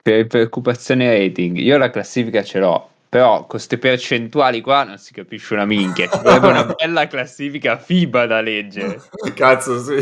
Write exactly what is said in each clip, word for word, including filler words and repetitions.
per preoccupazione rating, io la classifica ce l'ho, però con queste percentuali qua non si capisce una minchia. Ci vorrebbe una bella classifica FIBA da leggere. Cazzo, sì.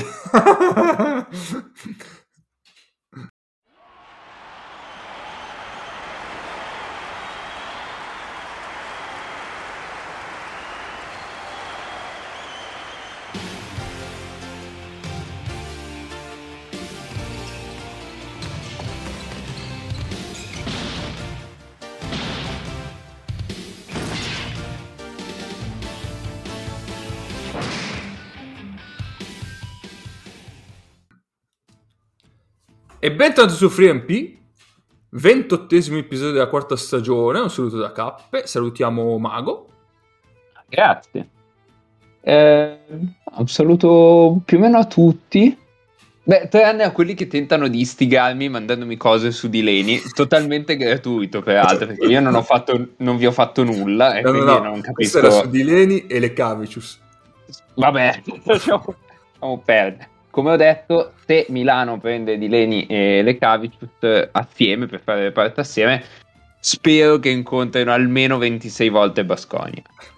E bentornati su FreeMP, ventottesimo episodio della quarta stagione. Un saluto da Cappe, salutiamo Mago. Grazie. Eh, un saluto più o meno a tutti. Beh, tranne a quelli che tentano di istigarmi mandandomi cose su di Leni, totalmente gratuito peraltro, perché io non ho fatto, non vi ho fatto nulla e No, no, quindi no, non questo era su capisco. di Leni e le Cavicius. Vabbè, lasciamo, lasciamo perdere. Come ho detto, se Milano prende Di Leni e le Cavicius assieme per fare le partite assieme, spero che incontrino almeno ventisei volte Baskonia.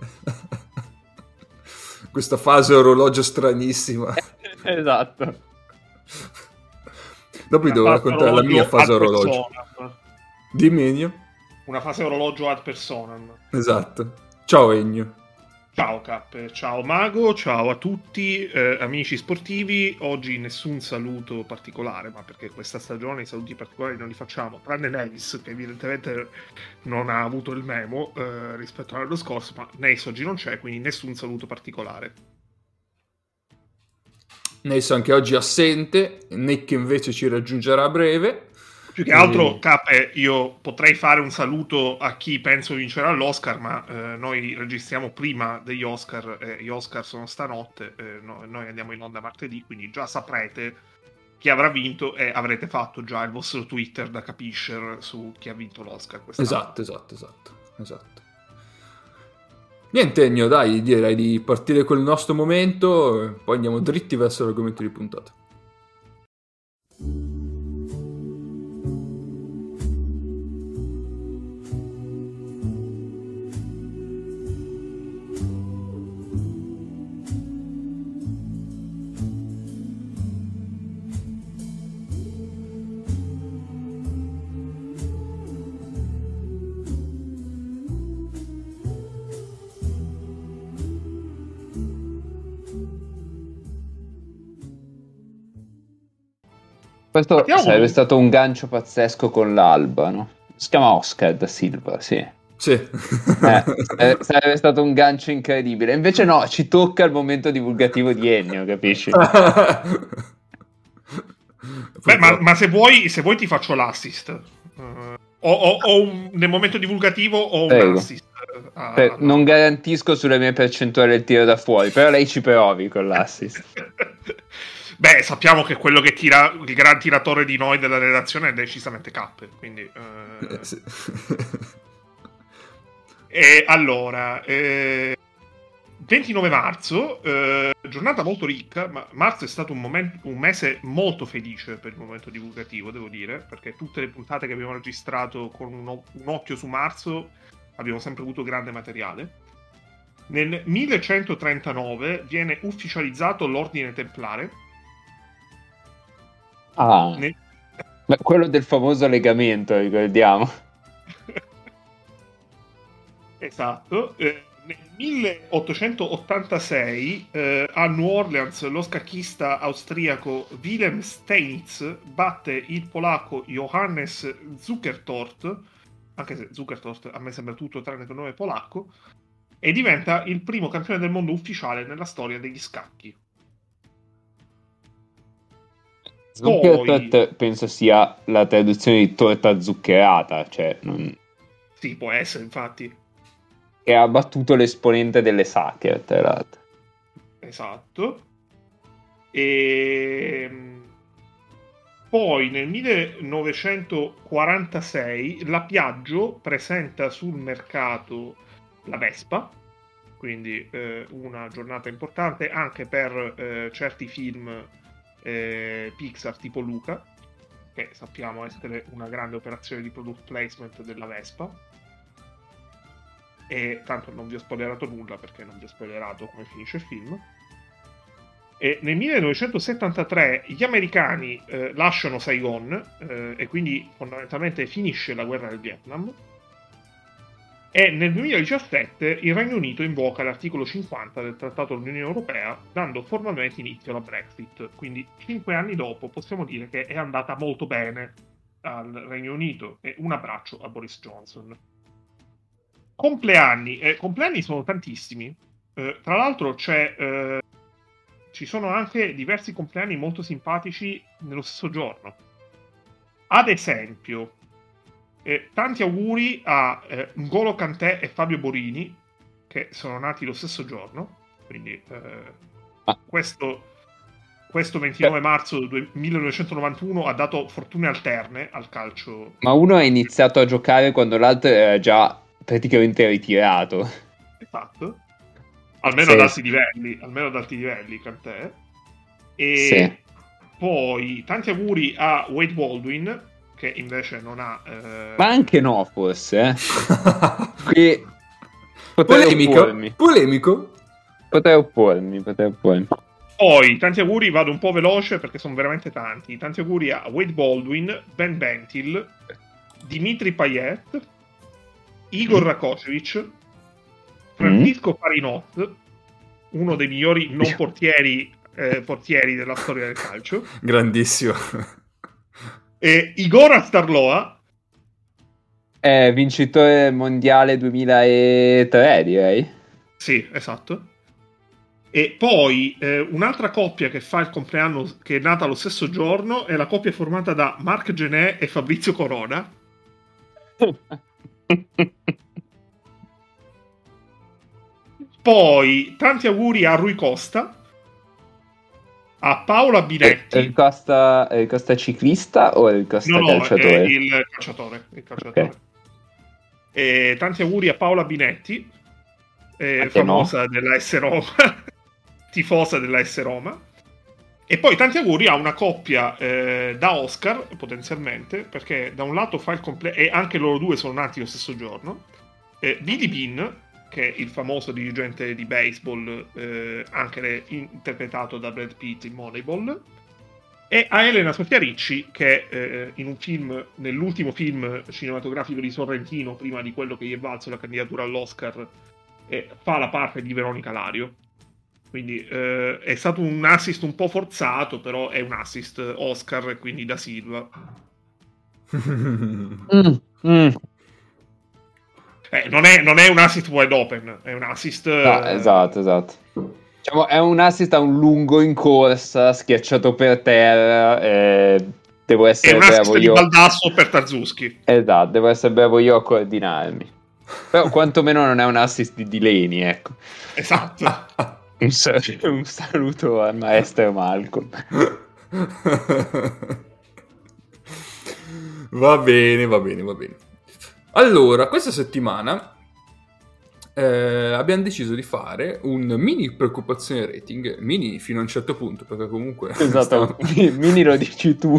Questa fase orologio stranissima. Esatto. Dopo vi devo raccontare la mia fase orologio. Dimmi, Ennio. Una fase orologio ad personam. Esatto. Ciao Ennio. Ciao Cappe, ciao Mago, ciao a tutti eh, amici sportivi. Oggi nessun saluto particolare, ma perché questa stagione i saluti particolari non li facciamo, tranne Nevis che evidentemente non ha avuto il memo eh, rispetto all'anno scorso, ma Nevis oggi non c'è, quindi nessun saluto particolare. Nevis anche oggi assente, Nick invece ci raggiungerà a breve. Più che altro, Cappe, io potrei fare un saluto a chi penso vincerà l'Oscar, ma eh, noi registriamo prima degli Oscar, eh, gli Oscar sono stanotte, eh, no, noi andiamo in onda martedì, quindi già saprete chi avrà vinto e avrete fatto già il vostro Twitter da capiscer su chi ha vinto l'Oscar quest'anno. Esatto, esatto, esatto, esatto. Niente Ennio, dai, direi di partire col nostro momento, poi andiamo dritti verso l'argomento di puntata. Questo Partiamo sarebbe con- stato un gancio pazzesco con l'Alba, no? Si chiama Oscar da Silva, sì. Sì. Eh, eh, sarebbe stato un gancio incredibile. Invece no, ci tocca il momento divulgativo di Ennio, capisci? Beh, ma, ma se vuoi, se vuoi ti faccio l'assist. Uh, ho, ho- ho un- nel momento divulgativo ho un Prego. assist. eh, a- Per- a- non garantisco sulle mie percentuali del tiro da fuori, però lei ci provi con l'assist. Beh, sappiamo che quello che tira il gran tiratore di noi della redazione è decisamente Cappe, quindi eh, Eh, sì. e allora eh, ventinove marzo, eh, giornata molto ricca, ma marzo è stato un, momento, un mese molto felice per il momento divulgativo, devo dire, perché tutte le puntate che abbiamo registrato con un, o- un occhio su marzo abbiamo sempre avuto grande materiale. Nel millecentotrentanove viene ufficializzato l'Ordine Templare. Ah, Nel... beh, quello del famoso legamento, ricordiamo. Esatto. Eh, nel milleottocentottantasei eh, a New Orleans lo scacchista austriaco Wilhelm Steinitz batte il polacco Johannes Zukertort, anche se Zukertort a me sembra tutto tranne che un nome polacco, e diventa il primo campione del mondo ufficiale nella storia degli scacchi. Zuckertort Poi... penso sia la traduzione di torta zuccherata, cioè non... Sì, può essere, infatti. che ha battuto l'esponente delle Sacher, tra l'altro. Esatto. E poi nel millenovecentoquarantasei la Piaggio presenta sul mercato la Vespa, quindi eh, una giornata importante anche per eh, certi film eh, Pixar tipo Luca. che sappiamo essere una grande operazione di product placement della Vespa. E tanto non vi ho spoilerato nulla perché non vi ho spoilerato come finisce il film. E nel millenovecentosettantatré gli americani eh, lasciano Saigon eh, e quindi fondamentalmente finisce la guerra del Vietnam. E nel duemiladiciassette il Regno Unito invoca l'articolo cinquanta del Trattato dell'Unione Europea, dando formalmente inizio alla Brexit. Quindi cinque anni dopo possiamo dire che è andata molto bene al Regno Unito. E un abbraccio a Boris Johnson. Compleanni. Eh, compleanni sono tantissimi. Eh, tra l'altro c'è... Eh, ci sono anche diversi compleanni molto simpatici nello stesso giorno. Ad esempio... Eh, tanti auguri a eh, N'Golo Kanté e Fabio Borini, che sono nati lo stesso giorno, quindi eh, ah. questo, questo ventinove marzo del millenovecentonovantuno ha dato fortune alterne al calcio. Ma uno ha iniziato a giocare quando l'altro era già praticamente ritirato. Esatto. Almeno sì. ad alti livelli, almeno ad alti livelli, Kanté. E sì. poi tanti auguri a Wade Baldwin, che invece non ha... Eh... Ma anche no, forse. Eh. Qui potrei polemico, oppormi. polemico. Potrei oppormi, potrei oppormi. Poi, tanti auguri, vado un po' veloce perché sono veramente tanti. Tanti auguri a Wade Baldwin, Ben Bentil, Dimitri Payet, Igor mm. Rakocevic, Francisco mm. Farinot, uno dei migliori non portieri, eh, portieri della storia del calcio. Grandissimo. E Igor Starloa, è vincitore mondiale duemilatré, direi. Sì, esatto. E poi eh, un'altra coppia che fa il compleanno, che è nata lo stesso giorno, è la coppia formata da Marc Gené e Fabrizio Corona. Poi tanti auguri a Rui Costa, a Paola Binetti. Il Costa, il Costa ciclista o il Costa no, no, calciatore? È il calciatore. Il calciatore. Okay. E tanti auguri a Paola Binetti, eh, famosa no. della S Roma, tifosa della S Roma. E poi tanti auguri a una coppia eh, da Oscar, potenzialmente, perché da un lato fa il compleanno, e anche loro due sono nati lo stesso giorno, eh, Billy Bean, che è il famoso dirigente di baseball, eh, anche le, interpretato da Brad Pitt in Moneyball, e a Elena Sofia Ricci, che eh, in un film, nell'ultimo film cinematografico di Sorrentino, prima di quello che gli è valso la candidatura all'Oscar, eh, fa la parte di Veronica Lario. Quindi eh, è stato un assist un po' forzato, però è un assist Oscar, quindi da Silva. mm, mm. Eh, non, è, non è un assist wide open, è un assist... No, esatto, esatto. Diciamo, è un assist a un lungo in corsa, schiacciato per terra, eh, devo essere è un bravo assist io... di Baldasso per Tarzuski. Esatto, devo essere bravo io a coordinarmi. Però quantomeno non è un assist di Delaney, ecco. Esatto. un, sal- un saluto al maestro Malcolm. Va bene, va bene, va bene. Allora, questa settimana eh, abbiamo deciso di fare un mini preoccupazione rating, mini fino a un certo punto, perché comunque... Esatto, stiamo... mini lo dici tu.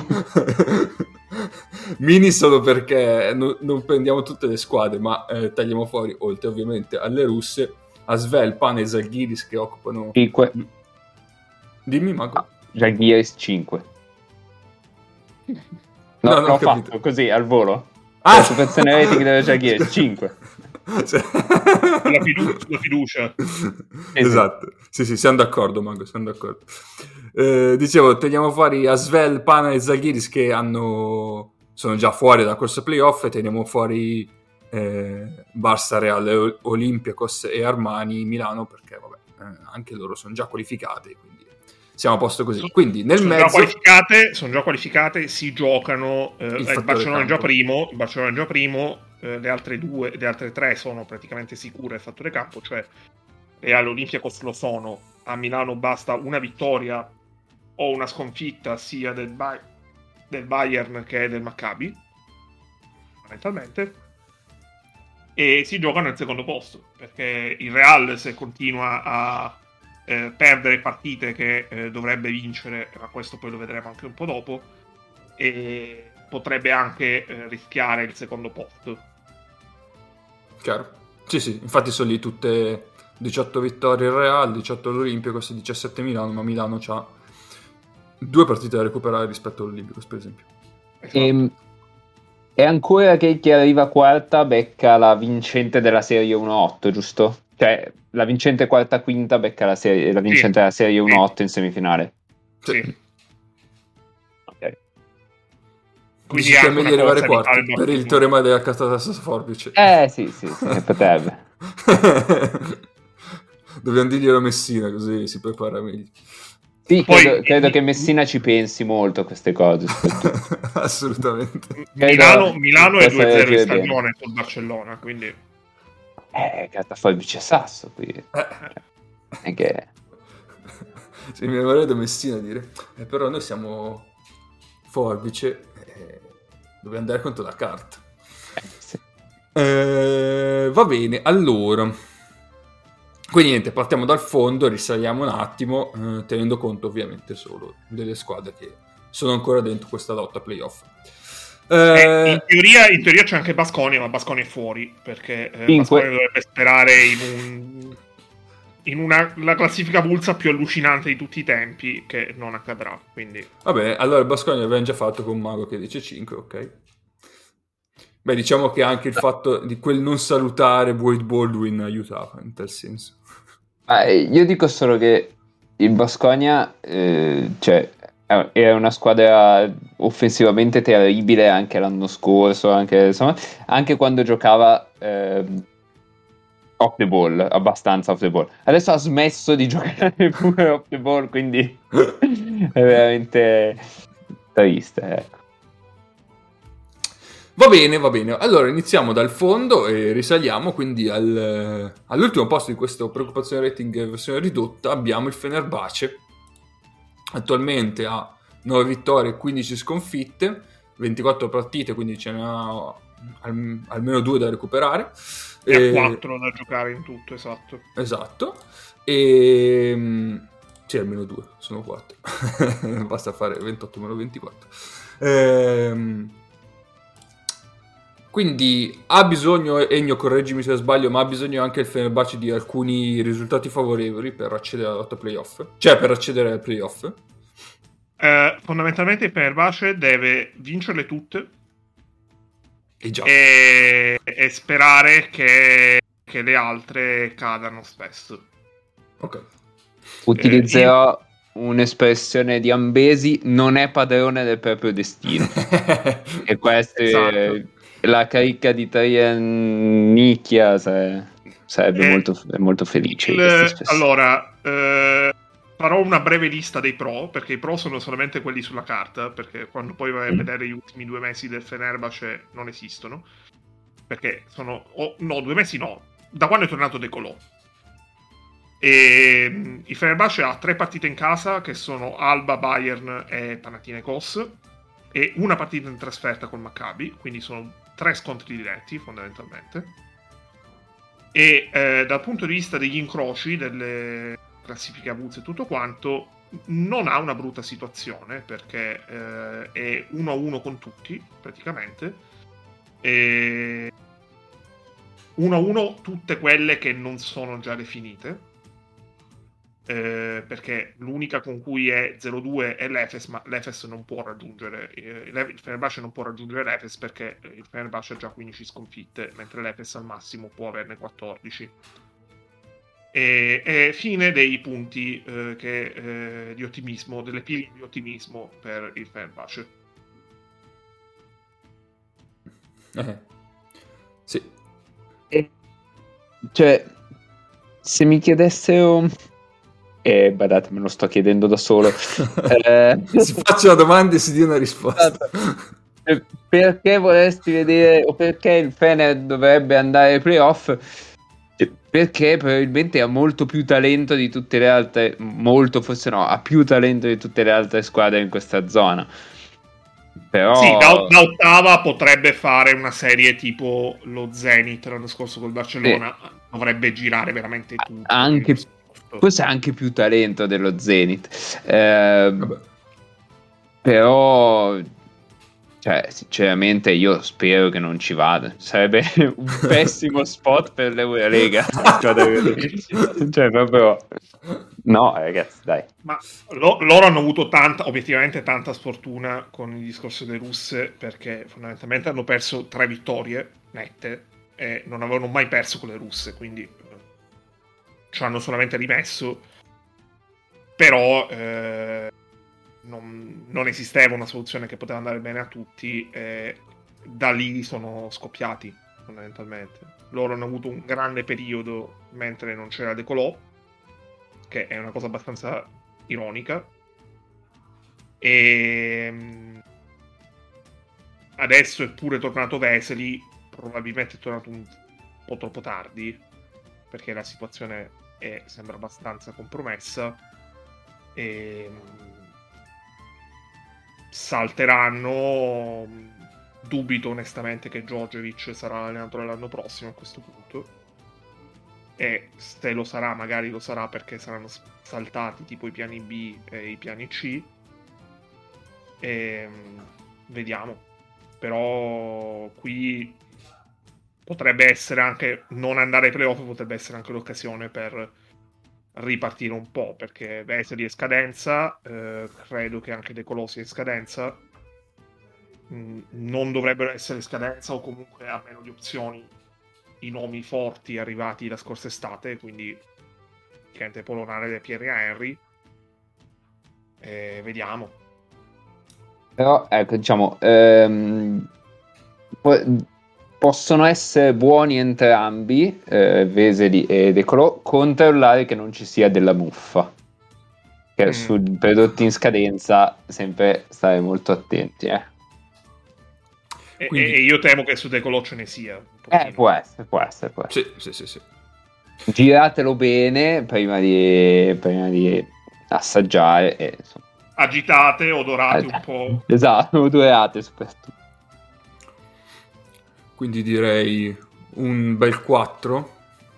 Mini solo perché no, non prendiamo tutte le squadre, ma eh, tagliamo fuori, oltre ovviamente alle russe, Asvel, Pan e Zalgiris che occupano... cinque. Dimmi, Marco. Ah, Zalgiris cinque. No, no, l'ho fatto così, al volo. Ah, l'occupazione rating della Zalgiris cinque. Cioè... la, fiducia, la fiducia. Esatto, sì sì, siamo d'accordo, Mago, siamo d'accordo. Eh, dicevo, teniamo fuori Asvel, Pana e Zalgiris che hanno sono già fuori dalla corsa playoff, e teniamo fuori eh, Barça, Real, Olympiacos e Armani Milano, perché vabbè, eh, anche loro sono già qualificati, quindi siamo a posto così. Quindi nel sono mezzo già qualificate, sono già qualificate, si giocano eh, il, il Barcellona è già primo, il Barcellona è già primo. Eh, le altre due, le altre tre sono praticamente sicure il fattore campo, cioè e all'Olympiacos lo sono. A Milano basta una vittoria o una sconfitta sia del, ba- del Bayern che del Maccabi, fondamentalmente, e si giocano al secondo posto, perché il Real, se continua a eh, perdere partite che eh, dovrebbe vincere, ma questo poi lo vedremo anche un po' dopo, e potrebbe anche eh, rischiare il secondo posto. Chiaro. Sì, sì, infatti sono lì tutte diciotto vittorie il Real, diciotto l'Olympiacos e diciassette Milano, ma Milano c'ha due partite da recuperare rispetto all'Olympiacos, per esempio. Esatto. E, e ancora che chi arriva quarta becca la vincente della serie uno otto, giusto? Cioè, la vincente quarta quinta becca la, serie, la vincente Sì. della serie uno otto Sì. in semifinale. Sì. Ok. Quindi Dici è che è anche meglio una arrivare cosa di quarti fare per il teorema della carta testa forbice. Eh sì, sì, sì, potrebbe. Dobbiamo dirglielo a Messina, così si prepara meglio. Sì, Poi, credo, credo mi- che Messina ci pensi molto a queste cose, soprattutto. Assolutamente. Milano, Credo Milano è possa due zero in reagire bene. stagione sul Barcellona, quindi Eh, carta forbice sasso qui. Eh. È che... Sì, mi vorrebbe Messina dire, eh, però noi siamo forbice, eh, dobbiamo andare contro la carta. eh, sì. Eh, va bene, allora. Quindi niente, partiamo dal fondo, risaliamo un attimo, eh, tenendo conto ovviamente solo delle squadre che sono ancora dentro questa lotta playoff. Eh, Eh, in, teoria, in teoria c'è anche Baskonia, ma Baskonia è fuori, perché eh, In Baskonia que- dovrebbe sperare in, un, in una, la classifica pulsa più allucinante di tutti i tempi, che non accadrà, quindi... Vabbè, allora il Baskonia abbiamo già fatto con Mago che dice cinque, ok. Beh, diciamo che anche il fatto di quel non salutare Boyd Baldwin aiutava, in tal senso. Ah, io dico solo che il Baskonia, eh, cioè, è- era una squadra offensivamente terribile anche l'anno scorso, anche, insomma, anche quando giocava ehm, off the ball, abbastanza off the ball. Adesso ha smesso di giocare pure off the ball, quindi è veramente triste, ecco. Va bene, va bene. Allora iniziamo dal fondo e risaliamo quindi al, all'ultimo posto di questo preoccupazione rating versione ridotta. Abbiamo il Fenerbahce, attualmente ha nove vittorie e quindici sconfitte, ventiquattro partite, quindi ce ne ha al- almeno due da recuperare. E ha E- quattro da giocare in tutto, esatto. Esatto. E mh, sì, almeno due, sono quattro. Basta fare ventotto meno ventiquattro. Ehm, quindi ha bisogno, Ennio, correggimi se sbaglio, ma ha bisogno anche il Fenerbahce di alcuni risultati favorevoli per accedere alla lotta playoff, cioè per accedere ai playoff. Eh, fondamentalmente il Fenerbahce deve vincerle tutte E già. e, e sperare che, che le altre cadano spesso. Ok. Utilizzerò un'espressione di Ambesi: non è padrone del proprio destino. E questa Esatto. è la carica di Triannicchia, sarebbe, sarebbe Eh, molto, molto felice di il- questa espressione. allora, eh, farò una breve lista dei pro, perché i pro sono solamente quelli sulla carta, perché quando poi vai a Mm. vedere gli ultimi due mesi del Fenerbahce non esistono, perché sono... oh, no, due mesi no, da quando è tornato De Colò. E mh, il Fenerbahce ha tre partite in casa, che sono Alba, Bayern e Panathinaikos, e una partita in trasferta col Maccabi, quindi sono tre scontri diretti fondamentalmente. E eh, dal punto di vista degli incroci, delle classifiche avulse e tutto quanto, non ha una brutta situazione, perché eh, è uno a uno con tutti praticamente, e uno a uno tutte quelle che non sono già definite, eh, perché l'unica con cui è zero due è l'Efes, ma l'Efes non può raggiungere eh, il Fenerbahce non può raggiungere l'Efes, perché il Fenerbahce ha già quindici sconfitte, mentre l'Efes al massimo può averne quattordici. E, e fine dei punti eh, che, eh, di ottimismo, delle pile di ottimismo per il Fenerbahce. Eh. Sì. E- cioè, se mi chiedessero, e badate, me lo sto chiedendo da solo, eh, Si faccia domande e si dia una risposta. eh, perché vorresti vedere, o perché il Fener dovrebbe andare ai playoff? Eh, Perché probabilmente ha molto più talento di tutte le altre, molto forse no, ha più talento di tutte le altre squadre in questa zona. Però Sì, da, da ottava potrebbe fare una serie tipo lo Zenit l'anno scorso col Barcellona, dovrebbe girare veramente tutto. anche, quindi- forse ha anche più talento dello Zenit. Eh, Vabbè. però Cioè, sinceramente io spero che non ci vada. Sarebbe un pessimo spot per l'Eurolega. Cioè, proprio... No, ragazzi, dai. Ma lo, loro hanno avuto tanta, obiettivamente tanta sfortuna con il discorso delle russe, perché fondamentalmente hanno perso tre vittorie nette e non avevano mai perso con le russe, quindi eh, ci hanno solamente rimesso. Però... Eh, Non, non esisteva una soluzione che poteva andare bene a tutti e da lì sono scoppiati fondamentalmente. Loro hanno avuto un grande periodo mentre non c'era De Colò, che è una cosa abbastanza ironica, e adesso è pure tornato Vesely, probabilmente è tornato un po' troppo tardi perché la situazione è, sembra abbastanza compromessa e salteranno. Dubito onestamente che Djordjevic sarà l'allenatore l'anno prossimo a questo punto, e se lo sarà magari lo sarà perché saranno saltati tipo i piani B e i piani C e vediamo. Però qui potrebbe essere anche non andare ai playoff, potrebbe essere anche l'occasione per ripartire un po', perché Vesely è scadenza, eh, credo che anche De Colò sia in scadenza, mm, non dovrebbero essere in scadenza, o comunque almeno le opzioni, i nomi forti arrivati la scorsa estate, quindi chiaramente Polonare e Pierre Henry, e vediamo. Però ecco, diciamo, ehm, po- possono essere buoni entrambi, eh, Vesely e De Colò, controllare che non ci sia della muffa. Che Mm. sui prodotti in scadenza sempre stare molto attenti, eh. E, Quindi- e io temo che su De Colò ce ne sia un Eh, pochino. può essere, può essere, può essere. Sì, sì, sì, sì. Giratelo bene prima di, prima di assaggiare e, insomma, Agitate, odorate eh, un po'. esatto, odorate soprattutto. Quindi direi un bel quattro.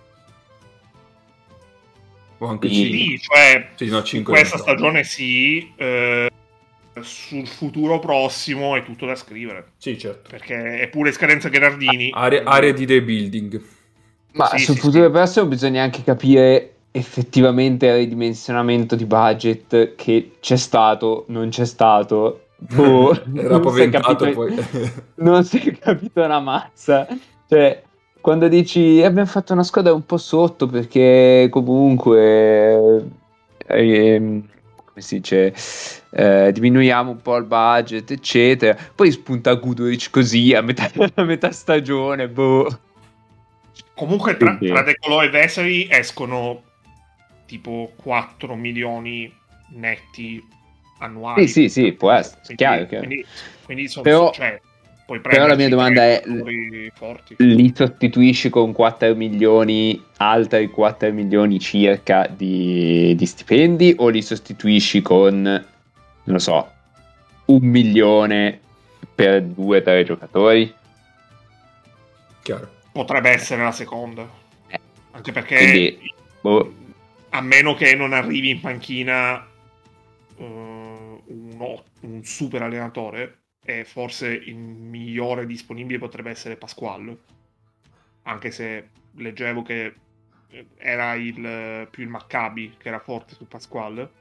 O anche Sì. cinque. Sì, cioè Sì, no, su cinque questa eventuali. stagione sì, eh, sul futuro prossimo è tutto da scrivere, Sì, certo. perché è pure scadenza Gherardini. Area, quindi- area di rebuilding. Ma Sì, sul sì, futuro sì. prossimo bisogna anche capire effettivamente il ridimensionamento di budget che c'è stato, non c'è stato. Boh, Era non si è paventato capito, poi. non si è capito una mazza. Cioè, quando dici "Eh, abbiamo fatto una squadra un po' sotto perché comunque ehm, come si dice, eh, diminuiamo un po' il budget, eccetera. Poi spunta Guduric così a metà, a metà stagione, boh. Comunque tra, Quindi- tra De Colò e Vesely escono tipo quattro milioni netti annuali. Sì, sì, sì, può essere, Quindi, chiaro, chiaro. quindi, quindi sono, Però- cioè, puoi però la mia prenderci domanda tre è- giocatori forti. Li sostituisci con quattro milioni, altri quattro milioni circa di, di stipendi, o li sostituisci con, non lo so, un milione per due o tre giocatori? Chiaro. Potrebbe essere la seconda. Eh, Anche perché quindi, boh. a meno che non arrivi in panchina uh, uno, un super allenatore, e forse il migliore disponibile potrebbe essere Pasquale, anche se leggevo che era il più il Maccabi che era forte su Pasquale,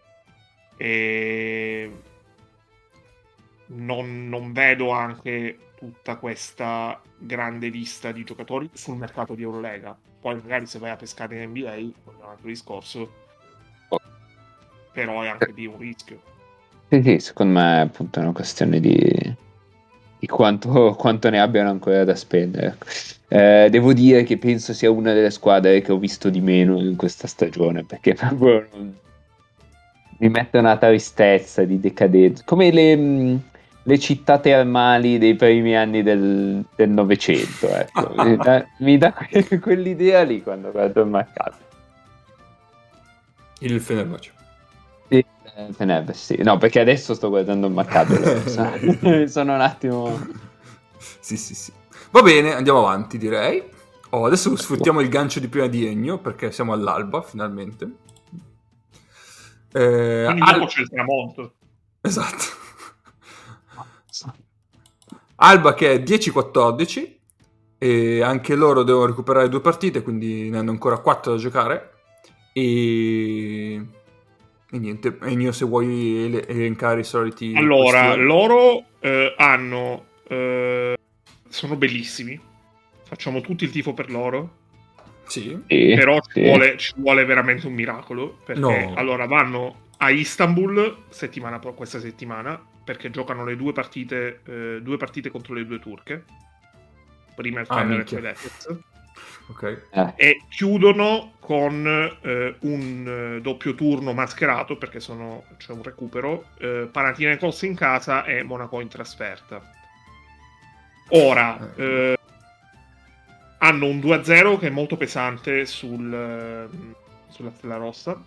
e non, non vedo anche tutta questa grande lista di giocatori sul mercato di Eurolega. Poi magari se vai a pescare in N B A è un altro discorso, però è anche lì un rischio. Sì, sì, secondo me appunto è una questione di, di quanto, quanto ne abbiano ancora da spendere. Eh, devo dire che penso sia una delle squadre che ho visto di meno in questa stagione, perché proprio non- mi mette una tristezza di decadenza, come le, mh, le città termali dei primi anni del del Novecento, ecco. mi dà, mi dà que- quell'idea lì quando guardo il mercato. Il Fenerbahce. Sì, eh, Fenerbahce, sì. No, perché adesso sto guardando il mercato, sono, sono un attimo... Sì, sì, sì. Va bene, andiamo avanti, direi. Oh, adesso sfruttiamo il gancio di prima di Ennio, perché siamo all'alba, finalmente. Eh, Quindi al- dopo c'è il tramonto. Esatto. Alba che è dieci quattordici e anche loro devono recuperare due partite, quindi ne hanno ancora quattro da giocare. E, e niente, Ennio, se vuoi ele- elencare i soliti Allora, questioni. loro eh, hanno eh, sono bellissimi, facciamo tutti il tifo per loro, Sì. Sì, però ci sì. vuole, ci vuole veramente un miracolo, perché No. allora vanno a Istanbul settimana, questa settimana, perché giocano le due partite eh, due partite contro le due turche, prima il Ah, Fener e minchia. poi l'Efes, Ok. Eh, e chiudono con eh, un eh, doppio turno mascherato, perché sono, c'è un recupero, eh, Panathinaikos in casa e Monaco in trasferta. Ora eh, hanno un due a zero che è molto pesante sul, eh, sulla stella rossa.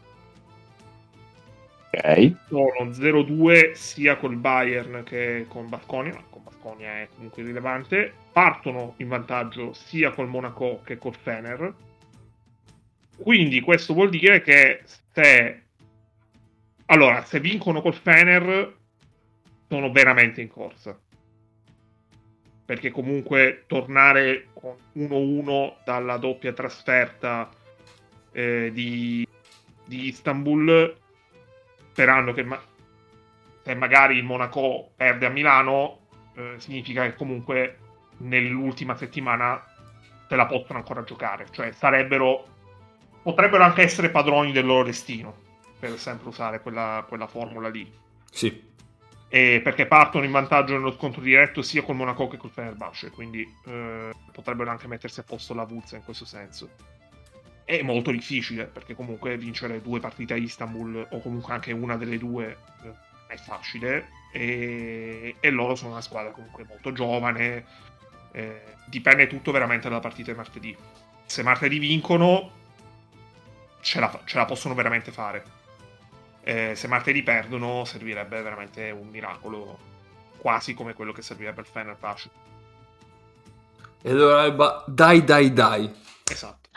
ok. Sono zero due sia col Bayern che con Baskonia, ma con Baskonia è comunque rilevante. Partono in vantaggio sia col Monaco che col Fener. Quindi questo vuol dire che se allora se vincono col Fener sono veramente in corsa, perché comunque tornare con uno uno dalla doppia trasferta eh, di, di Istanbul, sperando che ma- se magari il Monaco perde a Milano, eh, significa che comunque nell'ultima settimana se la possono ancora giocare, cioè sarebbero potrebbero anche essere padroni del loro destino, per sempre usare quella, quella formula lì. Sì. E perché partono in vantaggio nello scontro diretto sia col Monaco che col Fenerbahce, quindi eh, potrebbero anche mettersi a posto la Vuzza in questo senso. È molto difficile, perché comunque vincere due partite a Istanbul, o comunque anche una delle due, eh, è facile, e, e loro sono una squadra comunque molto giovane, eh, dipende tutto veramente dalla partita di martedì. Se martedì vincono, ce la, ce la possono veramente fare. Eh, se martedì perdono, servirebbe veramente un miracolo, quasi come quello che servirebbe al Fenerbahce. E allora Alba, dai dai dai. Esatto.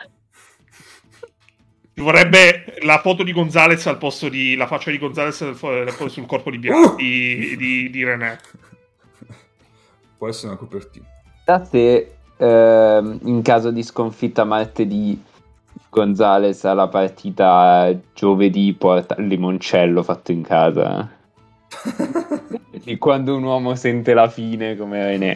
Ci vorrebbe la foto di Gonzalez al posto di la faccia di Gonzalez sul corpo di, Bia- Uh! di, di, di René. Può essere una copertina. Da te, ehm, in caso di sconfitta martedì, Gonzalez alla partita giovedì porta il limoncello fatto in casa. E quando un uomo sente la fine come René.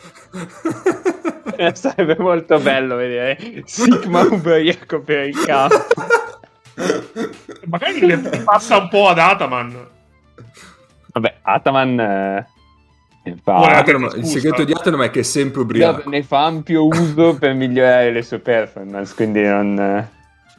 Sarebbe molto bello vedere Sigma ubriaco per il campo. Magari le passa un po' ad Ataman. Vabbè, Ataman eh, fa, Vuole la Ataman- terza il scusa. segreto di Ataman è che è sempre ubriaco. ne fa ampio uso per migliorare le sue performance, quindi non...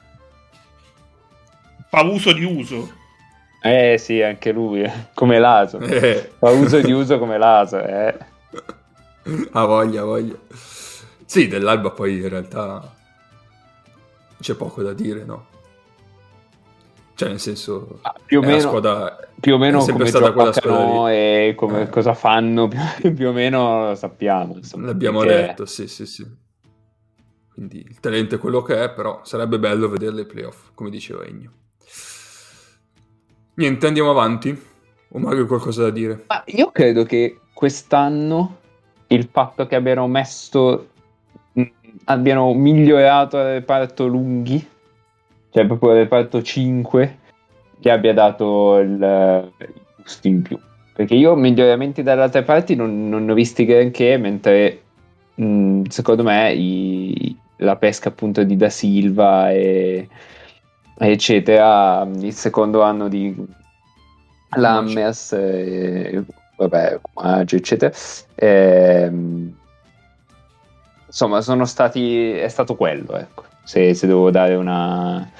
Fa uso di uso. Eh sì, anche lui, eh, come l'Aso. Eh. Fa uso di uso come l'Aso, eh. Ha voglia, ha voglia. Sì, dell'Alba poi in realtà c'è poco da dire, no? Cioè, nel senso, Ah, più o è meno, la squadra, più o meno è sempre come stata quella squadra giocano lì. e come, Eh. cosa fanno, più, più o meno lo sappiamo. Insomma, L'abbiamo perché- detto, sì, sì, sì. Quindi il talento è quello che è, però sarebbe bello vederle ai playoff, come diceva Ennio. Niente, andiamo avanti. O Mario qualcosa da dire? Ma io credo che quest'anno il fatto che abbiano messo, mh, abbiano migliorato il reparto lunghi, cioè proprio il reparto cinque, che abbia dato il, il boost in più. Perché io miglioramenti dalle altre parti non, non ne ho visti granché, mentre mh, secondo me i- la pesca appunto di Da Silva e eccetera, il secondo anno di Lammers, eh, vabbè, Maggio, eccetera, ehm, insomma sono stati, è stato quello, ecco, se, se devo dare una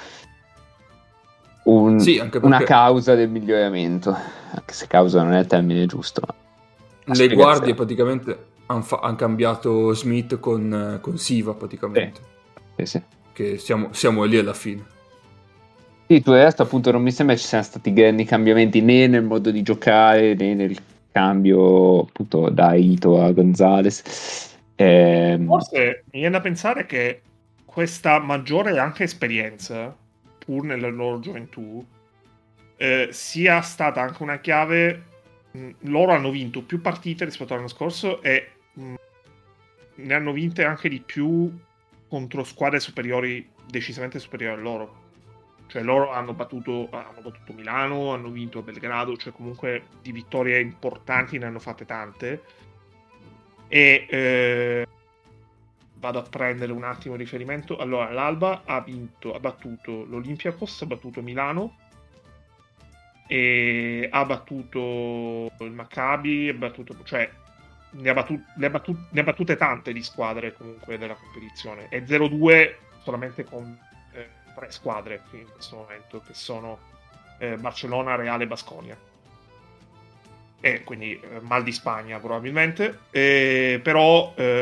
un- Sì, anche una perché causa del miglioramento, anche se causa non è il termine giusto, ma una le guardie spiegazione. praticamente hanno han cambiato Smith con, con Siva praticamente. Sì, sì. Che siamo, siamo lì alla fine. Sì, tu il resto appunto non mi sembra ci siano stati grandi cambiamenti né nel modo di giocare né nel cambio appunto da Ito a Gonzalez. Ehm, Forse mi viene da pensare che questa maggiore anche esperienza, pur nella loro gioventù, eh, sia stata anche una chiave mh, loro hanno vinto più partite rispetto all'anno scorso e mh, ne hanno vinte anche di più contro squadre superiori, decisamente superiori a loro. Cioè loro hanno battuto, hanno battuto Milano, hanno vinto a Belgrado, cioè comunque di vittorie importanti ne hanno fatte tante. E eh, vado a prendere un attimo il riferimento. Allora, l'Alba ha vinto, ha battuto l'Olympiakos, ha battuto Milano, e ha battuto il Maccabi, ha battuto, cioè ne ha, battu- ne, ha battu- ne ha battute tante di squadre comunque della competizione. E zero due solamente con eh, tre squadre in questo momento, che sono eh, Barcellona, Real e Baskonia. E quindi eh, mal di Spagna probabilmente. E, però eh,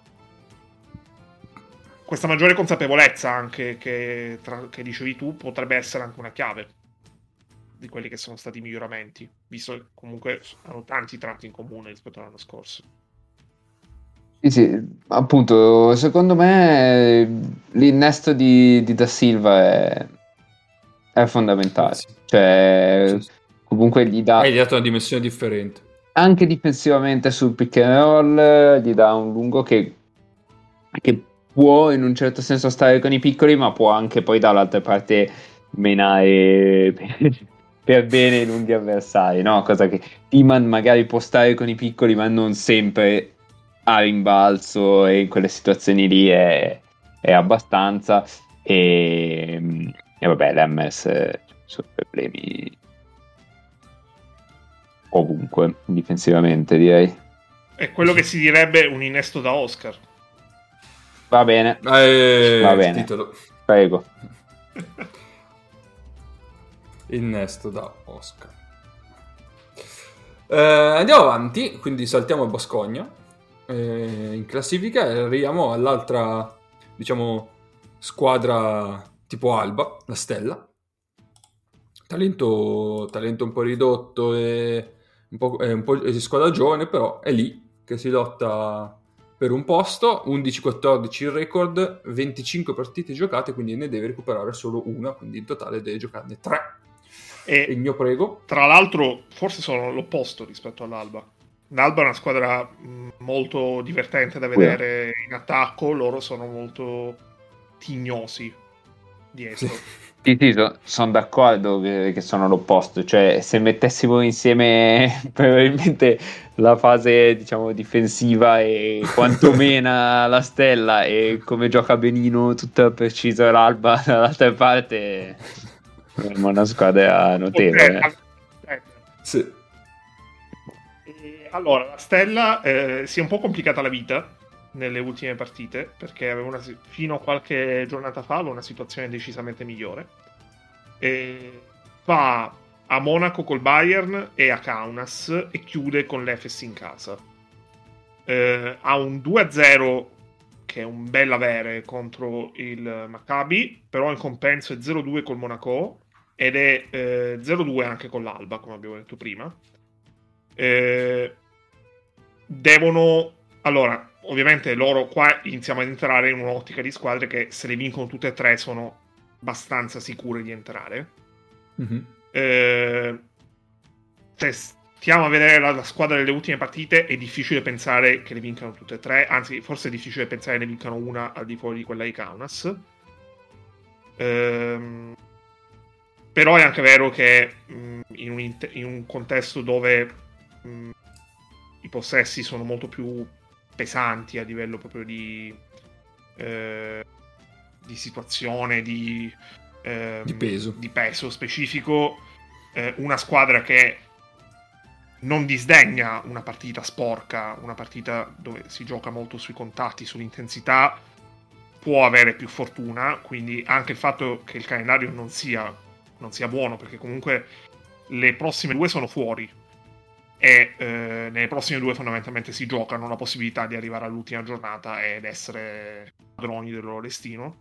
questa maggiore consapevolezza anche che, tra, che dicevi tu potrebbe essere anche una chiave di quelli che sono stati i miglioramenti, visto che comunque hanno tanti tratti in comune rispetto all'anno scorso. Sì, sì, appunto, secondo me l'innesto di, di Da Silva è, è fondamentale. Sì. Cioè, Sì, sì. comunque gli dà, Hai dato una dimensione differente. anche difensivamente sul pick and roll, gli dà un lungo che, che può in un certo senso stare con i piccoli, ma può anche poi dall'altra parte menare per, per bene i lunghi avversari, no? Cosa che Timan magari può stare con i piccoli, ma non sempre a rimbalzo, e in quelle situazioni lì è, è abbastanza. E, e vabbè, l'M S sono problemi ovunque difensivamente, direi. È quello che si direbbe un innesto da Oscar. Va bene, Eh, va bene, titolo. prego. Innesto da Oscar. Eh, andiamo avanti, quindi saltiamo a Bascogna eh, in classifica e arriviamo all'altra, diciamo, squadra tipo Alba, la Stella. Talento, talento un po' ridotto e un po', è un po' è squadra giovane, però è lì che si lotta per un posto. Undici quattordici il record, venticinque partite giocate, quindi ne deve recuperare solo una, quindi in totale deve giocarne tre. E il mio prego. Tra l'altro, forse sono l'opposto rispetto all'Alba. L'Alba è una squadra mh, molto divertente da vedere yeah. in attacco, loro sono molto tignosi dietro. Sì. Sì, sì, so, sono d'accordo che, che sono l'opposto, cioè se mettessimo insieme probabilmente la fase, diciamo, difensiva e quanto mena la Stella e come gioca benino tutta precisa l'Alba dall'altra parte, è una squadra notevole. Okay. Sì. E allora, la Stella eh, si è un po' complicata la vita nelle ultime partite, perché aveva una, fino a qualche giornata fa aveva una situazione decisamente migliore. E va a Monaco col Bayern e a Kaunas e chiude con l'Efes in casa. Eh, ha un due a zero che è un bel avere contro il Maccabi, però in compenso è zero a due col Monaco ed è eh, zero a due anche con l'Alba, come abbiamo detto prima. Eh, devono... Allora, ovviamente loro qua iniziamo ad entrare in un'ottica di squadre che se le vincono tutte e tre sono abbastanza sicure di entrare. Mm-hmm. Eh, se stiamo a vedere la, la squadra delle ultime partite, è difficile pensare che le vincano tutte e tre, anzi forse è difficile pensare che ne vincano una al di fuori di quella di Kaunas. Eh, però è anche vero che mh, in, un in un contesto dove mh, i possessi sono molto più pesanti a livello proprio di eh, di situazione, di, ehm, di peso di peso specifico, eh, una squadra che non disdegna una partita sporca, una partita dove si gioca molto sui contatti, sull'intensità, può avere più fortuna. Quindi anche il fatto che il calendario non sia, non sia buono, perché comunque le prossime due sono fuori e eh, nelle prossime due fondamentalmente si giocano la possibilità di arrivare all'ultima giornata ed essere padroni del loro destino.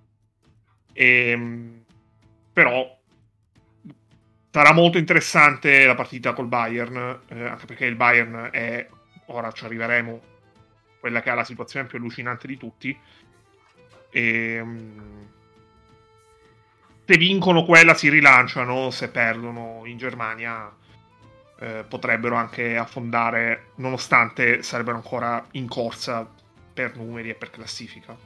E, però sarà molto interessante la partita col Bayern, eh, anche perché il Bayern è, ora ci arriveremo, quella che ha la situazione più allucinante di tutti. E, se vincono quella si rilanciano, se perdono in Germania eh, potrebbero anche affondare, nonostante sarebbero ancora in corsa per numeri e per classifica.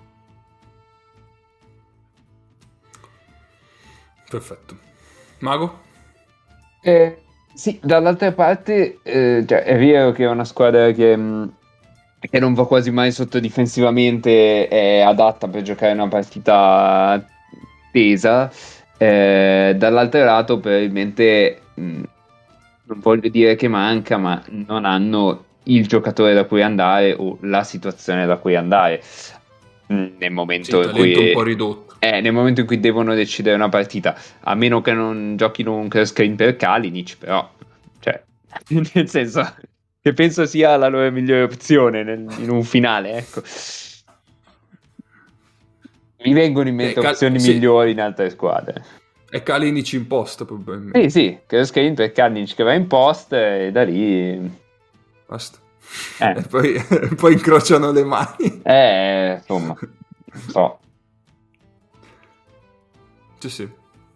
Perfetto. Mago? Eh, sì, dall'altra parte, eh, cioè, è vero che è una squadra che, mh, che non va quasi mai sotto difensivamente, è adatta per giocare una partita tesa. Eh, dall'altro lato, probabilmente, mh, non voglio dire che manca, ma non hanno il giocatore da cui andare o la situazione da cui andare mh, nel momento Sì, in talento cui un po' ridotto. eh, nel momento in cui devono decidere una partita, a meno che non giochino un cross screen per Kalinic, però, cioè, nel senso che penso sia la loro migliore opzione nel- in un finale, ecco. Mi vengono in mente Eh, Cal- opzioni sì. migliori in altre squadre. È Kalinic in post, probabilmente. Sì, sì, cross screen per Kalinic che va in post e da lì... Basta. Eh. E poi, poi incrociano le mani. Eh, insomma, non so. Sì, sì.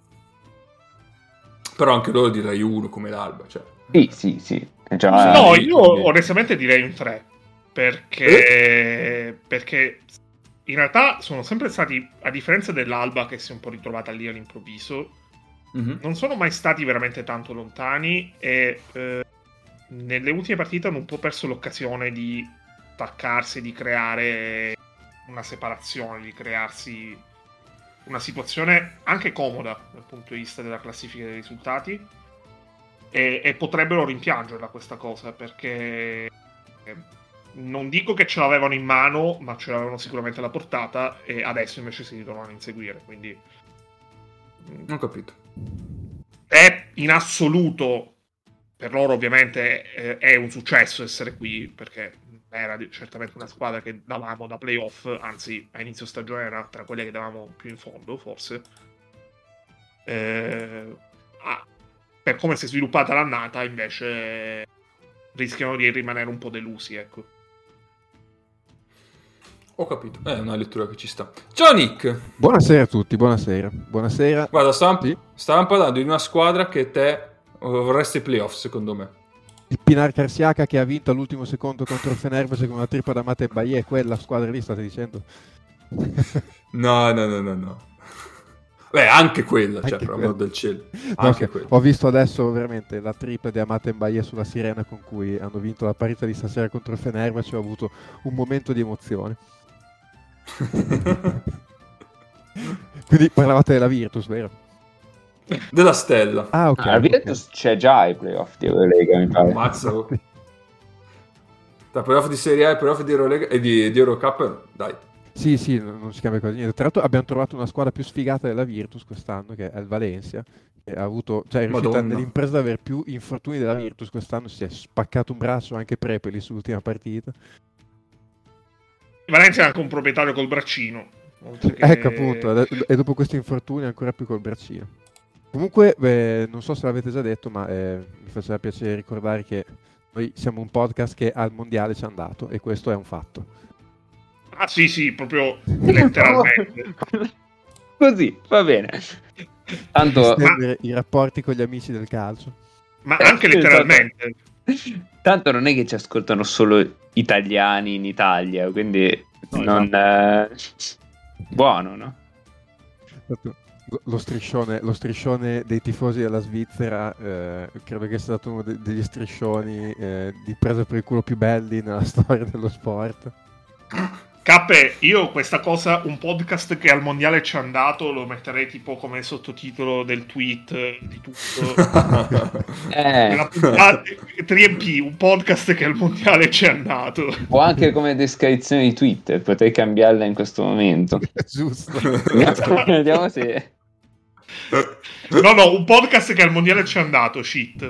Però anche loro direi uno come l'Alba, cioè. Sì, sì, sì. È già- No, eh, io onestamente direi un tre, perché, perché in realtà sono sempre stati, a differenza dell'Alba che si è un po' ritrovata lì all'improvviso, Mhm. non sono mai stati veramente tanto lontani e eh, nelle ultime partite hanno un po' perso l'occasione di attaccarsi, di creare una separazione, di crearsi una situazione anche comoda dal punto di vista della classifica dei risultati. E, e potrebbero rimpiangerla questa cosa, perché eh, non dico che ce l'avevano in mano, ma ce l'avevano sicuramente alla portata, e adesso invece si ritrovano a inseguire, quindi mm, Ho capito. è in assoluto per loro ovviamente eh, è un successo essere qui, perché era di- certamente una squadra che davamo da playoff, anzi a inizio stagione era tra quelle che davamo più in fondo forse. Eh, ah, per come si è sviluppata l'annata invece rischiano di rimanere un po' delusi, ecco. Ho capito. È una lettura che ci sta. Ciao Nick! Buonasera a tutti, buonasera. Buonasera. Guarda, stavamo, Sì. stavamo parlando di una squadra che te vorresti playoff, secondo me. Il Pinar Carsiaca che ha vinto all'ultimo secondo contro il Fenerbahce con una tripla da Mate Baie, quella squadra lì state dicendo? No, no, no, no, no. Beh, anche quella, cioè, Anche per quella. amor del cielo. No, Anche che quella. ho visto adesso veramente la tripla di Amate Mbaye sulla Sirena con cui hanno vinto la partita di stasera contro il Fenerbahce, ho avuto un momento di emozione. Quindi parlavate della Virtus, vero? Della Stella. Ah, ok. Ah, la ok. Virtus c'è già ai playoff di Eurolega, mi pare. Ammazza, oh. Da playoff di Serie A e playoff di Eurolega e di, di Eurocup, dai. Sì, sì, non non si cambia quasi niente. Tra l'altro abbiamo trovato una squadra più sfigata della Virtus quest'anno, che è il Valencia, che ha avuto, cioè è riuscita Madonna. nell'impresa ad avere più infortuni della Virtus quest'anno, si è spaccato un braccio anche Prepeli sull'ultima partita. Valencia è anche un proprietario col braccino, oltre che... Ecco appunto, e e dopo questi infortuni ancora più col braccino. Comunque, beh, non so se l'avete già detto, ma eh, mi faceva piacere ricordare che noi siamo un podcast che al mondiale ci è andato, e questo è un fatto. Ah sì sì, proprio letteralmente. Così, va bene. Tanto, Estendere i rapporti con gli amici del calcio. Ma anche letteralmente. tanto non è che ci ascoltano solo italiani in Italia, quindi No, non... eh, buono, no? Lo- Lo striscione, lo striscione dei tifosi della Svizzera, eh, credo che sia stato uno de- degli striscioni eh, di presa per il culo più belli nella storia dello sport. Cappe, io questa cosa, un podcast che al mondiale ci è andato, lo metterei tipo come sottotitolo del tweet eh, di tutto. Eh, Una puntata- tre M P, un podcast che al mondiale ci è andato. o anche come descrizione di Twitter, potrei cambiarla in questo momento. Giusto. Vediamo se... No, no, un podcast che al mondiale ci è andato, shit.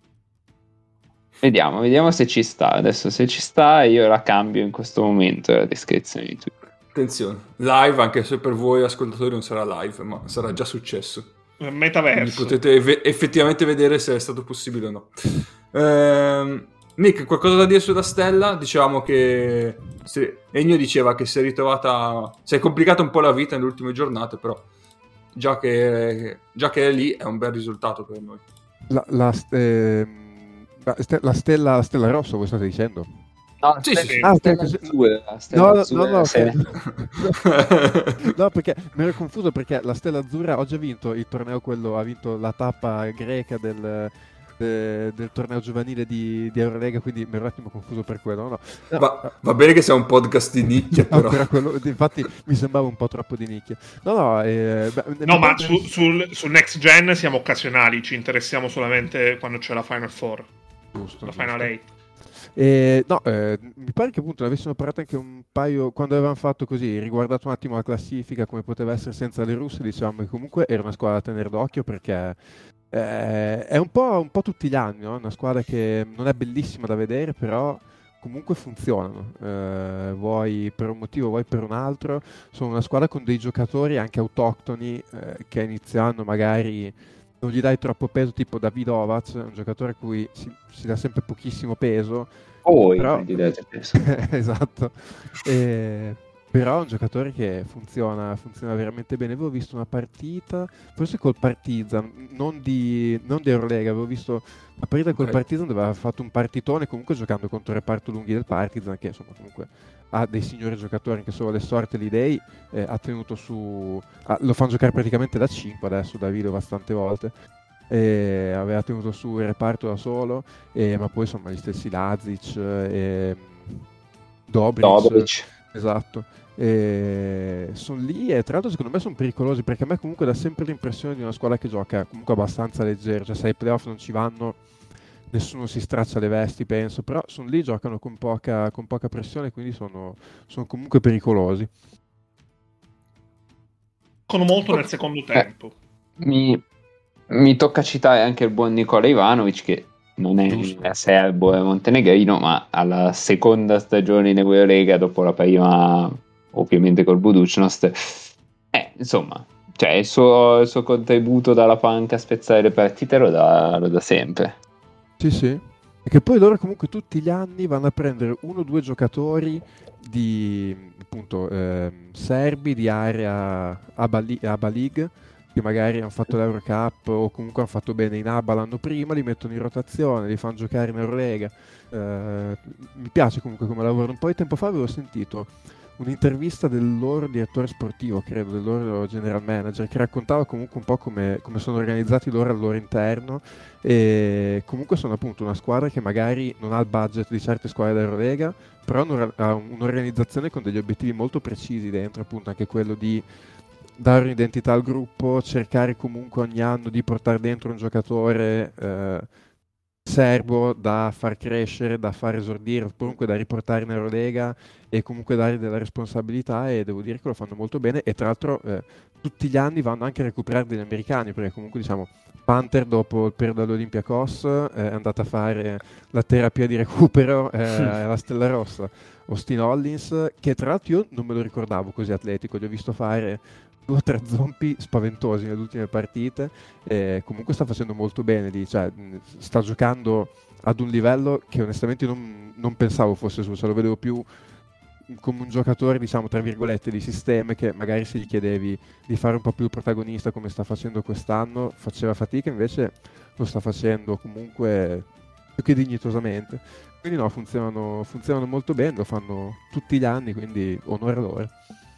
Vediamo, vediamo se ci sta. Adesso se ci sta io la cambio in questo momento la descrizione di Twitter. Attenzione, live, anche se per voi ascoltatori non sarà live, ma sarà già successo. Quindi Metaverso. potete ve- effettivamente vedere se è stato possibile o no. Ehm, Nick, qualcosa da dire sulla Stella? Diciamo che se... Ennio diceva che si è ritrovata, si è complicata un po' la vita nelle ultime giornate, però già che, già che è lì è un bel risultato per noi. La, la, ehm, La, ste- la stella, la stella rossa, voi state dicendo? No, Sì, sì, Stella- sì. Ah, ok, Stella così- Azzurra, Stella No, no, Azzurra, no, no, sì. ok. No, perché mi ero confuso perché la Stella Azzurra oggi ha vinto il torneo, quello ha vinto la tappa greca del, de- del torneo giovanile di, di Eurolega, quindi mi ero un attimo confuso per quello. No, no. No, Va, va bene che sia un podcast di nicchia, no, però. però quello- infatti mi sembrava un po' troppo di nicchia. No, no, eh, beh, No, mi ma pare- su, sul, sul Next Gen siamo occasionali, ci interessiamo solamente quando c'è la Final Four, Giusto, la giusto. Final Eight. E, no, eh, mi pare che appunto ne avessimo parlato anche un paio quando avevamo fatto così, riguardato un attimo la classifica, come poteva essere senza le russe, diciamo che comunque era una squadra da tenere d'occhio perché eh, è un po', un po' tutti gli anni, no? Una squadra che non è bellissima da vedere, però comunque funzionano, eh, vuoi per un motivo, vuoi per un altro, sono una squadra con dei giocatori anche autoctoni eh, che iniziando magari non gli dai troppo peso, tipo David Ovac, un giocatore a cui si, si dà sempre pochissimo peso, Poi però non gli date peso. esatto. E- però è un giocatore che funziona, funziona veramente bene. Avevo visto una partita, forse col Partizan, non di, non di Eurolega, avevo visto una partita col Ok. Partizan dove aveva fatto un partitone comunque giocando contro il reparto lunghi del Partizan, che insomma comunque ha dei signori giocatori, che solo le sorte li dei, eh, ha tenuto su, ah, lo fanno giocare praticamente da cinque adesso, Davide bastante volte. E aveva tenuto su il reparto da solo, e- ma poi insomma gli stessi Lazic e Dobric, Dobric. esatto, e sono lì e tra l'altro secondo me sono pericolosi perché a me comunque dà sempre l'impressione di una squadra che gioca comunque abbastanza leggero, cioè se ai playoff non ci vanno nessuno si straccia le vesti penso, però sono lì, giocano con poca, con poca pressione, quindi sono, sono comunque pericolosi. Con molto nel secondo tempo. Mi, mi tocca citare anche il buon Nikola Ivanovic, che non è Giusto. serbo, è montenegrino, ma alla seconda stagione in Eurolega, dopo la prima ovviamente col Budućnost, eh, insomma, cioè il suo, il suo contributo dalla panca a spezzare le partite lo dà, lo dà sempre. Sì, sì. E che poi loro comunque tutti gli anni vanno a prendere uno o due giocatori di appunto ehm, serbi di area ABA, Li- ABA League che magari hanno fatto l'Eurocup o comunque hanno fatto bene in ABA l'anno prima, li mettono in rotazione, li fanno giocare in Eurolega. Eh, mi piace comunque come lavoro. Un po' di tempo fa avevo sentito un'intervista del loro direttore sportivo, credo, del loro general manager, che raccontava comunque un po' come, come sono organizzati loro al loro interno e comunque sono appunto una squadra che magari non ha il budget di certe squadre d'Eurolega, però hanno- ha un'organizzazione con degli obiettivi molto precisi dentro, appunto anche quello di dare un'identità al gruppo, cercare comunque ogni anno di portare dentro un giocatore eh, serbo da far crescere, da far esordire, comunque da riportare in Eurolega e comunque dare della responsabilità e devo dire che lo fanno molto bene e tra l'altro eh, tutti gli anni vanno anche a recuperare degli americani perché comunque diciamo Panther dopo il periodo all'Olympiakos eh, è andata a fare la terapia di recupero eh, alla Stella Rossa. Austin Hollins, che tra l'altro io non me lo ricordavo così atletico, gli ho visto fare due o tre zombie spaventosi nelle ultime partite e comunque sta facendo molto bene lì, cioè mh, sta giocando ad un livello che onestamente non, non pensavo fosse su, cioè lo vedevo più come un giocatore diciamo tra virgolette di sistema che magari se gli chiedevi di fare un po' più il protagonista come sta facendo quest'anno faceva fatica, invece lo sta facendo comunque più che dignitosamente, quindi no, funzionano, funzionano molto bene, lo fanno tutti gli anni, quindi onore a loro.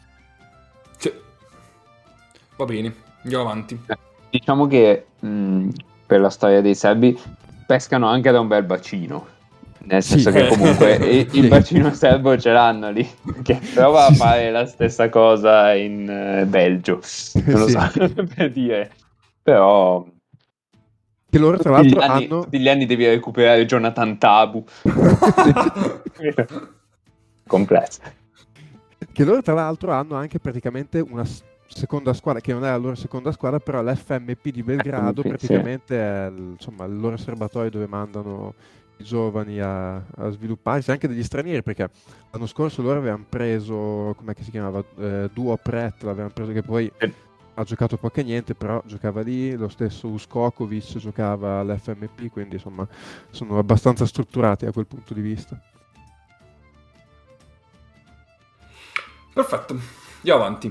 Sì. Va bene, andiamo avanti. Diciamo che mh, per la storia dei serbi pescano anche da un bel bacino. Nel Sì. senso che comunque il, Sì. il bacino serbo ce l'hanno lì, che prova a Sì, sì. fare la stessa cosa in eh, Belgio, non lo Sì. so per dire, però Che loro tra tutti gli, l'altro anni, hanno tutti gli anni devi recuperare Jonathan Tabu. Complesso. che loro tra l'altro hanno anche praticamente una s- seconda squadra che non è la loro seconda squadra, però l'F M P di Belgrado F M P, sì. praticamente è il, insomma, il loro serbatoio dove mandano i giovani a, a svilupparsi, anche degli stranieri, perché l'anno scorso loro avevano preso, com'è che si chiamava, eh, Duo Pret, l'avevano preso che poi Sì. ha giocato poco e niente, però giocava lì, lo stesso Uskokovic giocava all'F M P, quindi insomma sono abbastanza strutturati a quel punto di vista. Perfetto, andiamo avanti.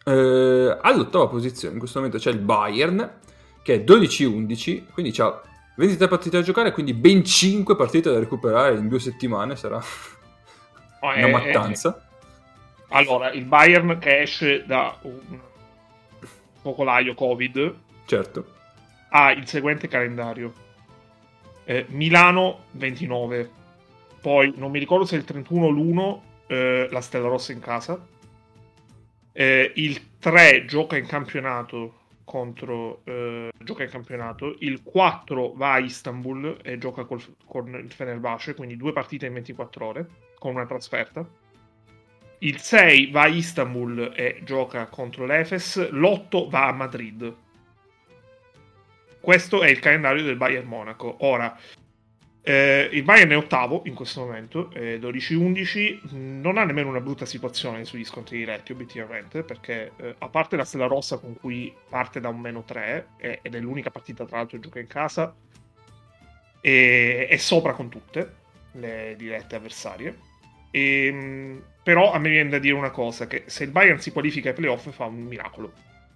Eh, all'ottava posizione in questo momento c'è il Bayern che è dodici undici, quindi c'ha ventitré partite da giocare, quindi ben cinque partite da recuperare in due settimane, sarà Oh, una è- mattanza. è- Allora, il Bayern che esce da un focolaio Covid Certo. ha il seguente calendario. Eh, Milano ventinove, poi non mi ricordo se è il trentuno o l'uno, eh, la Stella Rossa in casa. Eh, il tre gioca in campionato contro eh, gioca in campionato. Il quattro va a Istanbul e gioca col- con il Fenerbahce, quindi due partite in ventiquattro ore con una trasferta. Il sei va a Istanbul e gioca contro l'Efes. L'otto va a Madrid. Questo è il calendario del Bayern Monaco. Ora, eh, il Bayern è ottavo in questo momento, è dodici undici, non ha nemmeno una brutta situazione sugli scontri diretti, obiettivamente, perché eh, a parte la Stella Rossa con cui parte da un meno tre, eh, ed è l'unica partita tra l'altro che gioca in casa, e è sopra con tutte le dirette avversarie. E, però a me viene da dire una cosa, che se il Bayern si qualifica ai playoff fa un miracolo.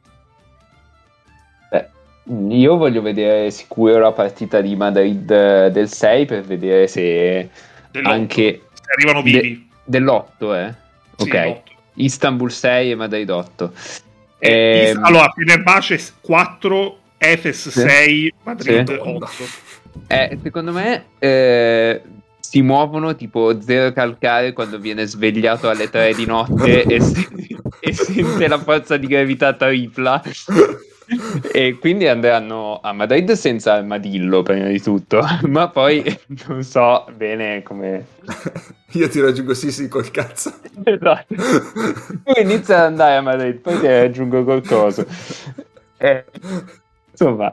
Beh, io voglio vedere sicuro la partita di Madrid eh, del sei per vedere se Dell'otto. anche Se arrivano de- vivi. dell'otto, eh? Sì, Ok. l'otto. Istanbul sei e Madrid otto. Eh, Ehm, allora, Fenerbahce quattro, Efes Sì. sei, Madrid Sì. otto. eh, secondo me eh, si muovono tipo Zero Calcare quando viene svegliato alle tre di notte e, si- e sente la forza di gravità tripla. E quindi andranno a Madrid senza armadillo prima di tutto, ma poi non so bene come. Io ti raggiungo sì sì col cazzo. Esatto. Tu inizia ad andare a Madrid, poi ti raggiungo col coso. Eh, insomma,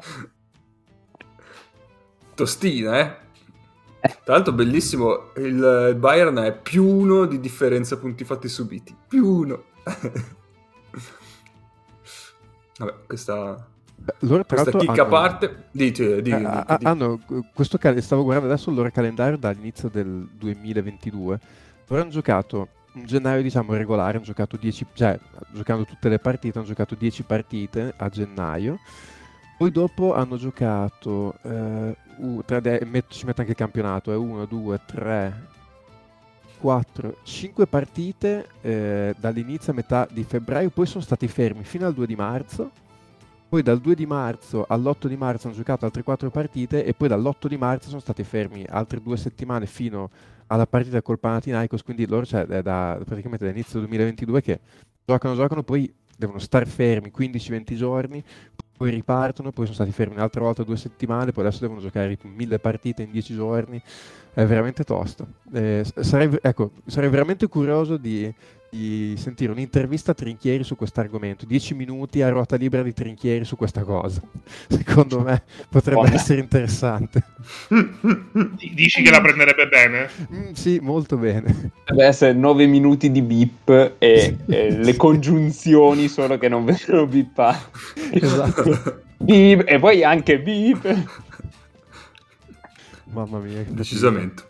Tostina, eh? Tra l'altro bellissimo, il, il Bayern è più uno di differenza punti fatti subiti. Più uno. Vabbè, questa, Loro tra questa l'altro chicca a hanno- parte. Dite, dite, Eh, dite, ha- dite. hanno questo cal- stavo guardando adesso il loro calendario dall'inizio del duemilaventidue. Loro hanno giocato un gennaio diciamo regolare, hanno giocato dieci, cioè giocando tutte le partite, hanno giocato dieci partite a gennaio. Poi dopo hanno giocato eh, uh, tre de- met- ci mette anche il campionato, è uno, due, tre, quattro, cinque partite eh, dall'inizio a metà di febbraio, poi sono stati fermi fino al due di marzo. Poi dal due di marzo all'otto di marzo hanno giocato altre quattro partite e poi dall'otto di marzo sono stati fermi altre due settimane fino alla partita col Panathinaikos, quindi loro cioè, è da, praticamente dall'inizio del duemilaventidue che giocano, giocano, poi devono star fermi quindici venti giorni, poi ripartono, poi sono stati fermi un'altra volta due settimane, poi adesso devono giocare mille partite in dieci giorni, è veramente tosto. Eh, sarei, ecco, sarei veramente curioso di, di sentire un'intervista a Trinchieri su questo argomento, dieci minuti a ruota libera di Trinchieri su questa cosa. Secondo me potrebbe Buona. essere interessante. D- Dici che la prenderebbe bene? Mm, sì, molto bene. deve essere nove minuti di beep e, e le congiunzioni solo che non vengono bippate. Esatto. Beep, e poi anche beep. Mamma mia. che Decisamente.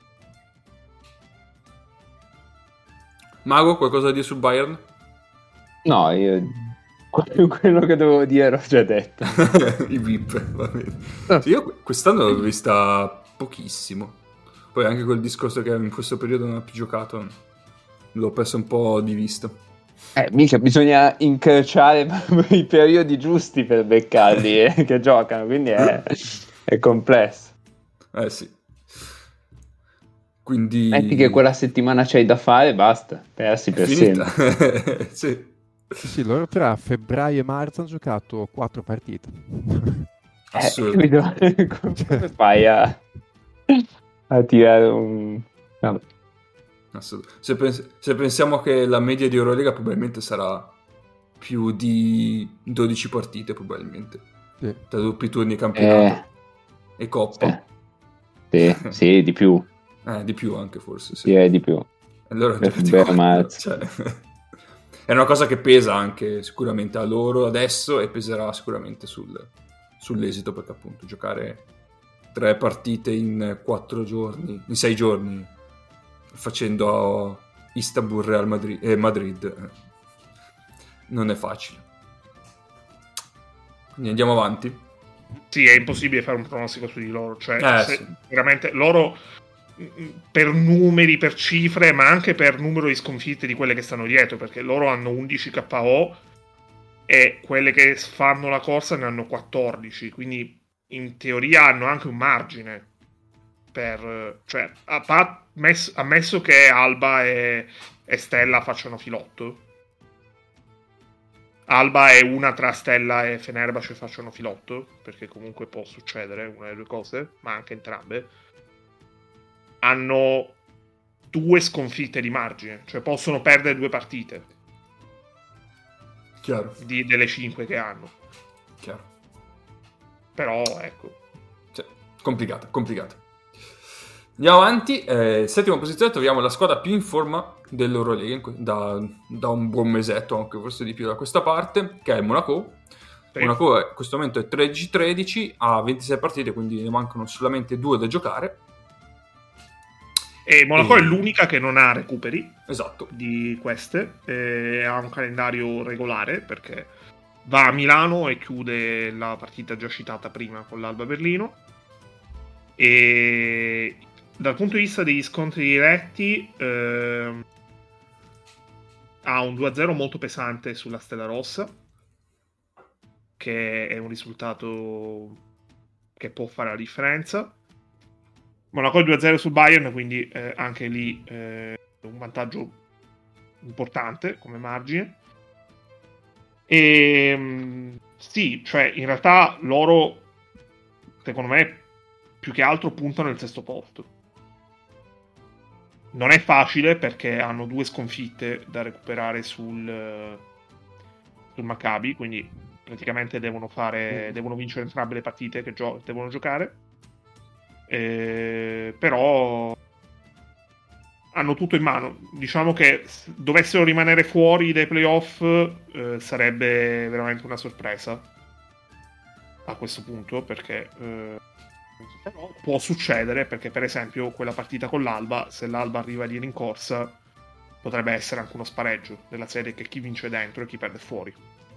Mago, qualcosa da dire sul Bayern? No, io quello che dovevo dire l'ho già detto. I V I P, va bene. Sì, io quest'anno l'ho vista pochissimo. Poi anche quel discorso che in questo periodo non ho più giocato, l'ho perso un po' di vista. Eh, mica bisogna incrociare proprio i periodi giusti per beccarli eh, che giocano, quindi è, è complesso. Eh sì. Quindi... Metti che quella settimana c'hai da fare, basta, persi è per finita. sempre. Sì. Sì, sì, loro tra febbraio e marzo hanno giocato quattro partite. Assurdo. Eh, capito? Come fai a, a tirare un... Vabbè. Assurdo. Se, pens- se pensiamo che la media di Eurolega probabilmente sarà più di dodici partite, probabilmente. Sì. Tra doppi turni campionato Eh, e coppa. sì, sì, sì, di più, Eh, di più anche forse, sì. direi di più. Allora, Per diventi febbraio, quattro, marzo. cioè, è una cosa che pesa anche sicuramente a loro adesso e peserà sicuramente sul, sull'esito, perché appunto giocare tre partite in quattro giorni, in sei giorni, facendo Istanbul, Real Madrid, eh, Madrid eh, non è facile. Quindi andiamo avanti. Sì, è impossibile fare un pronostico su di loro, cioè Eh, se, sì. veramente loro per numeri, per cifre, ma anche per numero di sconfitte di quelle che stanno dietro, perché loro hanno undici K O e quelle che fanno la corsa ne hanno quattordici, quindi in teoria hanno anche un margine per, cioè, a pa- messo- ammesso che Alba e, e Stella facciano filotto. Alba è una tra Stella e Fenerbahce facciano filotto, perché comunque può succedere una delle due cose, ma anche entrambe. Hanno due sconfitte di margine, cioè possono perdere due partite Chiaro, di, delle cinque che hanno. chiaro. Però, ecco. Cioè, complicata, complicata. Andiamo avanti, eh, settima posizione troviamo la squadra più in forma dell'Eurolega in que- da, da un buon mesetto, anche forse di più da questa parte, che è il Monaco. Sì. Monaco è- in questo momento è tredici tredici, ha ventisei partite, quindi ne mancano solamente due da giocare. E Monaco E- è l'unica che non ha recuperi Esatto. di queste, e ha un calendario regolare perché va a Milano e chiude la partita già citata prima con l'Alba Berlino. E dal punto di vista degli scontri diretti ehm, ha un due a zero molto pesante sulla Stella Rossa, che è un risultato che può fare la differenza. Monaco è due a zero sul Bayern, quindi eh, anche lì eh, un vantaggio importante come margine. E mh, sì, cioè in realtà loro, secondo me, più che altro puntano il sesto posto. Non è facile perché hanno due sconfitte da recuperare sul, sul Maccabi, quindi praticamente devono fare, devono vincere entrambe le partite che gio- devono giocare. Eh, però hanno tutto in mano. Diciamo che se dovessero rimanere fuori dai playoff eh, sarebbe veramente una sorpresa a questo punto, perché eh, però può succedere, perché per esempio quella partita con l'Alba, se l'Alba arriva lì in corsa, potrebbe essere anche uno spareggio della serie, che chi vince dentro e chi perde fuori.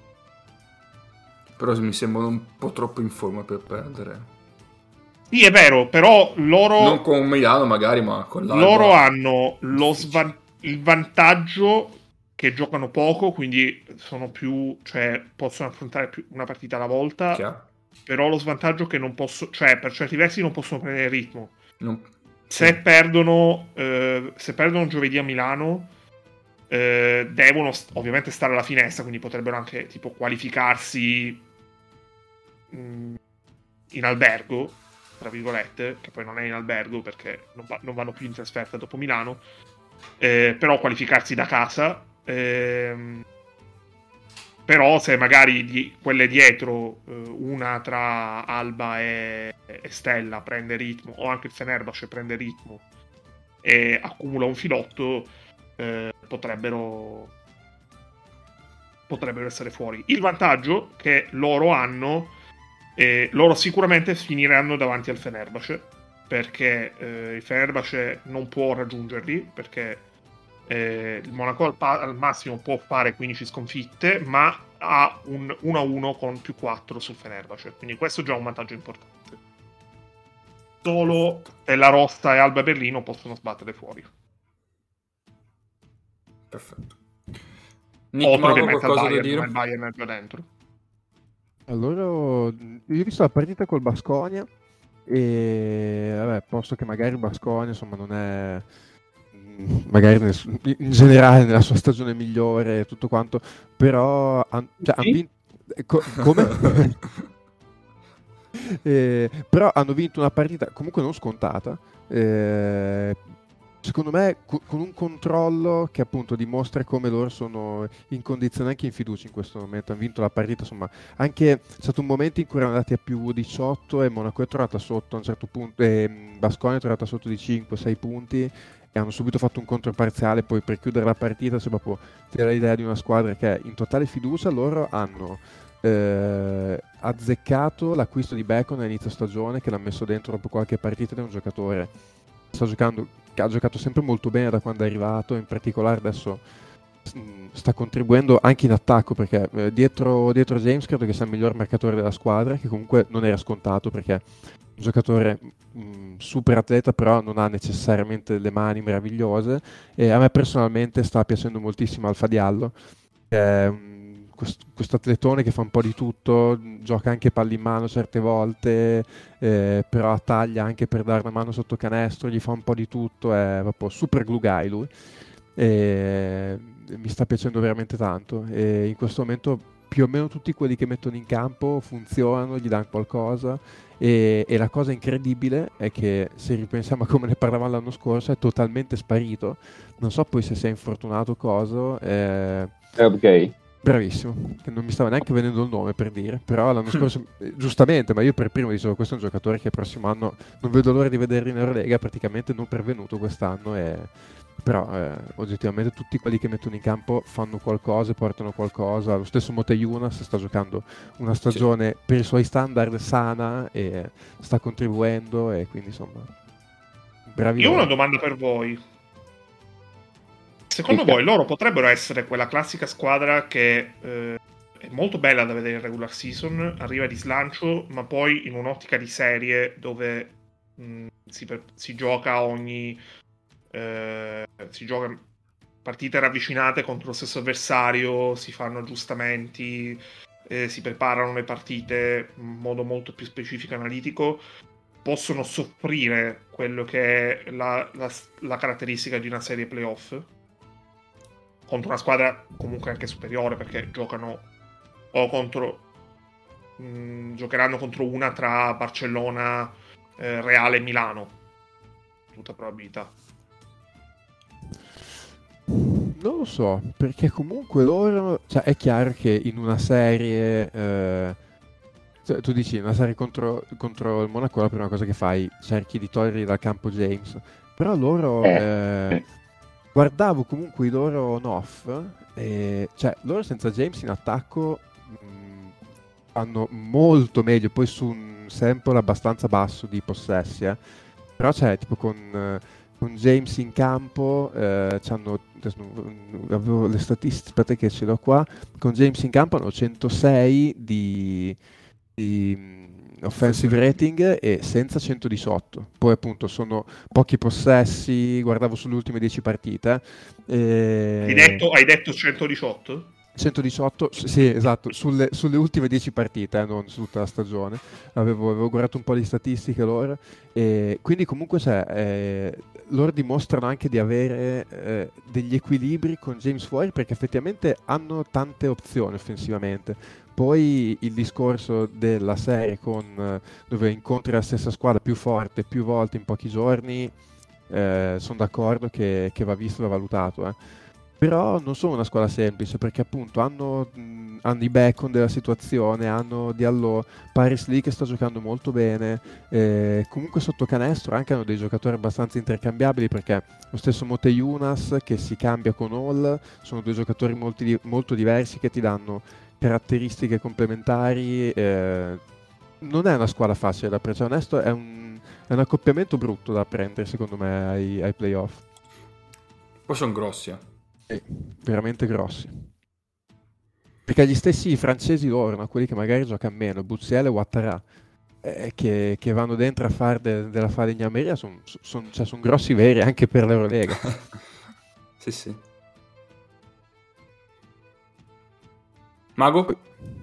Però mi sembrano un po' troppo in forma per perdere. Sì, è vero, però loro Non con Milano magari, ma con l'Alba. loro hanno lo difficile. svan- il vantaggio che giocano poco, quindi sono più, cioè possono affrontare più una partita alla volta. Chiaro. Però lo svantaggio che non posso, cioè per certi versi non possono prendere il ritmo. Non- Se sì. perdono, eh, se perdono giovedì a Milano, eh, devono st- ovviamente stare alla finestra, quindi potrebbero anche tipo qualificarsi mh, in albergo, tra virgolette, che poi non è in albergo perché non, va- non vanno più in trasferta dopo Milano, eh, però qualificarsi da casa. ehm, Però se magari di quelle dietro, eh, una tra Alba e, e Stella prende ritmo, o anche il Fenerbahce prende ritmo e accumula un filotto, eh, potrebbero potrebbero essere fuori. Il vantaggio che loro hanno, eh, loro sicuramente finiranno davanti al Fenerbahce, perché eh, il Fenerbahce non può raggiungerli, perché eh, il Monaco al, pa- al massimo può fare quindici sconfitte, ma ha un uno a uno con più quattro sul Fenerbahce, quindi questo è già un vantaggio importante. Solo la Rossa e Alba Berlino possono sbattere fuori. Perfetto. Otro Nick che Mago, mette al qualcosa da Bayern, dire? ma il Bayern è già dentro. Allora, io ho visto la partita col Baskonia e vabbè, posto che magari il Baskonia insomma non è mh, magari nel su- in generale nella sua stagione migliore e tutto quanto, però han, cioè, han Sì? vinto eh, co- come? Eh, però hanno vinto una partita comunque non scontata, eh, secondo me co- con un controllo che appunto dimostra come loro sono in condizione anche in fiducia in questo momento. Hanno vinto la partita, insomma, anche c'è stato un momento in cui erano andati a più diciotto e Monaco è tornata sotto a un certo punto, e Baskonia è tornata sotto di cinque sei punti e hanno subito fatto un controparziale. Poi per chiudere la partita c'è proprio c'era l'idea di una squadra che è in totale fiducia. Loro hanno eh, azzeccato l'acquisto di Bacon all'inizio stagione, che l'ha messo dentro dopo qualche partita, ed è un giocatore che sta giocando, che ha giocato sempre molto bene da quando è arrivato, in particolare adesso sta contribuendo anche in attacco, perché eh, dietro, dietro James credo che sia il miglior marcatore della squadra, che comunque non era scontato perché è un giocatore mh, super atleta, però non ha necessariamente le mani meravigliose, e a me personalmente sta piacendo moltissimo Alfa Diallo, che è un, quest, questo atletone che fa un po' di tutto, gioca anche palli in mano certe volte, eh, però taglia anche per dare una mano sotto canestro, gli fa un po' di tutto, è proprio super glue guy lui. E mi sta piacendo veramente tanto, e in questo momento più o meno tutti quelli che mettono in campo funzionano, gli danno qualcosa, e, e la cosa incredibile è che se ripensiamo a come ne parlavamo l'anno scorso è totalmente sparito, non so poi se si è infortunato o cosa, eh, Ok. bravissimo, che non mi stava neanche venendo il nome per dire, però l'anno scorso eh, giustamente, ma io per primo dicevo questo è un giocatore che il prossimo anno non vedo l'ora di vederlo in Eurolega, praticamente non pervenuto quest'anno, e però eh, oggettivamente tutti quelli che mettono in campo fanno qualcosa, portano qualcosa. Lo stesso Moteyunas sta giocando una stagione sì. per i suoi standard sana e sta contribuendo, e quindi insomma bravi. Io ho loro. una domanda per voi. Secondo Dica. voi loro potrebbero essere quella classica squadra che eh, è molto bella da vedere in regular season, arriva di slancio, ma poi in un'ottica di serie dove mh, si, per, si gioca ogni Eh, si gioca partite ravvicinate contro lo stesso avversario, si fanno aggiustamenti, eh, si preparano le partite in modo molto più specifico e analitico, possono soffrire quello che è la, la, la caratteristica di una serie playoff contro una squadra comunque anche superiore, perché giocano o contro mh, giocheranno contro una tra Barcellona, eh, Reale e Milano, tutta probabilità. Non lo so, perché comunque loro, cioè è chiaro che in una serie, eh, cioè, tu dici una serie contro, contro il Monaco, la prima cosa che fai, cerchi di togliergli dal campo James, però loro, Eh. eh, guardavo comunque i loro on-off, e, cioè loro senza James in attacco mh, fanno molto meglio, poi su un sample abbastanza basso di possessi, eh. Però c'è tipo con... Eh, con James in campo, eh, c'hanno, avevo le statistiche, aspetta che ce l'ho qua, con James in campo hanno centosei di, di offensive rating e senza centodiciotto, poi appunto sono pochi possessi, guardavo sulle ultime dieci partite. E... Hai detto, hai detto centodiciotto? centodiciotto, sì, esatto, sulle, sulle ultime dieci partite, eh, non su tutta la stagione. Avevo, avevo guardato un po' di statistiche loro, e quindi comunque cioè, eh, loro dimostrano anche di avere eh, degli equilibri con James fuori, perché effettivamente hanno tante opzioni offensivamente. Poi il discorso della serie con, eh, dove incontri la stessa squadra più forte più volte in pochi giorni, eh, sono d'accordo che, che va visto e va valutato, eh. Però non sono una squadra semplice, perché appunto hanno, mh, hanno i Bacon della situazione, hanno Diallo, Paris Lee che sta giocando molto bene, eh, comunque sotto canestro anche hanno dei giocatori abbastanza intercambiabili, perché lo stesso Moteyunas che si cambia con Hall, sono due giocatori molti, molto diversi che ti danno caratteristiche complementari, eh, non è una squadra facile da prendere, cioè, onesto è un, è un accoppiamento brutto da prendere secondo me ai, ai playoff. Poi sono grossi, eh. Sì, veramente grossi. Perché gli stessi francesi loro, no? Quelli che magari giocano meno, Buziel e Ouattara, eh, che, che vanno dentro a fare de, della falegnameria, sono son, cioè son grossi veri anche per l'Eurolega. Sì, sì. Mago?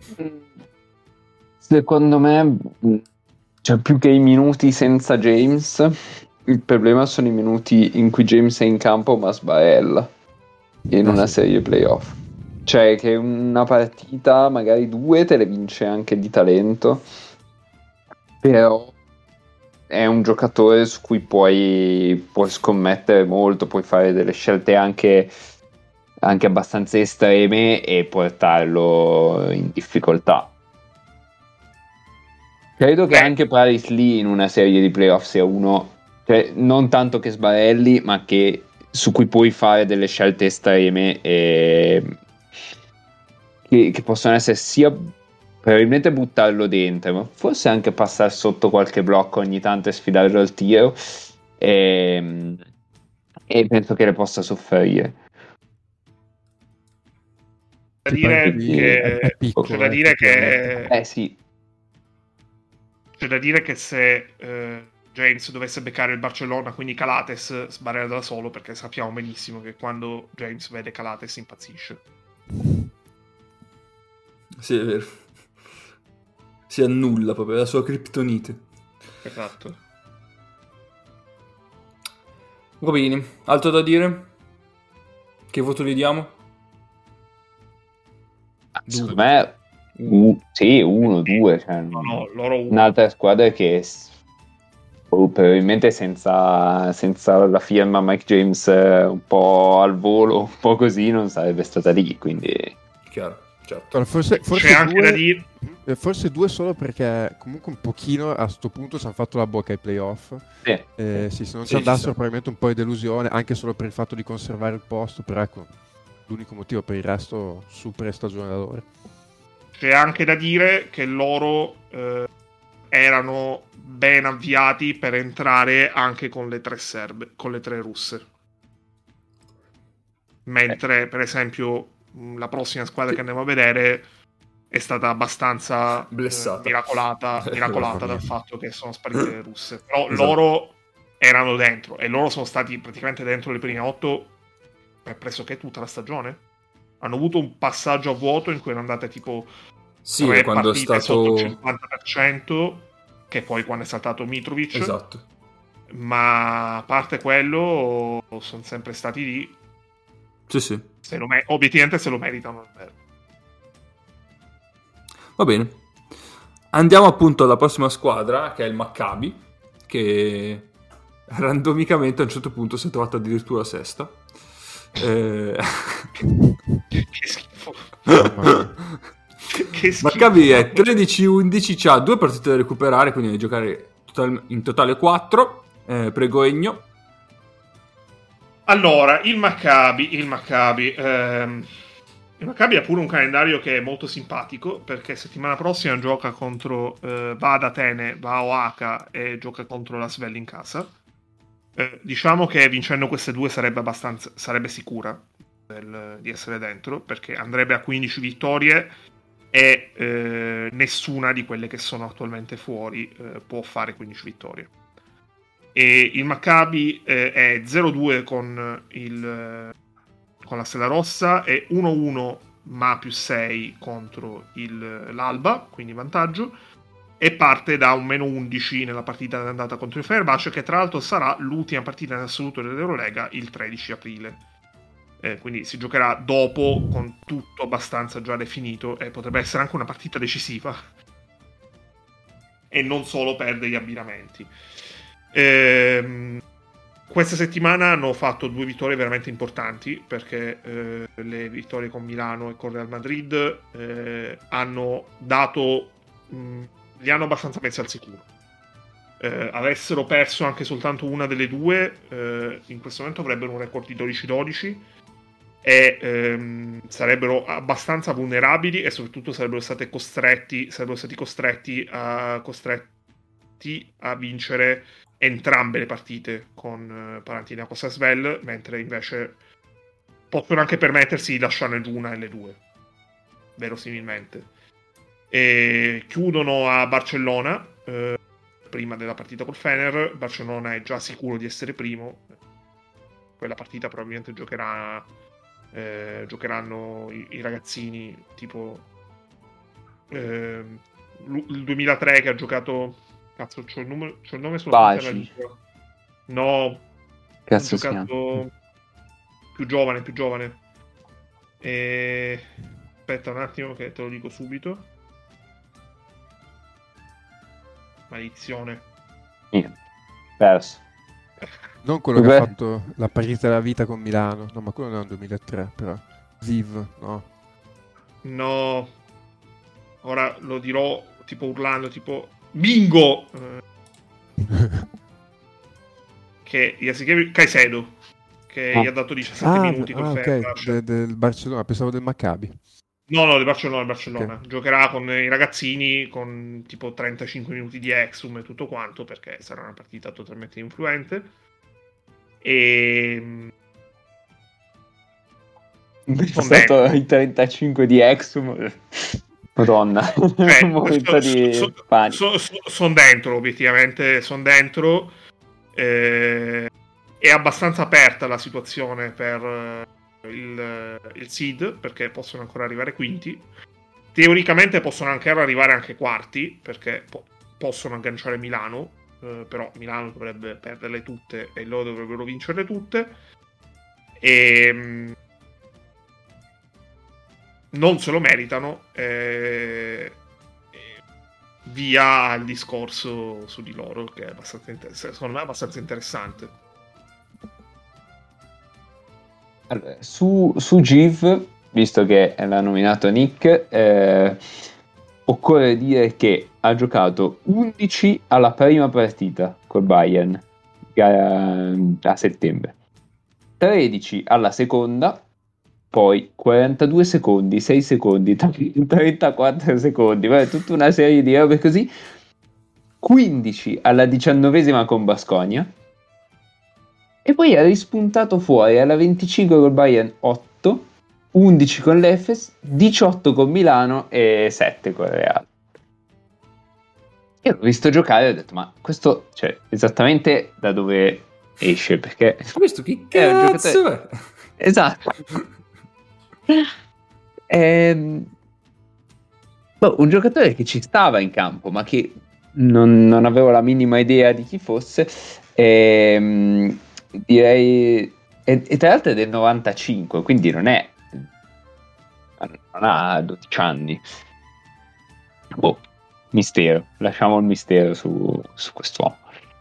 Secondo me, cioè più che i minuti senza James, il problema sono i minuti in cui James è in campo ma sbarella in Ah, una sì. serie playoff. Cioè che una partita, magari due, te le vince anche di talento, però è un giocatore su cui puoi, puoi scommettere molto, puoi fare delle scelte anche, anche abbastanza estreme e portarlo in difficoltà. Credo che Beh. anche Paris Lee in una serie di playoff sia uno, cioè non tanto che sbarelli, ma che su cui puoi fare delle scelte estreme e che, che possono essere sia probabilmente buttarlo dentro, ma forse anche passare sotto qualche blocco ogni tanto e sfidarlo al tiro, e, e penso che le possa soffrire. da dire che è, è piccolo, c'è da dire è che Eh sì. c'è da dire che se eh, James dovesse beccare il Barcellona, quindi Calates sbarrerà da solo, perché sappiamo benissimo che quando James vede Calates impazzisce. Sì, è vero. Si annulla proprio la sua criptonite. Esatto. Va bene, altro da dire? Che voto gli diamo? Secondo me, uh, sì, uno, due. Cioè, No, no, loro uno. un'altra squadra che oh, probabilmente senza, senza la firma Mike James eh, un po' al volo, un po' così, non sarebbe stata lì, quindi... Chiaro, certo. Allora, forse, forse C'è anche due, da dire... eh, forse due solo perché comunque un pochino a sto punto ci hanno fatto la bocca ai playoff. Sì. Eh, sì, se non Sì, ci andassero ci sta. probabilmente un po' di delusione, anche solo per il fatto di conservare il posto, però ecco, l'unico motivo, per il resto super stagione da loro. C'è anche da dire che loro eh, erano ben avviati per entrare anche con le tre serbe, con le tre russe. Mentre, per esempio, mh, la prossima squadra Sì. che andiamo a vedere è stata abbastanza eh, Blessata. miracolata, miracolata Mamma dal mia. fatto che sono sparite le russe. Però Esatto. loro erano dentro e loro sono stati praticamente dentro le prime otto per pressoché tutta la stagione. Hanno avuto un passaggio a vuoto in cui erano andate tipo Sì, tre quando è partite stato... sotto il cinquanta per cento, che poi quando è saltato Mitrovic. Esatto. Ma a parte quello sono sempre stati lì. Sì, sì. Se lo me- obiettivamente se lo meritano. Va bene. Andiamo appunto alla prossima squadra, che è il Maccabi, che randomicamente a un certo punto si è trovata addirittura sesta. Eh... Che schifo. Mamma mia. Che schifo. Maccabi è tredici undici, c'ha due partite da recuperare, quindi ne giocare total- in totale quattro. Eh, prego Egno. Allora, il Maccabi, il Maccabi, ehm, il Maccabi ha pure un calendario che è molto simpatico, perché settimana prossima gioca contro eh, va ad Atene, va a Oaca e gioca contro la Svel in casa. Eh, diciamo che vincendo queste due sarebbe abbastanza, sarebbe sicura del- di essere dentro, perché andrebbe a quindici vittorie e eh, nessuna di quelle che sono attualmente fuori eh, può fare quindici vittorie. E il Maccabi eh, è zero due con, il, con la Stella Rossa e uno uno ma più sei contro il, l'Alba, quindi vantaggio, e parte da un meno undici nella partita d'andata contro il Fenerbahce, che tra l'altro sarà l'ultima partita in assoluto dell'Eurolega il tredici aprile. Eh, quindi si giocherà dopo, con tutto abbastanza già definito, e potrebbe essere anche una partita decisiva e non solo per degli abbinamenti. Ehm, questa settimana hanno fatto due vittorie veramente importanti, perché eh, le vittorie con Milano e con Real Madrid eh, hanno dato mh, li hanno abbastanza messi al sicuro. Eh, avessero perso anche soltanto una delle due, eh, in questo momento avrebbero un record di dodici dodici e ehm, sarebbero abbastanza vulnerabili, e soprattutto sarebbero stati costretti sarebbero stati costretti a, costretti a vincere entrambe le partite con eh, Panathinaikos e Svel, mentre invece possono anche permettersi di lasciarne giù una e le due, verosimilmente. E chiudono a Barcellona eh, prima della partita col Fener. Barcellona è già sicuro di essere primo. Quella partita probabilmente giocherà eh, giocheranno i, i ragazzini tipo eh, il duemilatré che ha giocato, cazzo c'ho il, numero, c'ho il nome sulla punta della Baci. lingua. No, Cazzo ha si chiama? giocato più giovane più giovane e... aspetta un attimo che te lo dico subito. Maledizione. Niente. Perso. Non quello che Beh. ha fatto la partita della vita con Milano, no, ma quello non è un duemilatré, però. Ziv, no. No, ora lo dirò tipo urlando, tipo bingo! Eh, che Yasuke Caicedo, che Ah. gli ha dato diciassette Ah, minuti col ah, ok, Fenerbahce. de- del Barcellona, pensavo del Maccabi. No, no, del Barcellona, del Barcellona. Ok. Giocherà con i ragazzini con tipo trentacinque minuti di exum e tutto quanto, perché sarà una partita totalmente influente. E è stato i trentacinque di Exum. Madonna, eh, un momento so, di so, panico. So, so, sono dentro, obiettivamente, sono dentro. Eh, è abbastanza aperta la situazione per il, il seed, perché possono ancora arrivare quinti. Teoricamente possono anche arrivare anche quarti, perché po- possono agganciare Milano, eh, però Milano dovrebbe perderle tutte e loro dovrebbero vincerle tutte. E non se lo meritano, eh, via il discorso su di loro, che è abbastanza inter- secondo me è abbastanza interessante. Allora, su, su Giv, visto che l'ha nominato Nick, eh, occorre dire che ha giocato undici alla prima partita col Bayern a, a settembre, tredici alla seconda, poi quarantadue secondi, sei secondi, trentaquattro secondi, vabbè, tutta una serie di robe così, quindici alla diciannovesima con Baskonia, e poi ha rispuntato fuori alla venticinque col Bayern otto, undici con l'Efes, diciotto con Milano e sette con Real. Io l'ho visto giocare e ho detto, ma questo, cioè, esattamente da dove esce, perché questo che è un cazzo giocatore... è? Esatto. È un giocatore che ci stava in campo, ma che non, non avevo la minima idea di chi fosse. E, direi, e, e tra l'altro è del novantacinque, quindi non è, non ha dodici anni. Boh, mistero, lasciamo il mistero su, su quest'uomo.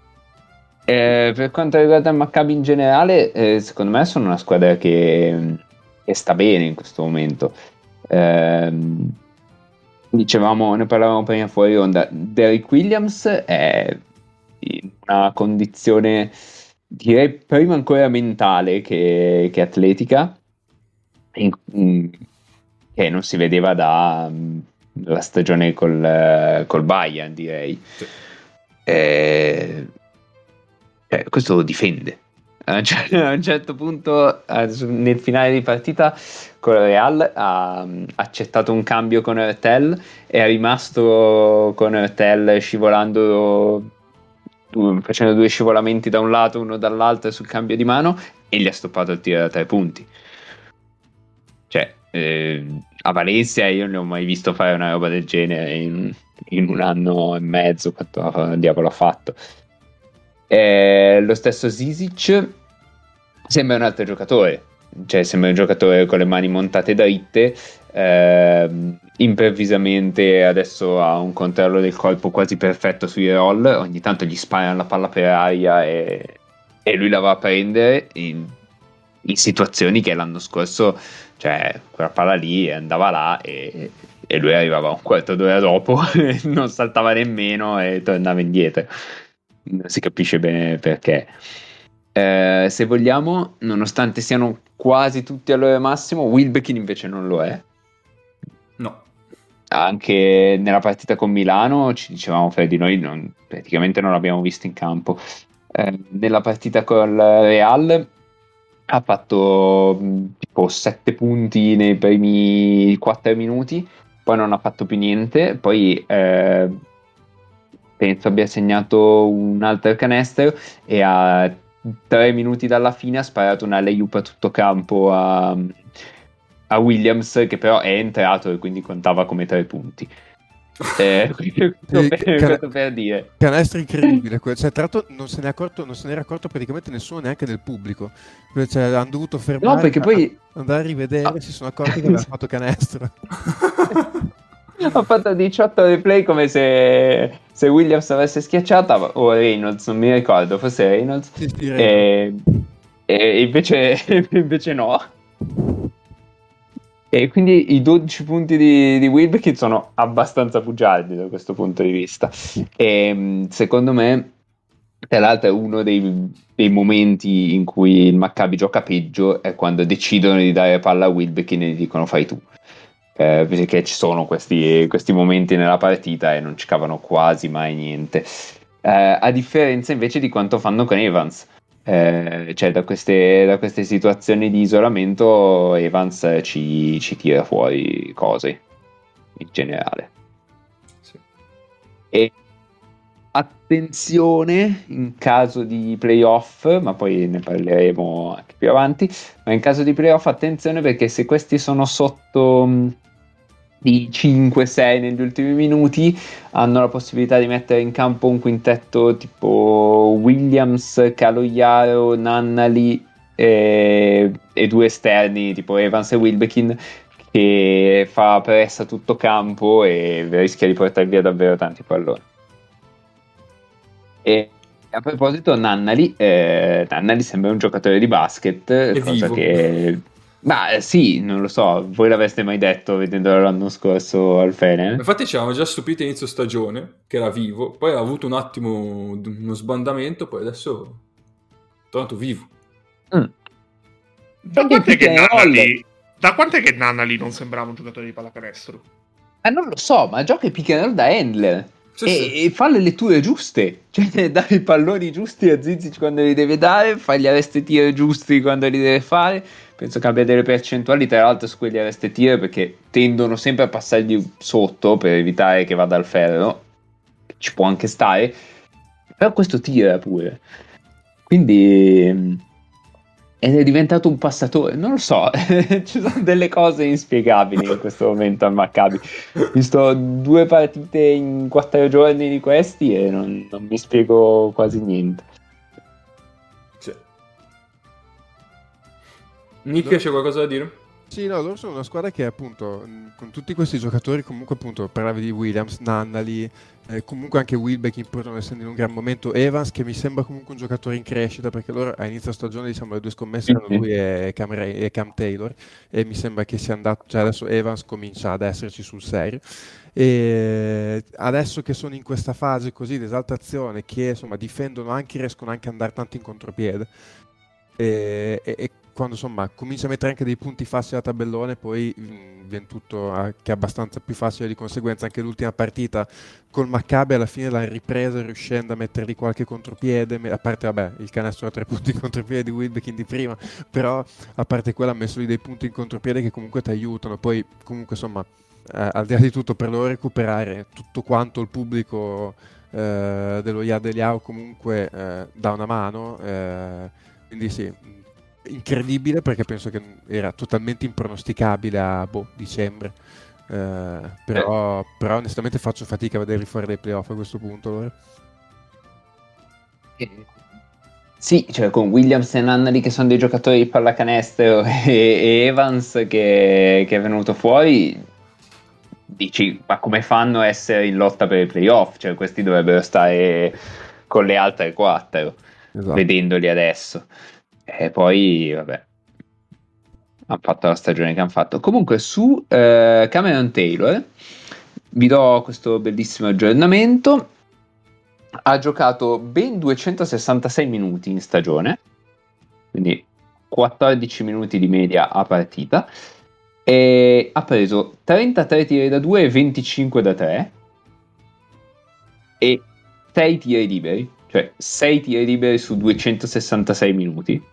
Eh, per quanto riguarda il Maccabi in generale, eh, secondo me sono una squadra che, che sta bene in questo momento. Eh, dicevamo, ne parlavamo prima fuori onda, Derrick Williams è in una condizione, direi prima ancora mentale che, che atletica, in, in, che non si vedeva da, dalla stagione col, col Bayern, direi. Sì. Eh, eh, questo lo difende. A un certo punto, nel finale di partita con il Real, ha accettato un cambio con Ertel e è rimasto con Ertel scivolando, facendo due scivolamenti da un lato, uno dall'altro sul cambio di mano, e gli ha stoppato il tiro da tre punti. Cioè, eh, a Valencia io non ho mai visto fare una roba del genere in, in un anno e mezzo, quanto diavolo ha fatto. Eh, lo stesso Zizic sembra un altro giocatore, cioè sembra un giocatore con le mani montate dritte, eh, improvvisamente adesso ha un controllo del colpo quasi perfetto sui roll, ogni tanto gli sparano la palla per aria e, e lui la va a prendere in, in situazioni che l'anno scorso, cioè quella palla lì andava là e, e lui arrivava un quarto d'ora dopo e non saltava nemmeno e tornava indietro. Non si capisce bene perché. Eh, se vogliamo, nonostante siano quasi tutti al loro massimo, Wilbekin invece non lo è. No. Anche nella partita con Milano ci dicevamo fra di noi, non, praticamente non l'abbiamo visto in campo. Eh, nella partita con Real ha fatto mh, tipo sette punti nei primi quattro minuti, poi non ha fatto più niente, poi eh, penso abbia segnato un altro canestro e a tre minuti dalla fine ha sparato una layup a tutto campo a, a Williams, che però è entrato e quindi contava come tre punti. Eh, questo, Sì, per, can- questo per dire. Canestro incredibile, cioè, tra l'altro non se ne è accorto, non se ne era accorto praticamente nessuno, neanche del pubblico. Cioè, hanno dovuto fermare, No, perché poi andare a rivedere, ah. si sono accorti che aveva fatto canestro. Ho fatto diciotto replay come se, se Williams avesse schiacciata, o Reynolds, non mi ricordo, forse Reynolds, Sì, sì, e, e invece, invece no. E quindi i dodici punti di, di Wilbekin sono abbastanza bugiardi da questo punto di vista. E secondo me, tra l'altro, è uno dei, dei momenti in cui il Maccabi gioca peggio è quando decidono di dare palla a Wilbekin e gli dicono fai tu. Eh, perché ci sono questi, questi momenti nella partita e non ci cavano quasi mai niente. Eh, a differenza invece di quanto fanno con Evans. eh, cioè da queste, da queste situazioni di isolamento Evans ci, ci tira fuori cose in generale. Sì. E attenzione in caso di playoff, ma poi ne parleremo anche più avanti, ma in caso di playoff attenzione, perché se questi sono sotto mh, di cinque sei negli ultimi minuti hanno la possibilità di mettere in campo un quintetto tipo Williams, Caloiaro, Nannali e, e due esterni tipo Evans e Wilbekin, che fa pressa tutto campo e rischia di portare via davvero tanti palloni. E a proposito, Nannali, eh, Nannali sembra un giocatore di basket, È cosa vivo. che... Ma eh, sì, non lo so, voi l'avreste mai detto vedendolo l'anno scorso al Fener? Infatti ci avevamo già stupito inizio stagione, che era vivo, poi ha avuto un attimo uno sbandamento, poi adesso è tornato vivo. Mm. Da Anche quant'è, che pick and roll. Nannali, da quant'è che Nannali non sembrava un giocatore di pallacanestro? Eh, non lo so, ma gioca il pick and roll da handler. Sì, e, sì. e fa le letture giuste, cioè dà i palloni giusti a Zizic quando li deve dare, fa gli arresti tiro giusti quando li deve fare. Penso che abbia delle percentuali tra l'altro su quegli arresti tiro, perché tendono sempre a passargli sotto per evitare che vada al ferro, ci può anche stare, però questo tira pure, quindi è diventato un passatore, non lo so. Ci sono delle cose inspiegabili in questo momento al Maccabi. Ho visto due partite in quattro giorni di questi e non, non mi spiego quasi niente. Sì. Nick, c'è qualcosa da dire? Sì, no, loro sono una squadra che appunto mh, con tutti questi giocatori, comunque appunto parlavi di Williams, Nannali, eh, comunque anche Wilbekin pur non essendo in un gran momento, Evans che mi sembra comunque un giocatore in crescita, perché loro a inizio stagione diciamo le due scommesse erano Mhm. lui e Cam, Ray- e Cam Taylor, e mi sembra che sia andato, cioè adesso Evans comincia ad esserci sul serio, e adesso che sono in questa fase così di esaltazione, che insomma difendono anche, riescono anche ad andare tanto in contropiede, e, e- e quando insomma comincia a mettere anche dei punti facili al tabellone, poi mh, viene tutto anche abbastanza più facile. Di conseguenza anche l'ultima partita col Maccabi alla fine l'ha ripresa riuscendo a mettergli qualche contropiede, me- a parte vabbè il canestro a tre punti in contropiede di Wilbekin di prima, però a parte quello ha messo lì dei punti in contropiede che comunque ti aiutano. Poi comunque insomma eh, al di là di tutto, per loro recuperare tutto quanto il pubblico eh, dello Yad Eliyahu comunque eh, dà una mano, eh, quindi sì, incredibile, perché penso che era totalmente impronosticabile a boh, dicembre, eh, però, però onestamente faccio fatica a vederli fuori dai playoff a questo punto allora. Eh, Sì, cioè con Williams e Nannali che sono dei giocatori di pallacanestro e, e Evans che, che è venuto fuori, dici, ma come fanno a essere in lotta per i playoff? Cioè questi dovrebbero stare con le altre quattro, Esatto. vedendoli adesso. E poi, vabbè, hanno fatto la stagione che hanno fatto. Comunque su eh, Cameron Taylor vi do questo bellissimo aggiornamento. Ha giocato ben duecentosessantasei minuti in stagione, quindi quattordici minuti di media a partita, e ha preso trentatré tiri da due e venticinque da tre e sei tiri liberi, cioè sei tiri liberi su duecentosessantasei minuti.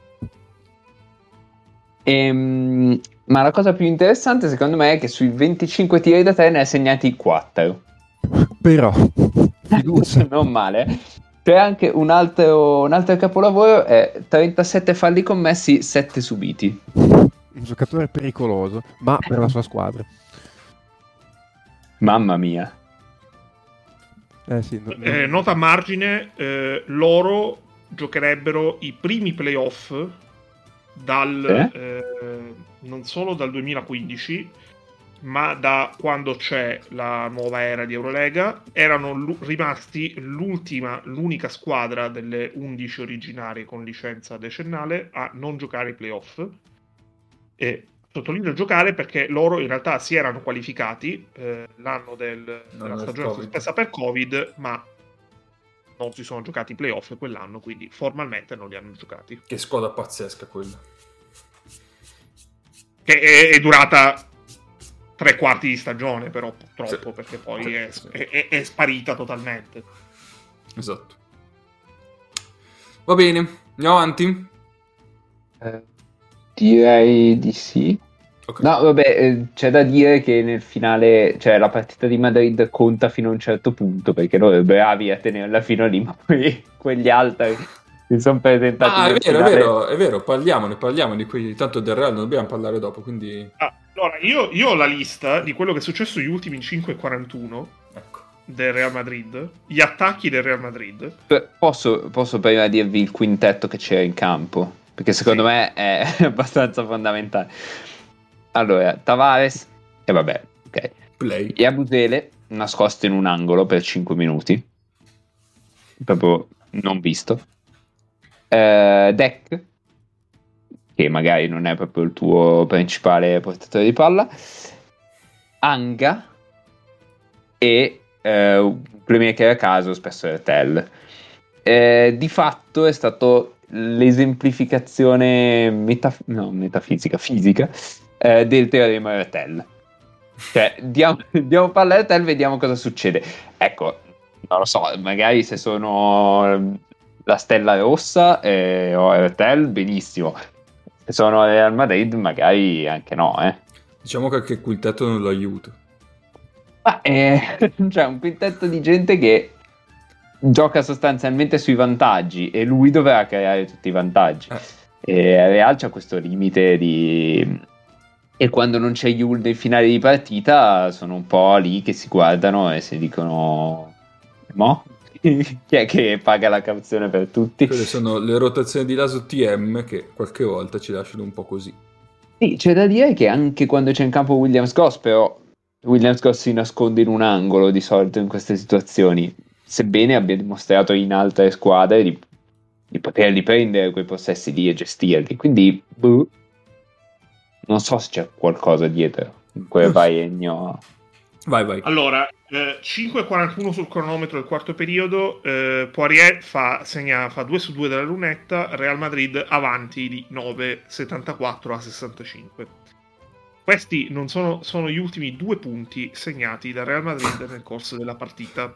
Ehm, ma la cosa più interessante secondo me è che sui venticinque tiri da tre ne ha segnati quattro. Però fiducia. Non male. C'è anche un altro, un altro capolavoro, è trentasette falli commessi, sette subiti. Un giocatore pericoloso, ma per la sua squadra. Mamma mia. Eh sì, no- Eh, nota a margine, eh, loro giocherebbero i primi playoff dal Eh? eh, non solo dal duemilaquindici, ma da quando c'è la nuova era di Eurolega. Erano lu- rimasti l'ultima, l'unica squadra delle undici originarie con licenza decennale a non giocare i playoff. E sottolineo giocare perché loro in realtà si erano qualificati eh, l'anno del, della del stagione Covid. sospesa per Covid, ma non si sono giocati i playoff quell'anno, quindi formalmente non li hanno giocati. Che squadra pazzesca quella. Che è, è durata tre quarti di stagione, però purtroppo, Sì. perché poi Sì, è, sì. è- è- è sparita totalmente. Esatto. Va bene, Andiamo avanti? Eh, direi di sì. Ok. No, vabbè, eh, c'è da dire che nel finale, cioè la partita di Madrid conta fino a un certo punto, perché loro bravi a tenerla fino a lì, ma poi quegli altri si sono presentati Ah, è nel vero, è finale. vero, è vero, parliamone, parliamo di qui. Tanto del Real non dobbiamo parlare dopo, quindi... Ah, allora, io, io ho la lista di quello che è successo negli ultimi cinque quarantuno Ecco. del Real Madrid, gli attacchi del Real Madrid. P- Posso, posso prima dirvi il quintetto che c'era in campo? Perché secondo Sì. me è abbastanza fondamentale. Allora, Tavares, e vabbè, ok. Play. Yabusele nascosto in un angolo per cinque minuti, proprio non visto. Eh, Deck, che magari non è proprio il tuo principale portatore di palla. Anga e eh, un playmaker a caso, spesso Ertel. Eh, di fatto è stato l'esemplificazione metaf- no, metafisica, fisica eh, del teorema Ertel. Cioè, diamo, diamo palla a Ertel, vediamo cosa succede. Ecco, non lo so, magari se sono la stella rossa eh, o Ertel, benissimo. Se sono Real Madrid, magari anche no, eh. Diciamo che anche il quintetto non lo aiuta. Ma è cioè, un quintetto di gente che gioca sostanzialmente sui vantaggi e lui dovrà creare tutti i vantaggi. Eh. E Real c'ha questo limite di... E quando non c'è Yul nei finali di partita sono un po' lì che si guardano e si dicono mo? Chi è che paga la cauzione per tutti? Quelle sono le rotazioni di Laso T M che qualche volta ci lasciano un po' così. Sì, c'è da dire che anche quando c'è in campo Williams Goss, però Williams Goss si nasconde in un angolo di solito in queste situazioni, sebbene abbia dimostrato in altre squadre di, di poterli prendere quei possessi lì e gestirli. Quindi, boh, non so se c'è qualcosa dietro in quel biennio. Vai, vai. Allora, eh, cinque e quarantuno sul cronometro del quarto periodo, eh, Poirier fa, segna, fa due su due dalla lunetta, Real Madrid avanti di nove settantaquattro a sessantacinque. Questi non sono, sono gli ultimi due punti segnati da Real Madrid nel corso della partita.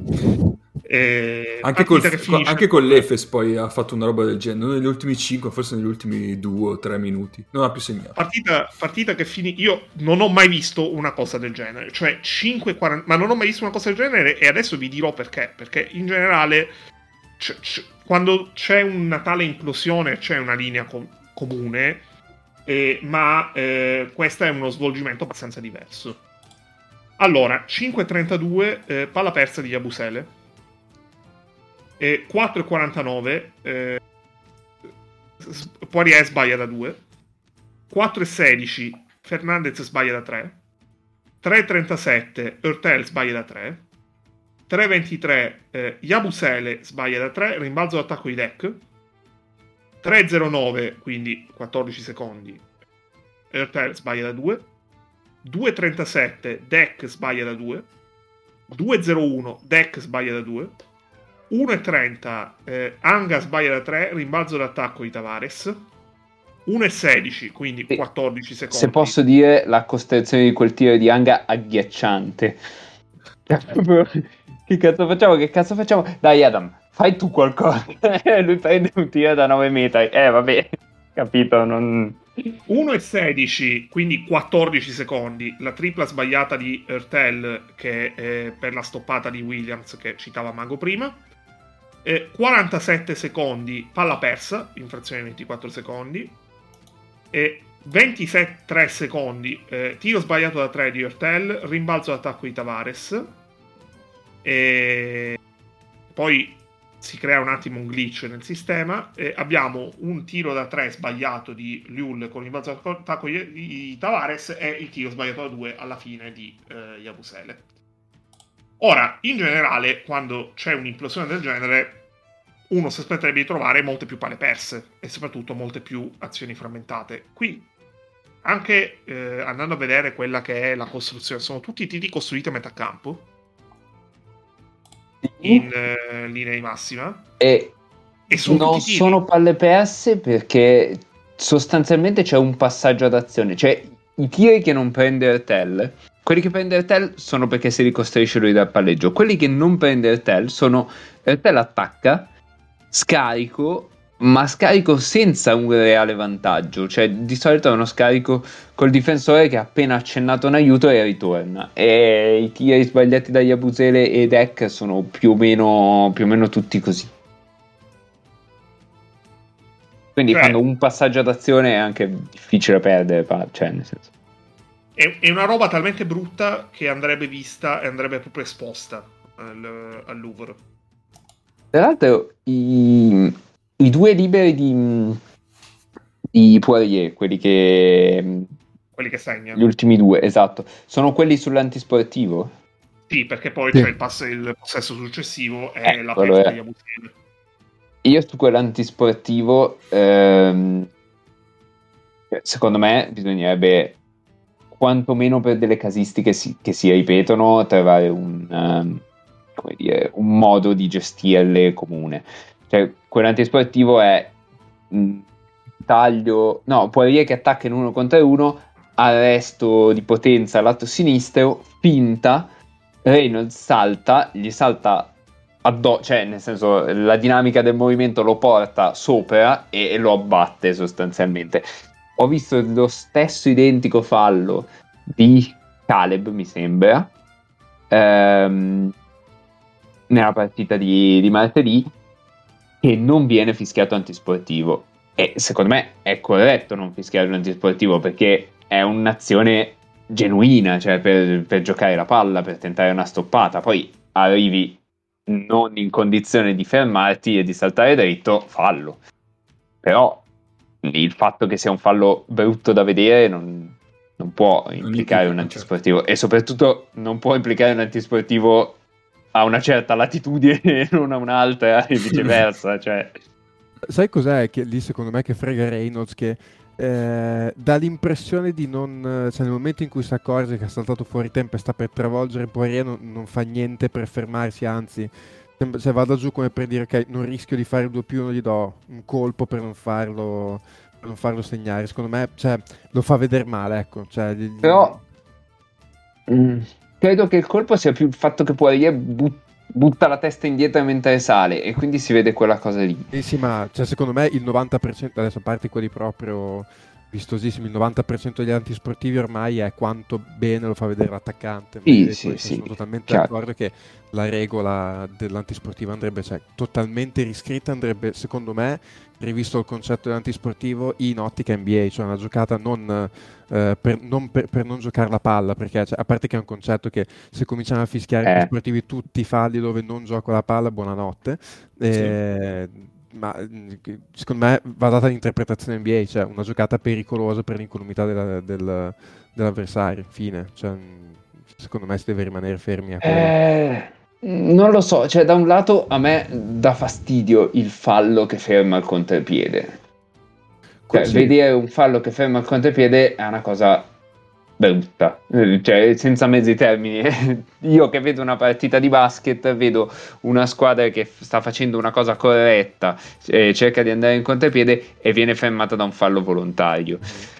Eh, Anche, partita col, che finisce anche con l'Efes poi ha fatto una roba del genere, non negli ultimi cinque, forse negli ultimi due o tre minuti. Non ha più segnato. Partita, partita che finì. Io non ho mai visto una cosa del genere, cioè cinque quaranta, ma non ho mai visto una cosa del genere e adesso vi dirò perché. Perché in generale, c- c- quando c'è una tale implosione, c'è una linea com- comune, eh, ma eh, questo è uno svolgimento abbastanza diverso. Allora, cinque trentadue, eh, palla persa di Yabusele. E quattro e quarantanove, eh, Poirier sbaglia da due. quattro e sedici, Fernandez sbaglia da tre. tre e trentasette, Ertel sbaglia da tre. tre e ventitré, eh, Yabusele sbaglia da tre, rimbalzo d'attacco di Deck. tre e zero nove, quindi quattordici secondi, Ertel sbaglia da due. due e trentasette, Deck sbaglia da due. due e zero uno, Deck sbaglia da due. uno e trenta, eh, Anga sbaglia da tre, rimbalzo d'attacco di Tavares. uno e sedici, quindi Sì. quattordici secondi. Se posso dire, la costruzione di quel tiro di Anga agghiacciante. Che cazzo facciamo? Che cazzo facciamo? Dai Adam, fai tu qualcosa. Lui prende un tiro da nove metri. Eh vabbè, capito, non... uno e sedici, quindi quattordici secondi. La tripla sbagliata di Ertel, che è per la stoppata di Williams che citava Mago prima. Eh, quarantasette secondi, palla persa, infrazione di ventiquattro secondi. E ventisette secondi, eh, tiro sbagliato da tre di Ertel, rimbalzo d'attacco di Tavares. E poi si crea un attimo un glitch nel sistema. E abbiamo un tiro da tre sbagliato di Liul con il rimbalzo d'attacco di, di Tavares e il tiro sbagliato da due alla fine di eh, Yabusele. Ora, in generale, quando c'è un'implosione del genere, uno si aspetterebbe di trovare molte più palle perse e soprattutto molte più azioni frammentate. Qui, anche eh, andando a vedere quella che è la costruzione, sono tutti tiri costruiti a metà campo, in eh, linea di massima. E, e sono non tutti tiri. sono palle perse perché sostanzialmente c'è un passaggio ad azione. Cioè, i tiri che non prende Ertel, quelli che prende Ertel sono perché si ricostruisce lui dal palleggio. Quelli che non prende Ertel sono Ertel attacca, scarico, ma scarico senza un reale vantaggio, cioè di solito è uno scarico col difensore che ha appena accennato un aiuto e ritorna, e i tiri sbagliati da Yabusele e Deck sono più o meno, più o meno tutti così. Quindi Cioè, quando un passaggio d'azione è anche difficile perdere, cioè nel senso. È, è una roba talmente brutta che andrebbe vista e andrebbe proprio esposta al, al Louvre. Tra l'altro i, i due liberi di, di Poirier, quelli che... Quelli che segnano. Gli ultimi due, esatto. Sono quelli sull'antisportivo? Sì, perché poi Sì. c'è il, pass- il possesso successivo e Eh, la quello pezza è. di Yabusele. Io su quell'antisportivo, ehm, secondo me bisognerebbe, quantomeno per delle casistiche si- che si ripetono, trovare un, um, come dire, un modo di gestirle comune. Cioè, quell'antisportivo è mh, taglio, no, Poirier che attacca in uno contro uno, arresto di potenza al lato sinistro, finta, Reynolds salta, gli salta addosso, cioè nel senso la dinamica del movimento lo porta sopra e, e lo abbatte sostanzialmente. Ho visto lo stesso identico fallo di Caleb, mi sembra, ehm, nella partita di, di martedì, che non viene fischiato antisportivo. E secondo me è corretto non fischiare un antisportivo, perché è un'azione genuina, cioè per, per giocare la palla, per tentare una stoppata. Poi arrivi non in condizione di fermarti e di saltare dritto, fallo. Però il fatto che sia un fallo brutto da vedere non, non può implicare un antisportivo, e soprattutto non può implicare un antisportivo a una certa latitudine e non a un'altra, e viceversa. Cioè. Sai cos'è che lì secondo me che frega Reynolds? Che eh, dà l'impressione di non... cioè nel momento in cui si accorge che ha saltato fuori tempo e sta per travolgere Poirier, non, non fa niente per fermarsi, anzi sembra- cioè, vada giù come per dire ok, non rischio di fare il due più uno, gli do un colpo per non farlo, per non farlo segnare. Secondo me cioè, lo fa vedere male, ecco. Cioè, gli- Però mh, credo che il colpo sia più il fatto che Poirier but- butta la testa indietro mentre sale, e quindi si vede quella cosa lì. Sì, sì, ma cioè, secondo me il novanta per cento, adesso a parte quelli proprio vistosissimi, il novanta per cento degli antisportivi ormai è quanto bene lo fa vedere l'attaccante. Sì, E sì, questo sì, sono totalmente chiaro. d'accordo che la regola dell'antisportivo andrebbe cioè, totalmente riscritta, andrebbe secondo me rivisto il concetto dell'antisportivo in ottica N B A, cioè una giocata non, eh, per, non per, per non giocare la palla, perché cioè, a parte che è un concetto che se cominciamo a fischiare Eh. antisportivi tutti i falli dove non gioco la palla, buonanotte. Eh, ma mh, secondo me va data l'interpretazione N B A, cioè una giocata pericolosa per l'incolumità della- del- dell'avversario, fine. Cioè, mh, secondo me si deve rimanere fermi a quello. Eh, non lo so, cioè da un lato a me dà fastidio il fallo che ferma il contropiede. Cioè, Sì. vedere un fallo che ferma il contropiede è una cosa brutta, eh, cioè senza mezzi termini. Io che vedo una partita di basket, vedo una squadra che f- sta facendo una cosa corretta, eh, cerca di andare in contropiede e viene fermata da un fallo volontario.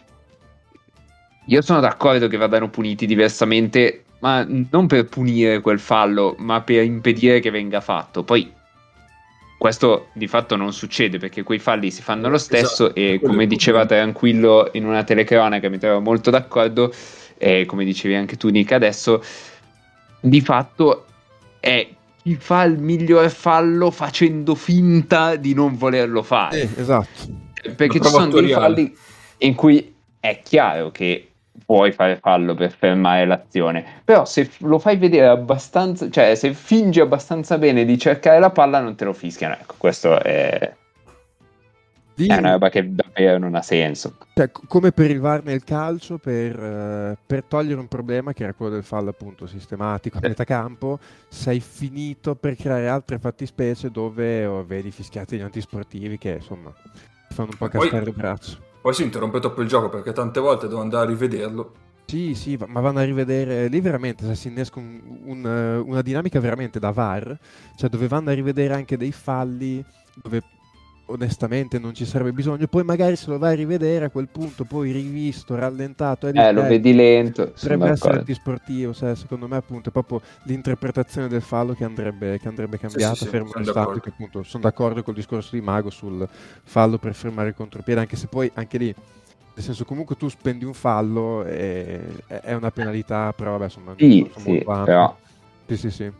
Io sono d'accordo che vadano puniti diversamente, ma non per punire quel fallo, ma per impedire che venga fatto. Poi questo di fatto non succede, perché quei falli si fanno lo stesso. Esatto, E quello è come il diceva problema. Tranquillo in una telecronaca, mi trovo molto d'accordo, e come dicevi anche tu Nick adesso, di fatto è chi fa il miglior fallo facendo finta di non volerlo fare. Sì, esatto. Perché Una ci sono dei provattoriale. falli in cui è chiaro che puoi fare fallo per fermare l'azione, però se f- lo fai vedere abbastanza, cioè se fingi abbastanza bene di cercare la palla, non te lo fischiano. Ecco, questo è, Lì, è una roba che davvero non ha senso. cioè, c- come per il V A R nel calcio, per, eh, per togliere un problema che era quello del fallo appunto sistematico a Sì. metà campo, sei finito per creare altre fattispecie dove oh, vedi fischiati gli antisportivi che insomma ti fanno un po' Poi- cascare il braccio. Poi si interrompe troppo il gioco perché tante volte devo andare a rivederlo. Sì, sì, va- ma vanno a rivedere lì veramente, se si innesca un- un, eh, una dinamica veramente da V A R, cioè dove vanno a rivedere anche dei falli dove onestamente non ci sarebbe bisogno. Poi magari se lo vai a rivedere a quel punto, poi rivisto, rallentato, eh, lo vedi lento. Potrebbe essere antisportivo, sai, secondo me appunto è proprio l'interpretazione del fallo che andrebbe, che andrebbe cambiata, sì, sì, fermo sono restando d'accordo. che appunto sono d'accordo col discorso di Mago sul fallo per fermare il contropiede, anche se poi anche lì, nel senso, comunque tu spendi un fallo e è una penalità, però vabbè, insomma, Sì, sono sì, molto ampie. però... Sì, sì, sì.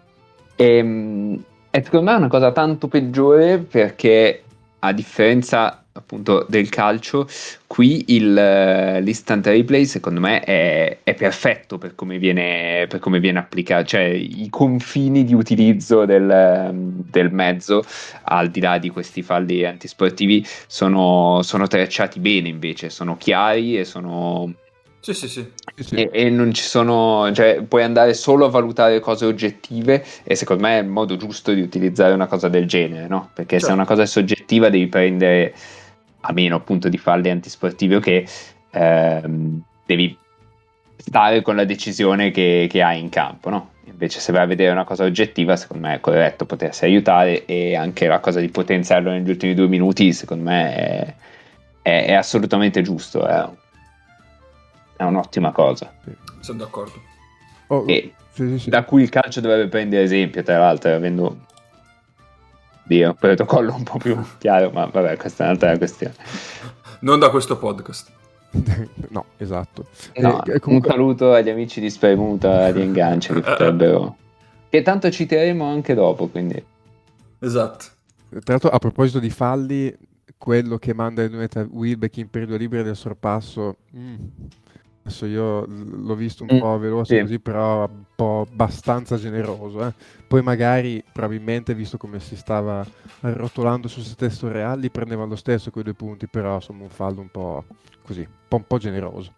E, e secondo me è una cosa tanto peggiore perché, a differenza appunto del calcio, qui il, eh, l'instant replay secondo me è, è perfetto per come viene, per come viene applicato, cioè i confini di utilizzo del, ehm, del mezzo, al di là di questi falli antisportivi, sono, sono tracciati bene invece, sono chiari e sono... Sì, sì, sì. Sì, sì. E, e non ci sono, cioè puoi andare solo a valutare cose oggettive e secondo me è il modo giusto di utilizzare una cosa del genere, no? Perché Certo. se una cosa è soggettiva devi prendere, a meno appunto di falli antisportivi, o che ehm, devi stare con la decisione che, che hai in campo, no? Invece se vai a vedere una cosa oggettiva, secondo me è corretto potersi aiutare, e anche la cosa di potenziarlo negli ultimi due minuti, secondo me è, è, è assolutamente giusto, è, è un'ottima cosa. Sono d'accordo. Oh, E sì, sì, sì. da cui il calcio dovrebbe prendere esempio, tra l'altro, avendo Dio, un protocollo un po' più chiaro, ma vabbè, questa è un'altra questione. Non da questo podcast. No, esatto. No, Eh, comunque... un saluto agli amici di Spremuta di Engancio che potrebbero, che tanto citeremo anche dopo, quindi Esatto. Tra l'altro, a proposito di falli, quello che manda il Nueta Wilbeck in periodo libero del sorpasso, mm, adesso io l- l'ho visto un Mm, po' veloce sì. così, però un po' abbastanza generoso. eh. Poi magari, probabilmente, visto come si stava arrotolando su se stesso Real, li prendeva lo stesso quei due punti, però insomma un fallo un po' così, un po', un po' generoso.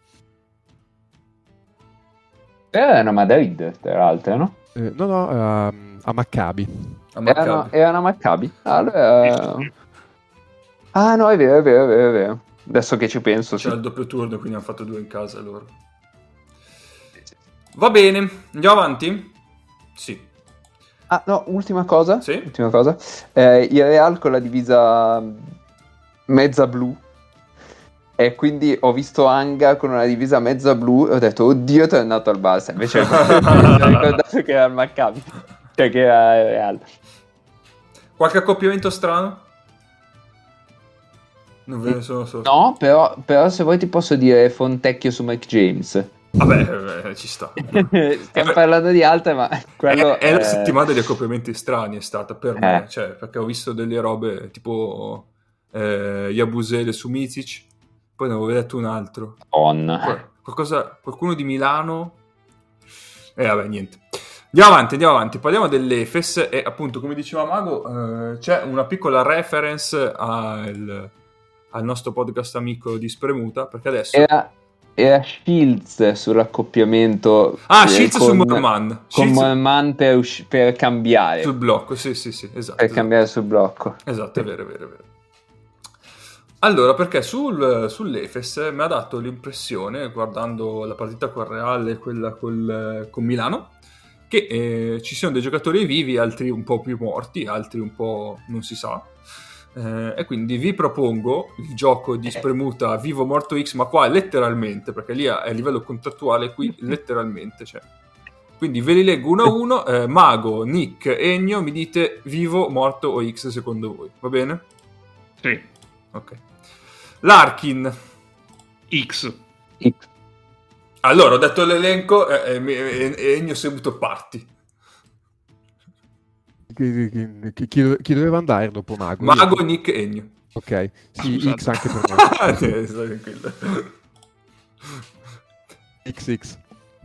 Erano a Madrid, tra l'altro, no? Eh, no, no, ehm, a Maccabi. A Erano, Maccabi. erano a Maccabi. Allora... Ah no, è vero, è vero, è vero, è vero. Adesso che ci penso, C'era sì. il doppio turno, quindi hanno fatto due in casa loro. Va bene, andiamo avanti? Sì. Ah no, ultima cosa. Sì? Ultima cosa. Eh, il Real con la divisa mezza blu. E quindi ho visto Anga con una divisa mezza blu e ho detto, oddio, è tornato al Barça. Invece mi sono ricordato che era il Maccabi, cioè che era il Real. Qualche accoppiamento strano? Non ve ne sono solo. No, però, però se vuoi ti posso dire Fontecchio su Mike James. Vabbè, eh, ci sta. Stiamo parlando di altre, ma quello è, è la è- settimana degli accoppiamenti strani, è stata per me, Eh. cioè, perché ho visto delle robe tipo eh, Yabusele su Micic, poi ne avevo detto un altro. on. Qual- qualcosa, qualcuno di Milano. E eh, vabbè, niente. Andiamo avanti, andiamo avanti. Parliamo dell'Efes e appunto, come diceva Mago, eh, c'è una piccola reference al, al nostro podcast amico di Spremuta, perché adesso... Era, era Shields sull'accoppiamento. Ah, eh, Shields con- su Morman. Con Shields Morman per, usci- per cambiare. sul blocco, sì, sì, sì, esatto. per esatto. cambiare sul blocco. Esatto, è vero, è vero, è vero. Allora, perché sul, sull'Efes mi ha dato l'impressione, guardando la partita con Real e quella col, con Milano, che eh, ci siano dei giocatori vivi, altri un po' più morti, altri un po' non si sa. Eh, e quindi vi propongo il gioco di Spremuta Vivo Morto X, ma qua letteralmente, perché lì è a livello contrattuale, qui letteralmente, cioè. Quindi ve li leggo uno a uno, eh, Mago, Nick, Ennio, mi dite vivo, morto o X secondo voi, va bene? Sì. Ok. Larkin. X. X. Allora, ho detto l'elenco e eh, eh, eh, Ennio seguito parti. Chi, chi- chi- chi- chi doveva andare dopo Mago? Mago, Io? Nick, Ennio. Ok, sì, Scusate. X anche per me. Sì, stai tranquillo. X X.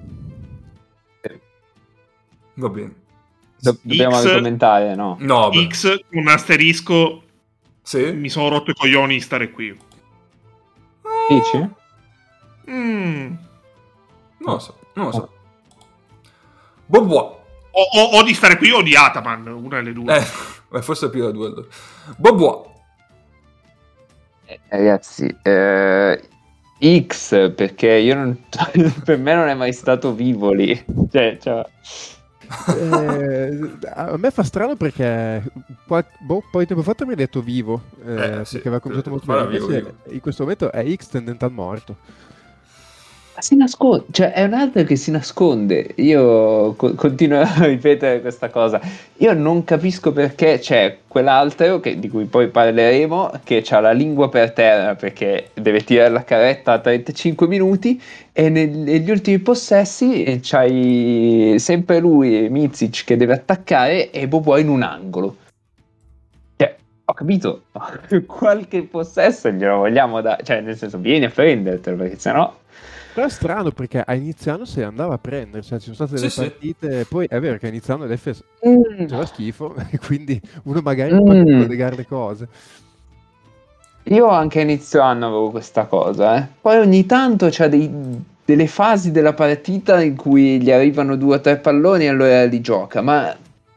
Va bene. Do- dobbiamo X. argomentare, no? No, beh. X con un asterisco. Sì? Mi sono rotto i coglioni di stare qui. Dici? Mm. Non lo so, non lo so. Bobois. O, o- o di stare qui o di Ataman, una delle due. Eh, forse più da due allora. Bobois. Eh, ragazzi, eh, X perché io non, per me non è mai stato vivo lì. Cioè, cioè, Eh, a me fa strano perché qual- boh, poi tempo fa mi hai detto vivo, eh, Eh, sì, perché aveva cominciato molto farà bene. vivo, Invece in questo momento è X tendente al morto. Ma si nasconde, cioè è un altro che si nasconde. Io co- continuo a ripetere questa cosa. Io non capisco perché c'è quell'altro che, di cui poi parleremo, che ha la lingua per terra perché deve tirare la carretta a trentacinque minuti e nel- negli ultimi possessi eh, c'hai sempre lui, Mizic, che deve attaccare e Bobo in un angolo. Cioè, ho capito, qualche possesso glielo vogliamo dare, cioè nel senso vieni a prendertelo perché sennò... Però è strano perché a inizio anno se ne andava a prendere, cioè ci sono state delle Sì, sì. partite, poi è vero che a inizio anno l'F S Mm. faceva schifo, e quindi uno magari Mm. può collegare le cose. Io anche a inizio anno avevo questa cosa, eh. Poi ogni tanto c'è dei- delle fasi della partita in cui gli arrivano due o tre palloni e allora li gioca, ma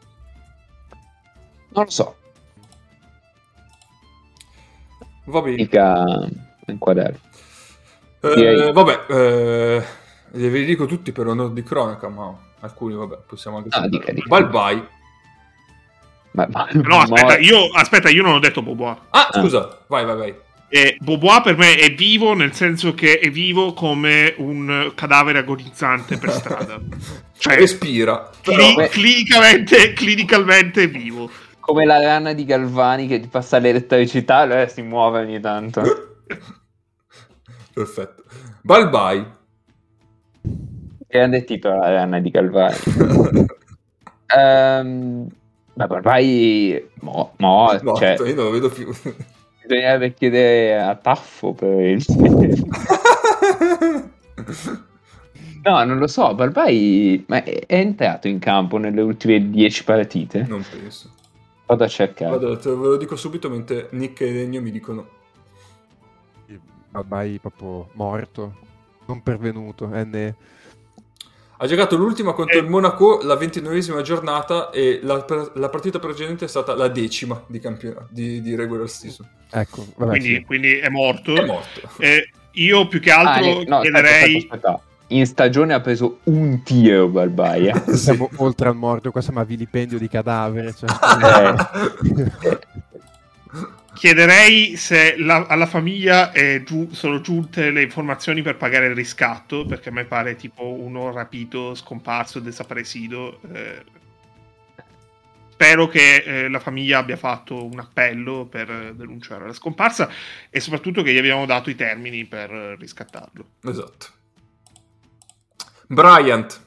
non lo so, Va bene. mica inquadrare. Eh, Direi- vabbè, eh, ve li dico tutti per onore di cronaca, ma alcuni, vabbè, possiamo anche Ah, saltare. dica, dica. Bye bye. Ma, ma- No, aspetta, mo- io, aspetta, io non ho detto Bobois. Ah, Ah. scusa, vai, vai, vai. E Bobois per me è vivo, nel senso che è vivo come un cadavere agonizzante per strada. Cioè, Respira. Però, cli- Beh. clinicamente, clinicalmente è vivo. come la rana di Galvani che ti passa l'elettricità, allora si muove ogni tanto. perfetto. Bye bye. Grande titolo la rana di Galvani. Ehm, ma ormai mo, mo, Morto, cioè, io non lo vedo più. bisognerebbe chiedere a Taffo per il... No, non lo so, Barbai ma è, è entrato in campo nelle ultime dieci partite? Non penso. Vado a cercare. Guarda, te ve lo dico subito mentre Nick e Legno mi dicono. Ormai proprio morto, non pervenuto, N... Ha giocato l'ultima contro Eh. il Monaco, la ventinovesima giornata, e la, la partita precedente è stata la decima di campionato di, di regular season. Ecco, vabbè, Quindi, sì. quindi è morto. È morto. Eh, io più che Ah, altro ne- no, aspetta, chiederei... aspetta, aspetta. In stagione ha preso un tiro Barbai. eh. Sì. Siamo oltre al morto, qua siamo a vilipendio di cadavere. Cioè... Eh. Chiederei se la- alla famiglia è giu- sono giunte le informazioni per pagare il riscatto, perché a me pare tipo uno rapito, scomparso, desaparecido. Eh, spero che eh, la famiglia abbia fatto un appello per eh, denunciare la scomparsa e soprattutto che gli abbiamo dato i termini per eh, riscattarlo. Esatto. Bryant.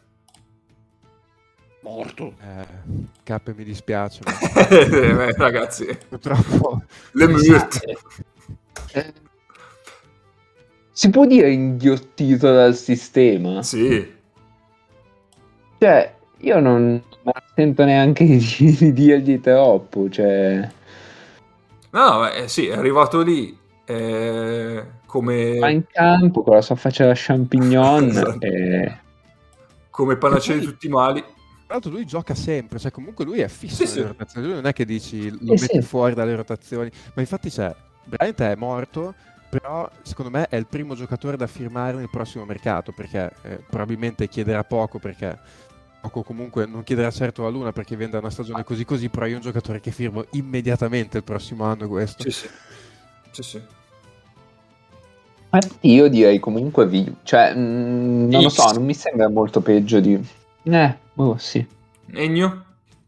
Morto. Eh, K mi dispiace, ma Eh, ragazzi, purtroppo... le mute. Eh, Si può dire inghiottito dal sistema? Sì. Cioè, io non, non sento neanche di, di dirgli troppo, cioè... No, eh, sì, è arrivato lì eh, come... Va in campo con la sua faccia da champignon Esatto. e... come panacea di E poi- tutti i mali. Tra l'altro lui gioca sempre, cioè comunque lui è fisso Sì, nelle sì. rotazioni, lui non è che dici lo Sì, metti sì. fuori dalle rotazioni, ma infatti c'è, Bryant è morto, però secondo me è il primo giocatore da firmare nel prossimo mercato, perché eh, probabilmente chiederà poco, perché poco comunque non chiederà certo la Luna perché viene da una stagione così così, però io è un giocatore che firmo immediatamente il prossimo anno questo. Sì, sì. Sì, sì. Ma io direi comunque vivo, cioè, mm, non lo X. so, non mi sembra molto peggio di... Eh, boh, sì. Egno.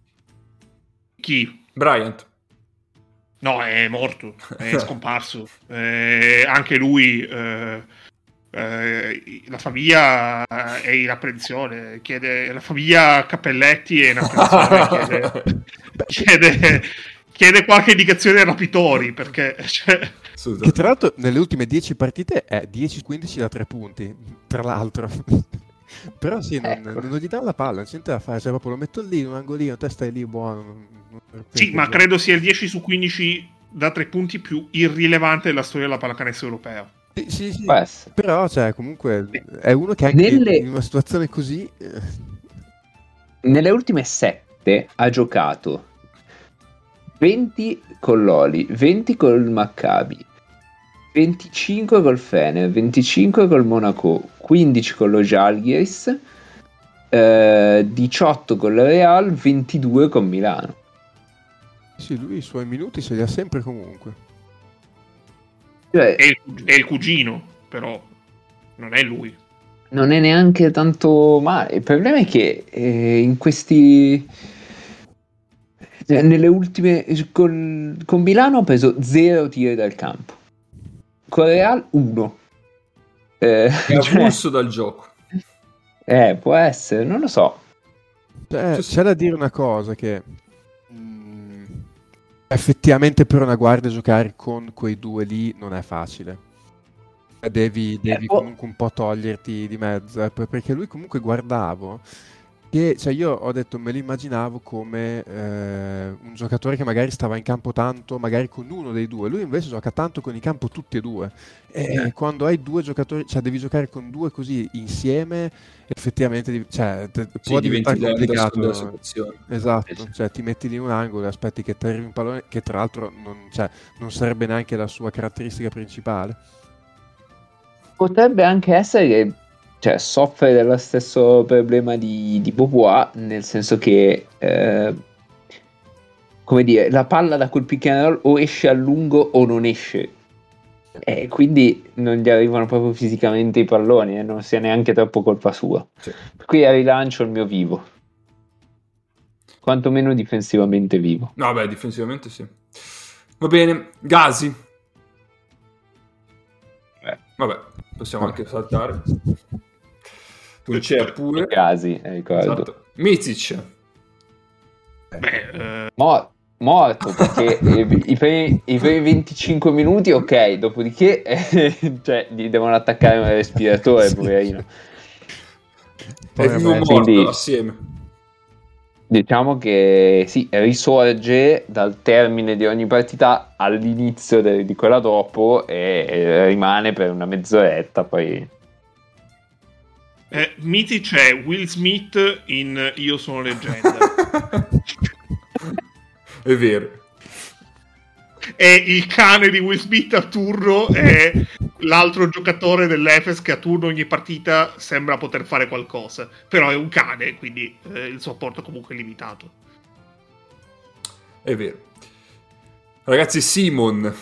Chi? Bryant. No, è morto, è scomparso. Eh, anche lui, eh, eh, la famiglia è in apprensione, chiede, la famiglia Cappelletti è in apprensione, chiede, chiede, chiede qualche indicazione ai rapitori, perché... Cioè, Scusa. Che tra l'altro nelle ultime dieci partite è dieci quindici da tre punti, tra l'altro. Però sì, non, Ecco. non gli danno la palla, non c'è niente da fare, cioè proprio lo metto lì in un angolino, te stai lì buono. non- non- sì, ma credo sia il dieci su quindici da tre punti più irrilevante della storia della pallacanestro europea. Sì, sì, sì. Può essere. Però cioè comunque è uno che anche Nelle- in una situazione così... eh, Nelle ultime sette ha giocato venti con l'Oli, venti col Maccabi, venticinque col Fener, venticinque col Monaco, quindici con lo Žalgiris, eh, diciotto con la Real, ventidue con Milano. Sì, lui i suoi minuti se li ha sempre comunque. Cioè, È il, è il cugino, però non è lui. non è neanche tanto male. Il problema è che eh, in questi nelle ultime con, con Milano ha preso zero tiri dal campo, con Real uno. Eh, È avulso dal gioco. Eh, può essere, non lo so. Cioè, Sì, sì. c'è da dire una cosa che mh, effettivamente per una guardia giocare con quei due lì non è facile. Devi, devi Eh, oh. comunque un po' toglierti di mezzo, eh, per- perché lui comunque guardavo che, cioè io ho detto, me lo immaginavo come eh, un giocatore che magari stava in campo tanto, magari con uno dei due, lui invece gioca tanto con in campo tutti e due, e Eh. quando hai due giocatori, cioè devi giocare con due così insieme, effettivamente div- cioè, te- può Sì, diventi diventare l'Henderson della complicato. situazione. Esatto, cioè ti metti lì in un angolo e aspetti che ti arrivi un pallone che tra l'altro non, cioè, non sarebbe neanche la sua caratteristica principale. Potrebbe anche essere che, cioè, soffre dello stesso problema di, di Bobois, nel senso che eh, come dire, la palla da quel pick and roll o esce a lungo o non esce, e quindi non gli arrivano proprio fisicamente i palloni, e non sia neanche troppo colpa sua. Sì. Per cui a rilancio il mio vivo, quantomeno difensivamente vivo. No, beh, difensivamente sì. Va bene, Gasi. Eh. Vabbè, possiamo Vabbè. anche saltare. Non c'è pure. Casi, eh, ricordo. Esatto. Mitic. Beh, eh, Mo- morto, perché i, i primi, i primi venticinque minuti ok, dopodiché eh, cioè, gli devono attaccare un respiratore, Sì. poverino. È vivo o morto Quindi- assieme. Diciamo che sì, risorge dal termine di ogni partita all'inizio de- di quella dopo, e, e rimane per una mezz'oretta, poi eh, Mitic è Will Smith in Io sono leggenda. È vero. E il cane di Will Smith a turno è l'altro giocatore dell'Efes che a turno ogni partita sembra poter fare qualcosa, però è un cane, quindi eh, il suo apporto comunque è limitato. È vero. Ragazzi, Simon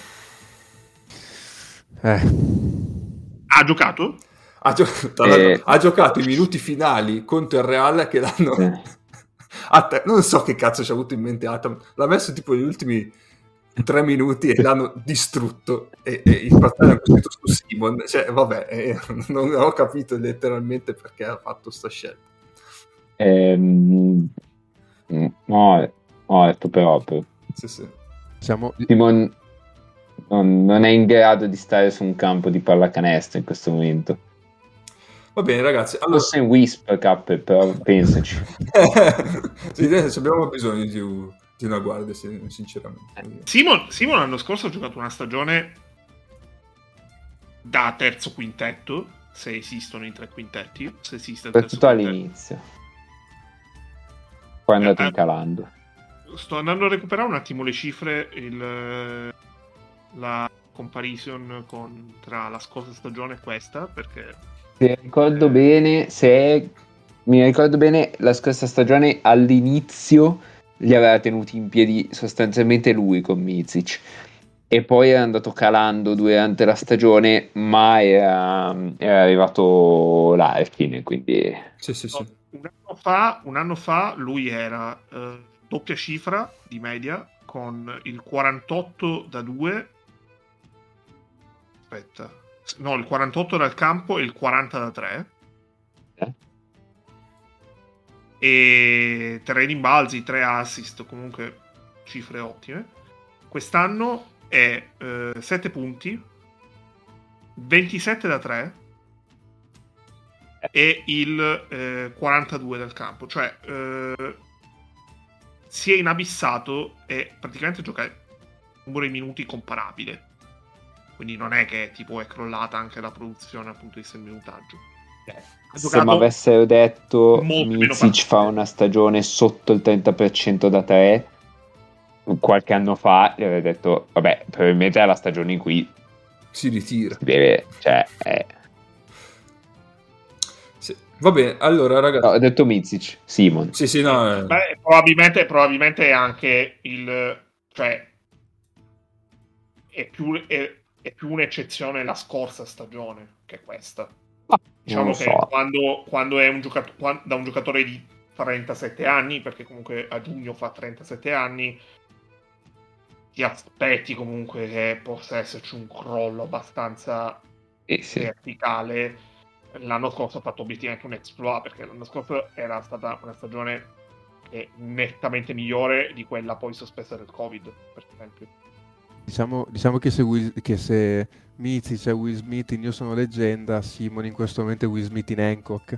Eh. Ha giocato? ha, gio- tra l'altro, Eh. ha giocato i minuti finali contro il Real che l'hanno... eh. Att- non so che cazzo ci ha avuto in mente Atam. L'ha messo tipo negli ultimi tre minuti e l'hanno distrutto. E, e il fratello è scritto su Simon. Cioè, vabbè, eh, non ho capito letteralmente perché ha fatto sta scelta. Ehm, no, morto proprio. Sì, sì. Siamo, Simon non, non è in grado di stare su un campo di pallacanestro in questo momento. Va bene, ragazzi. Allora... Forse in Whisper Cup, però pensaci. sì, adesso abbiamo bisogno di, di una guardia, sì, sinceramente. Simon, Simon l'anno scorso ha giocato una stagione da terzo quintetto, se esistono i tre quintetti, se esiste il terzo Soprattutto quintetto. all'inizio. Poi è andato Eh, incalando. Sto andando a recuperare un attimo le cifre, il, la comparison con, tra la scorsa stagione e questa, perché Se ricordo Eh. bene, se mi ricordo bene, la scorsa stagione all'inizio li aveva tenuti in piedi sostanzialmente lui con Mizic, e poi era andato calando durante la stagione, ma era, era arrivato Larkin, quindi Sì, sì, sì. un anno fa, un anno fa lui era eh, doppia cifra di media con il quarantotto da due. Aspetta, no, il quarantotto dal campo e il quaranta da tre. Eh? E tre rimbalzi, tre assist, comunque cifre ottime. Quest'anno è eh, sette punti, ventisette da tre e il eh, quarantadue dal campo, cioè eh, si è inabissato e praticamente gioca un numero di minuti comparabile, quindi non è che tipo è crollata anche la produzione dal punto di vista del minutaggio. Ha se mi giocato avessero detto molto meno Mizic partite. fa una stagione sotto il trenta per cento da tre qualche anno fa, gli avrei detto vabbè, probabilmente è la stagione in cui Si ritira. si deve, cioè, eh, Sì. Va bene, allora ragazzi... No, ho detto Mizic, Simon. Sì, sì, no... Eh. Beh, probabilmente, probabilmente è anche il... cioè, è più, è, è più un'eccezione la scorsa stagione che questa. Ah, diciamo che so. quando, quando è un giocatore, quando, da un giocatore di trentasette anni, perché comunque a giugno fa trentasette anni, ti aspetti comunque che possa esserci un crollo abbastanza eh, sì. verticale. L'anno scorso ha fatto obiettivamente un exploit, perché l'anno scorso era stata una stagione nettamente migliore di quella poi sospesa del Covid, per esempio. Diciamo, diciamo che se, Will, che se Mizic è Will Smith in Io sono leggenda, Simon in questo momento è Will Smith in Hancock.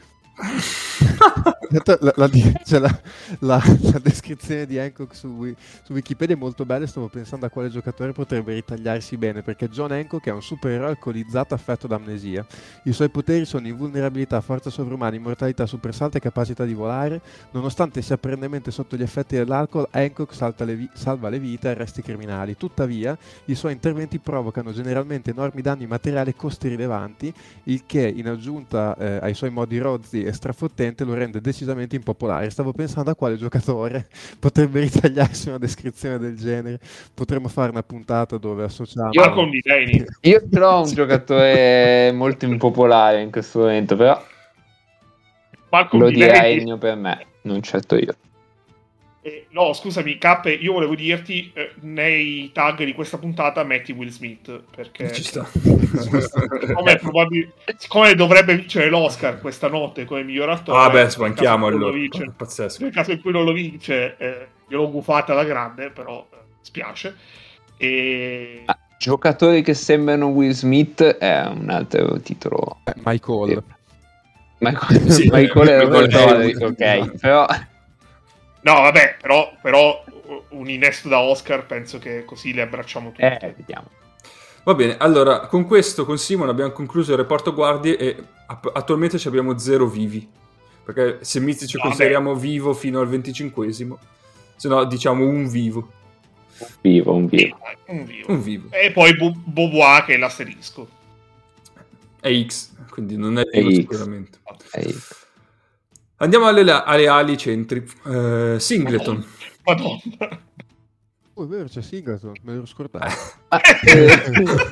la, la, cioè la, la, la descrizione di Hancock su, su Wikipedia è molto bella e stavo pensando a quale giocatore potrebbe ritagliarsi bene, perché John Hancock è un supereroe alcolizzato affetto da amnesia. I suoi poteri sono invulnerabilità, forza sovrumana, immortalità, supersalto e capacità di volare. Nonostante sia perennemente sotto gli effetti dell'alcol, Hancock salta le vi- salva le vite e arresti criminali. Tuttavia i suoi interventi provocano generalmente enormi danni materiali e costi rilevanti, il che in aggiunta eh, ai suoi modi rozzi e strafottente lo rende decisamente impopolare. Stavo pensando a quale giocatore potrebbe ritagliarsi una descrizione del genere. Potremmo fare una puntata dove associamo Io con Delaney. Io però ho un giocatore molto impopolare in questo momento, però Malcolm lo dirà Delaney. Ennio per me, non certo io. Eh, no, scusami, Cappe, io volevo dirti eh, nei tag di questa puntata metti Will Smith, perché Ci sta. siccome, probabil- siccome dovrebbe vincere l'Oscar questa notte come miglior attore, Ah beh, nel sbanchiamo caso in cui non allora, lo vince- pazzesco. nel caso in cui non lo vince, eh, gliel'ho gufata alla grande, però eh, spiace. E... Ah, giocatori che sembrano Will Smith è un altro titolo. eh, Michael. Michael, Sì, Michael è Michael Michael è- ok, però No, vabbè, però, però un innesto da Oscar penso che così le abbracciamo tutti. eh, vediamo. Va bene, allora con questo con Simon abbiamo concluso il reparto guardie e app- attualmente ci abbiamo zero vivi, perché se Mizic ci No, consideriamo vivo fino al venticinquesimo, se no diciamo un vivo. Un vivo, un vivo. Un vivo. Un vivo. E poi Bu- Beauvoir che è l'asterisco. È X, quindi non è È vivo X. sicuramente. Eh, Andiamo alle, alle ali centri. Eh, Singleton. Madonna. Oh, è vero, c'è Singleton, me l'ero scordato. ah, eh,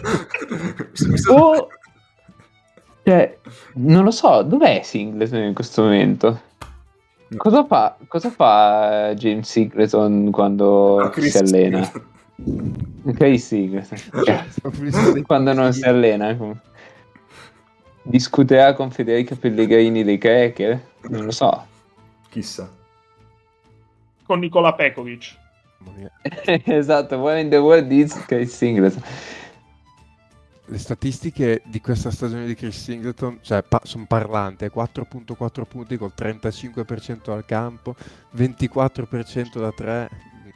oh, cioè, non lo so, dov'è Singleton in questo momento? Cosa fa, cosa fa James Singleton quando Ah, Chris si allena? Singleton. Chris Singleton. Cioè, quando non si allena. com- Discuterà con Federica Pellegrini dei Cracker? Non lo so. Chissà. Con Nicola Pekovic. Mamma mia. Esatto, Where in the World is Chris Singleton. Le statistiche di questa stagione di Chris Singleton, cioè, pa- sono parlanti, quattro virgola quattro punti col trentacinque per cento al campo, ventiquattro per cento da tre.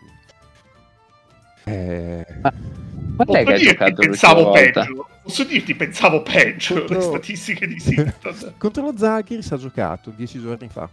Eh... Ma qual è che ha dirti, giocato l'ultima pensavo volta? peggio. Posso dirti, pensavo peggio Contro- le statistiche di Singleton. Contro lo Zaghiris ha giocato dieci giorni fa.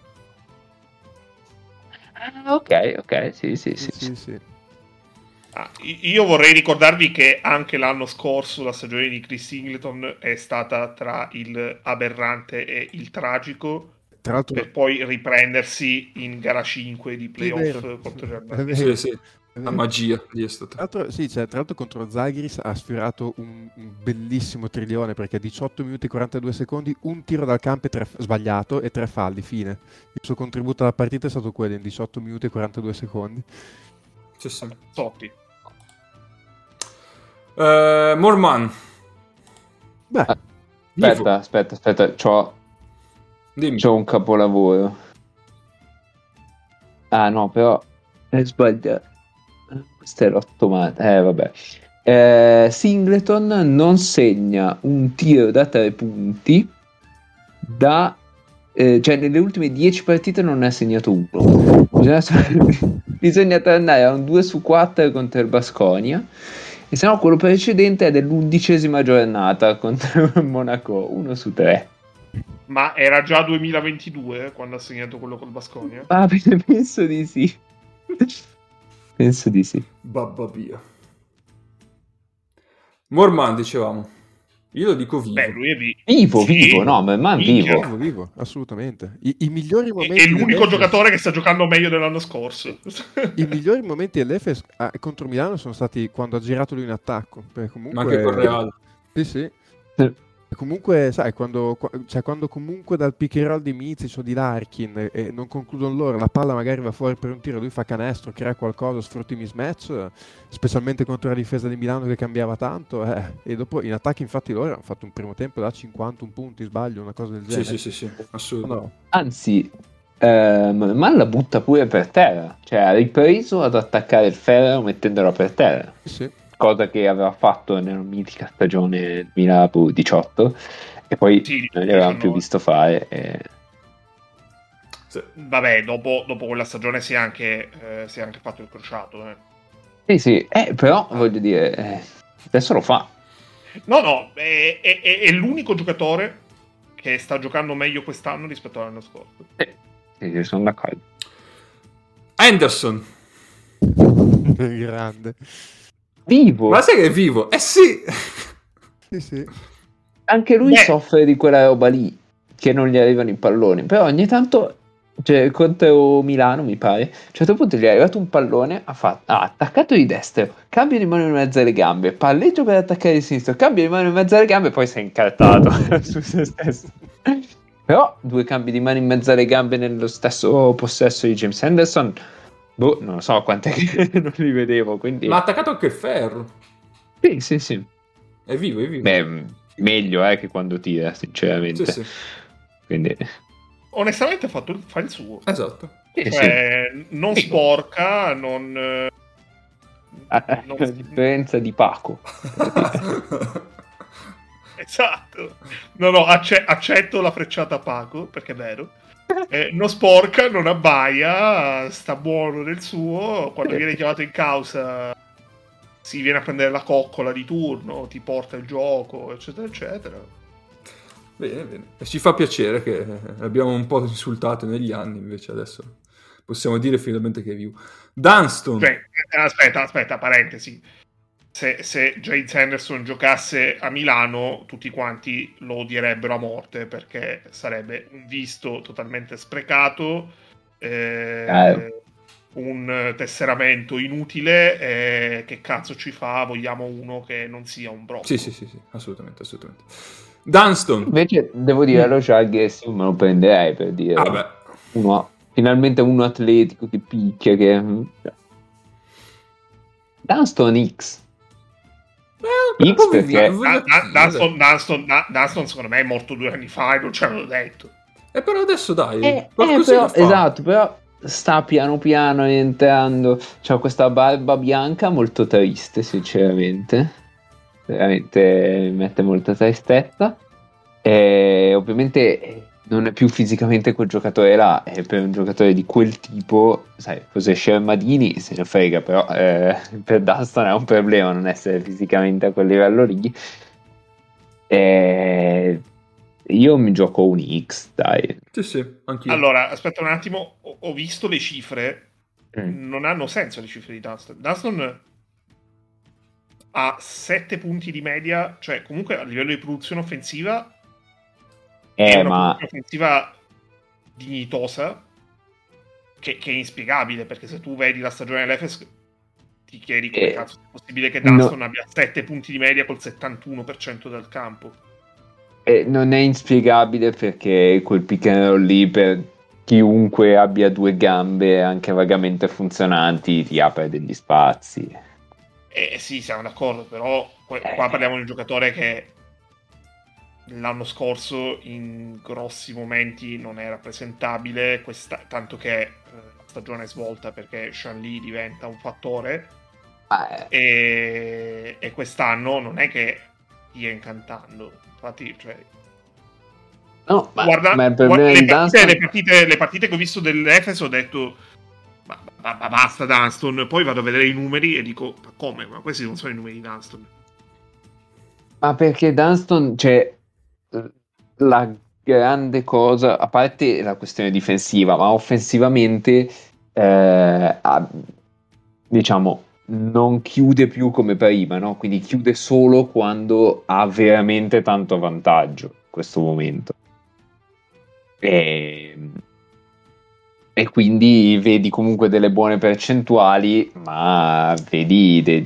Ah, ok, ok, sì, sì, sì. Sì, sì. Ah, io vorrei ricordarvi che anche l'anno scorso la stagione di Chris Singleton è stata tra il aberrante e il tragico, Tra l'altro, per poi riprendersi in gara cinque di Sì, è vero. playoff contro il Real È Madrid. vero. Sì, sì. È La vero. magia lì è stata. Tra l'altro, sì, cioè, tra l'altro contro lo Zaghiris ha sfiorato un, un bellissimo trilione, perché diciotto minuti e quarantadue secondi, un tiro dal campo e tre, sbagliato e tre falli, fine. Il suo contributo alla partita è stato quello in diciotto minuti e quarantadue secondi. Sì, sì. Sotti. Eh, Morman. Beh, Ah, Vivo. Aspetta, aspetta, aspetta, c'ho, Dimmi. c'ho un capolavoro. Ah no, però è sbagliato. Questo è l'ottomata. Eh, vabbè. Eh, Singleton non segna un tiro da tre punti da... eh, cioè nelle ultime dieci partite non ne ha segnato uno. Bisogna, bisogna tornare a un due su quattro contro il Baskonia. E se no quello precedente è dell'undicesima giornata contro il Monaco, uno su tre. Ma era già duemilaventidue quando ha segnato quello col Baskonia? Ah, penso di sì. Penso di sì. Babba via. Morman, dicevamo. Io lo dico vivo. Beh, lui è vi- Vivo, sì, vivo, no, ma man minchia. vivo. Vivo, vivo, assolutamente. I, i migliori È, momenti è l'unico dell'Efes- giocatore che sta giocando meglio dell'anno scorso. I migliori momenti dell'Efes ah, contro Milano sono stati quando ha girato lui in attacco. Perché comunque, Ma anche con Real. Sì, sì. Sì. Comunque, sai, quando, qua- cioè, quando comunque dal pick and roll di Mizic o di Larkin e, e non concludono loro, la palla magari va fuori per un tiro, lui fa canestro, crea qualcosa, sfrutti i mismatch, eh, specialmente contro la difesa di Milano che cambiava tanto. Eh, e dopo in attacco, infatti, loro hanno fatto un primo tempo da cinquantuno punti, sbaglio, una cosa del Sì, genere. sì, sì, sì, assurdo. No, Anzi, ehm, man la butta pure per terra. Cioè, ha ripreso ad attaccare il ferro mettendolo per terra. sì, sì. Cosa che aveva fatto nella mitica stagione duemiladiciotto e poi Sì, non gli avevamo più diciannove. visto fare. E... Sì. Vabbè, dopo, dopo quella stagione si è anche, eh, si è anche fatto il crociato. Eh. Sì, sì, eh, però voglio dire, eh, adesso lo fa. No, no, è, è- è- è l'unico giocatore che sta giocando meglio quest'anno rispetto all'anno scorso. Sì, sì, sì, sono d'accordo. Anderson. Grande. Vivo! Ma sai che è vivo? Eh sì! Sì, sì. Anche lui Beh. soffre di quella roba lì, che non gli arrivano i palloni, però ogni tanto, cioè, contro Milano mi pare, a un certo punto gli è arrivato un pallone, ha, fatto, ha attaccato di destro, cambio di mano in mezzo alle gambe, palleggio per attaccare di sinistro, cambio di mano in mezzo alle gambe e poi si è incartato su se stesso. Però due cambi di mano in mezzo alle gambe nello stesso possesso di James Henderson, boh, non lo so quante che non li vedevo, quindi... Ma ha attaccato anche il ferro. Sì, sì, sì. È vivo, è vivo. Beh, meglio eh, che quando tira, sinceramente. Sì, sì. Quindi... Onestamente ha fatto il, fa il suo. Esatto. Sì, Cioè, non Sì. sporca, non... eh, A, non- a differenza di Paco. Esatto. No, no, acce- accetto la frecciata a Paco, perché è vero. Eh, non sporca, non abbaia, sta buono nel suo. Quando viene chiamato in causa si viene a prendere la coccola di turno, ti porta il gioco, eccetera, eccetera. Bene, bene. E ci fa piacere che abbiamo un po' insultato negli anni, invece adesso possiamo dire finalmente che è vivo. Dunston. Cioè, aspetta, aspetta, parentesi. Se, se James Henderson giocasse a Milano, tutti quanti lo odierebbero a morte perché sarebbe un visto totalmente sprecato, eh, Eh. un tesseramento inutile. Eh, che cazzo ci fa? Vogliamo uno che non sia un brocco. Sì, sì, sì, sì, assolutamente, assolutamente. Dunston. Invece devo dire allo Žalgiris io me lo prenderei per dire Ah, beh. uno, finalmente uno atletico che picchia che Dunston X Eh, X perché Da- da- Dunston, Dunston, Da- Dunston, secondo me è morto due anni fa e non ce l'ho detto. E però adesso dai, eh, eh, qualcosina però, fa. esatto, però sta piano piano entrando, c'ha questa barba bianca molto triste sinceramente, veramente mi mette molta tristezza e ovviamente non è più fisicamente quel giocatore là, e per un giocatore di quel tipo, sai, cos'è Shermadini se ne frega, però eh, per Dunston è un problema non essere fisicamente a quel livello lì. E io mi gioco un X, dai. Sì, sì, anch'io. Allora, aspetta un attimo, ho, ho visto le cifre, Mm. non hanno senso le cifre di Dunston. Dunston ha sette punti di media, cioè comunque a livello di produzione offensiva è Eh, una ma produzione offensiva dignitosa, che, che è inspiegabile, perché se tu vedi la stagione dell'Efes ti chiedi come Eh, cazzo è possibile che no. Dunston abbia sette punti di media col settantuno per cento del campo. eh, non è inspiegabile perché quel pick and roll lì per chiunque abbia due gambe anche vagamente funzionanti ti apre degli spazi. Eh sì, siamo d'accordo, però qua, Eh. qua parliamo di un giocatore che l'anno scorso in grossi momenti non era presentabile, questa, tanto che eh, la stagione è svolta perché Sean Lee diventa un fattore Ah, eh. e, e quest'anno non è che stia incantando. Infatti, cioè, No, ma, guarda, ma il guarda problema le, di partite, Dunston le, partite, le partite che ho visto dell'Efes ho detto ma, ma- ma basta Dunston, poi vado a vedere i numeri e dico ma come? Ma questi non sono i numeri di Dunston. Ma perché Dunston, cioè, la grande cosa, a parte la questione difensiva, ma offensivamente, eh, ha, diciamo, non chiude più come prima, no? Quindi chiude solo quando ha veramente tanto vantaggio in questo momento. E, e quindi vedi comunque delle buone percentuali, ma vedi de,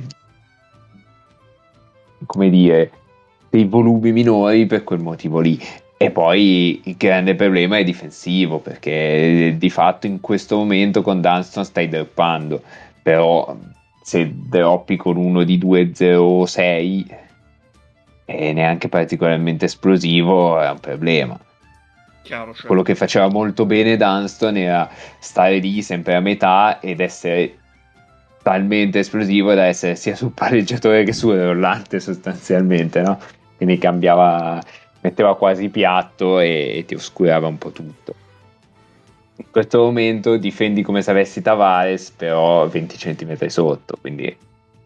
come dire, dei volumi minori per quel motivo lì. E poi il grande problema è difensivo, perché di fatto in questo momento con Dunston stai droppando, però se droppi con uno di due zero sei e neanche particolarmente esplosivo è un problema. Chiaro, cioè. Quello che faceva molto bene Dunston era stare lì sempre a metà ed essere talmente esplosivo da essere sia sul pareggiatore che sul rollante sostanzialmente, no? Quindi cambiava, metteva quasi piatto e, e ti oscurava un po' tutto. In questo momento difendi come se avessi Tavares, però venti centimetri sotto, quindi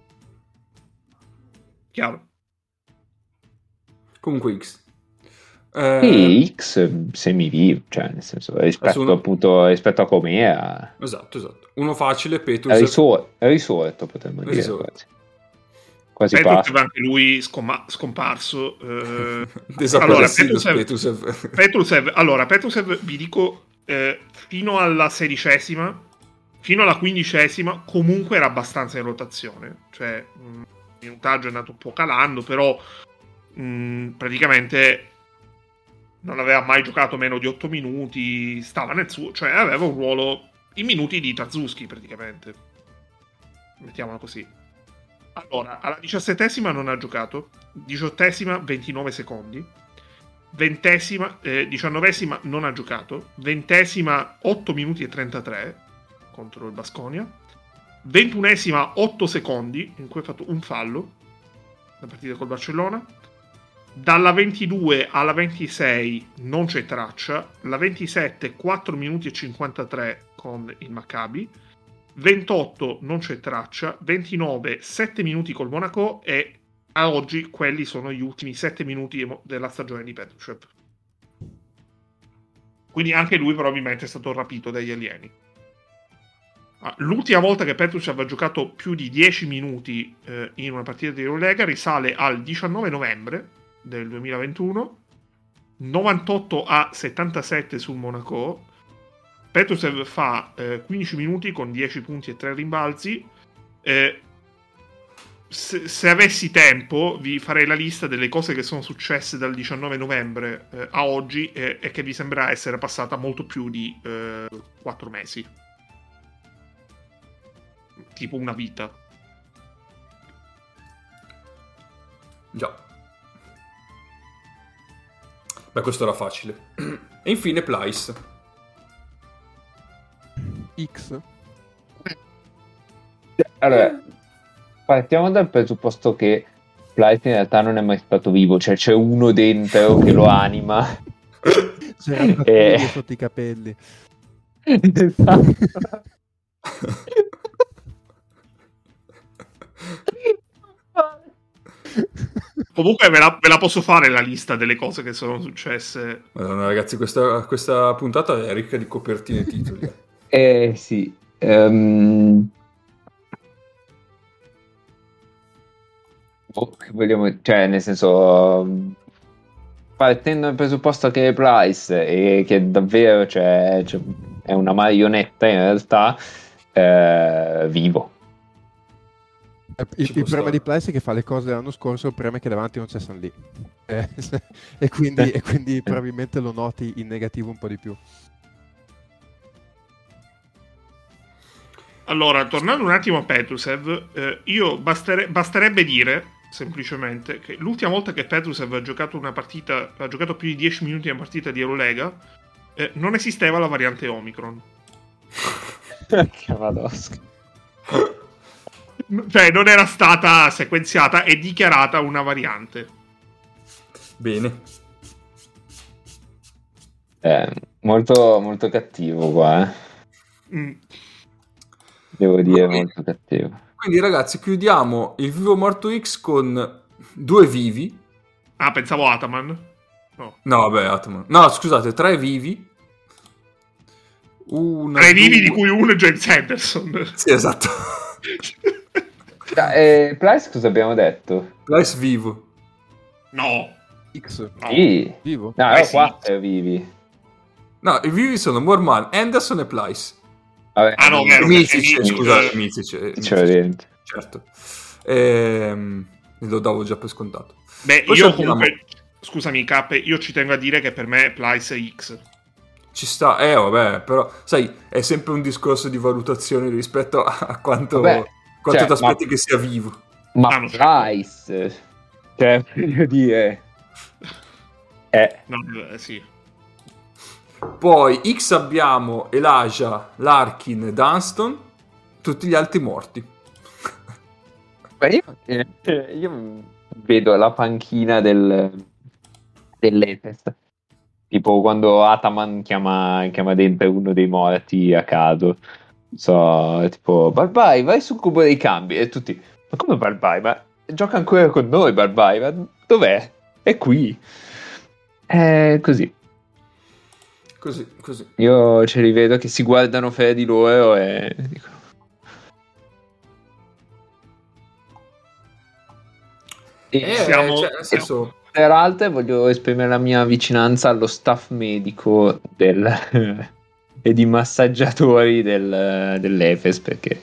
chiaro. Comunque X. Eh, e X semivivo, cioè nel senso rispetto uno... appunto rispetto a com'era. Esatto, esatto. Uno facile, Petrus. Risor- risorto, potremmo dire. Quasi, quasi Petrus è anche lui scom- scomparso. Eh... allora, Petrusev, Petrusev, allora, Petrusev, vi dico, eh, fino alla sedicesima, fino alla quindicesima, comunque era abbastanza in rotazione. Cioè, mh, il minutaggio è andato un po' calando, però mh, praticamente non aveva mai giocato meno di otto minuti, stava nel suo, cioè aveva un ruolo in minuti di Tarzuski praticamente, mettiamola così. Allora, alla diciassettesima non ha giocato, diciottesima ventinove secondi, ventesima, eh, diciannovesima non ha giocato, ventesima otto minuti e trentatré contro il Baskonia, ventunesima otto secondi in cui ha fatto un fallo la partita col Barcellona. Dalla ventidue alla ventisei non c'è traccia, la ventisette quattro minuti e cinquantatré con il Maccabi, ventotto non c'è traccia, ventinove sette minuti col Monaco e a oggi quelli sono gli ultimi sette minuti della stagione di Petrusev. Quindi anche lui probabilmente è stato rapito dagli alieni. L'ultima volta che Petrusev ha giocato più di dieci minuti eh, in una partita di Eurolega risale al diciannove novembre del duemilaventuno, novantotto a settantasette sul Monaco. Petrusev fa eh, quindici minuti con dieci punti e tre rimbalzi. Eh, se, se avessi tempo vi farei la lista delle cose che sono successe dal diciannove novembre eh, a oggi eh, e che vi sembra essere passata molto più di eh, quattro mesi, tipo una vita. Già. Beh, questo era facile. E infine Plyce. X. Allora, partiamo dal presupposto che Plyce in realtà non è mai stato vivo, cioè c'è uno dentro che lo anima. C'era una e... sotto i capelli. Esatto. Comunque ve la, ve la posso fare la lista delle cose che sono successe. Madonna, ragazzi, questa, questa puntata è ricca di copertine e titoli. Eh sì. Um... Oh, che vogliamo... Cioè, nel senso... Partendo dal presupposto che è Plyce e che davvero cioè, cioè, è una marionetta in realtà, eh, vivo. Il, il problema di Plyce è che fa le cose dell'anno scorso, il problema è che davanti non c'è San Lee eh, e, quindi, e quindi probabilmente lo noti in negativo un po' di più. Allora, tornando un attimo a Petrusev, eh, io bastere- basterebbe dire semplicemente che l'ultima volta che Petrusev ha giocato una partita, ha giocato più di dieci minuti in una partita di Eurolega, eh, non esisteva la variante Omicron. Cavadoschi. Cioè non era stata sequenziata e dichiarata una variante. Bene. Eh, molto, molto cattivo qua, eh. Mm. Devo dire Okay. molto cattivo. Quindi ragazzi, chiudiamo il Vivo Morto X con due vivi. Ah, pensavo Ataman. No, No, vabbè, Atman. No, scusate, tre vivi. Una, tre vivi due... di cui uno è James Henderson. Sì, esatto. Eh, Price cosa abbiamo detto? Price vivo. No. X. No. Sì. Vivo? No, Eh ho sì. quattro vivi. No, i vivi sono Morman, Anderson e Plyce. Vabbè, Ah, no, mi- vero, Micic, perché Micic- scusate, Micic. eh, C'è Micic, dentro. certo. Ehm, lo davo già per scontato. Beh, Poi io sappiamo- comunque... Scusami, Cap, io ci tengo a dire che per me Plyce è X. Ci sta, eh vabbè, però sai, è sempre un discorso di valutazione rispetto a, a quanto, Vabbè, quanto cioè, ti aspetti ma- che sia vivo. Ma Ah, no, Price, cioè, voglio dire, eh, No, eh, sì. Poi X abbiamo Elijah, Larkin, Dunston, tutti gli altri morti. ma io, eh, io vedo la panchina del, dell'Efes, tipo quando Ataman chiama, chiama dentro uno dei morti a caso, so, tipo, Barbai, vai sul cubo dei cambi, e tutti, ma come Barbai? Ma gioca ancora con noi Barbai, ma dov'è? È qui. È così. Così, così. Io ce li vedo che si guardano fra di loro e dicono, e Eh, Siamo- cioè, nel senso, peraltro voglio esprimere la mia vicinanza allo staff medico del, e di massaggiatori del, dell'Efes, perché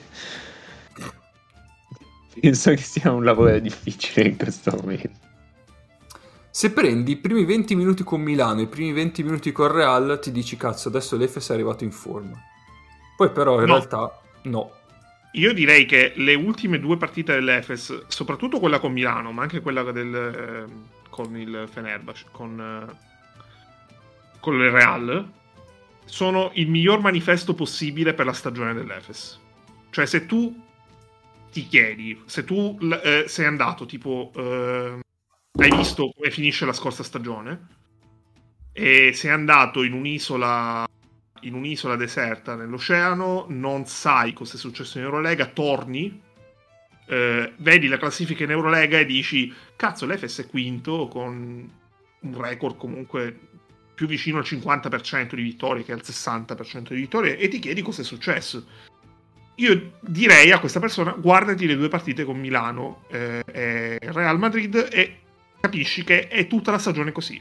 penso che sia un lavoro difficile in questo momento. se prendi i primi venti minuti con Milano e i primi venti minuti con Real, ti dici cazzo, adesso l'Efes è arrivato in forma. Poi però in No. realtà no. Io direi che le ultime due partite dell'Efes, soprattutto quella con Milano, ma anche quella del, eh, con il Fenerbahce, con, eh, con il Real, sono il miglior manifesto possibile per la stagione dell'Efes. Cioè, se tu ti chiedi, se tu l- eh, sei andato, tipo, eh, hai visto come finisce la scorsa stagione, e sei andato in un'isola in un'isola deserta nell'oceano, non sai cosa è successo in Eurolega, torni, eh, vedi la classifica in Eurolega e dici cazzo, l'Efes è quinto con un record comunque più vicino al cinquanta per cento di vittorie che al sessanta per cento di vittorie, e ti chiedi cosa è successo. Io direi a questa persona guardati le due partite con Milano eh, e Real Madrid e capisci che è tutta la stagione così.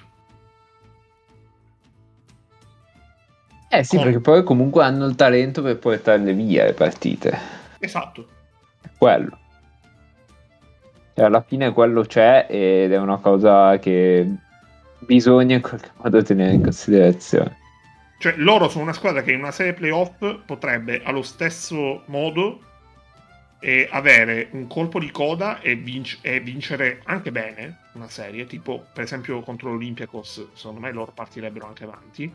Eh sì, Come? perché poi comunque hanno il talento per portarle via le partite. Esatto. È quello. Cioè, alla fine quello c'è ed è una cosa che bisogna in qualche modo tenere in considerazione. Cioè, loro sono una squadra che in una serie playoff potrebbe allo stesso modo eh, avere un colpo di coda e, vinc- e vincere anche bene una serie, tipo per esempio contro l'Olympiakos, secondo me loro partirebbero anche avanti,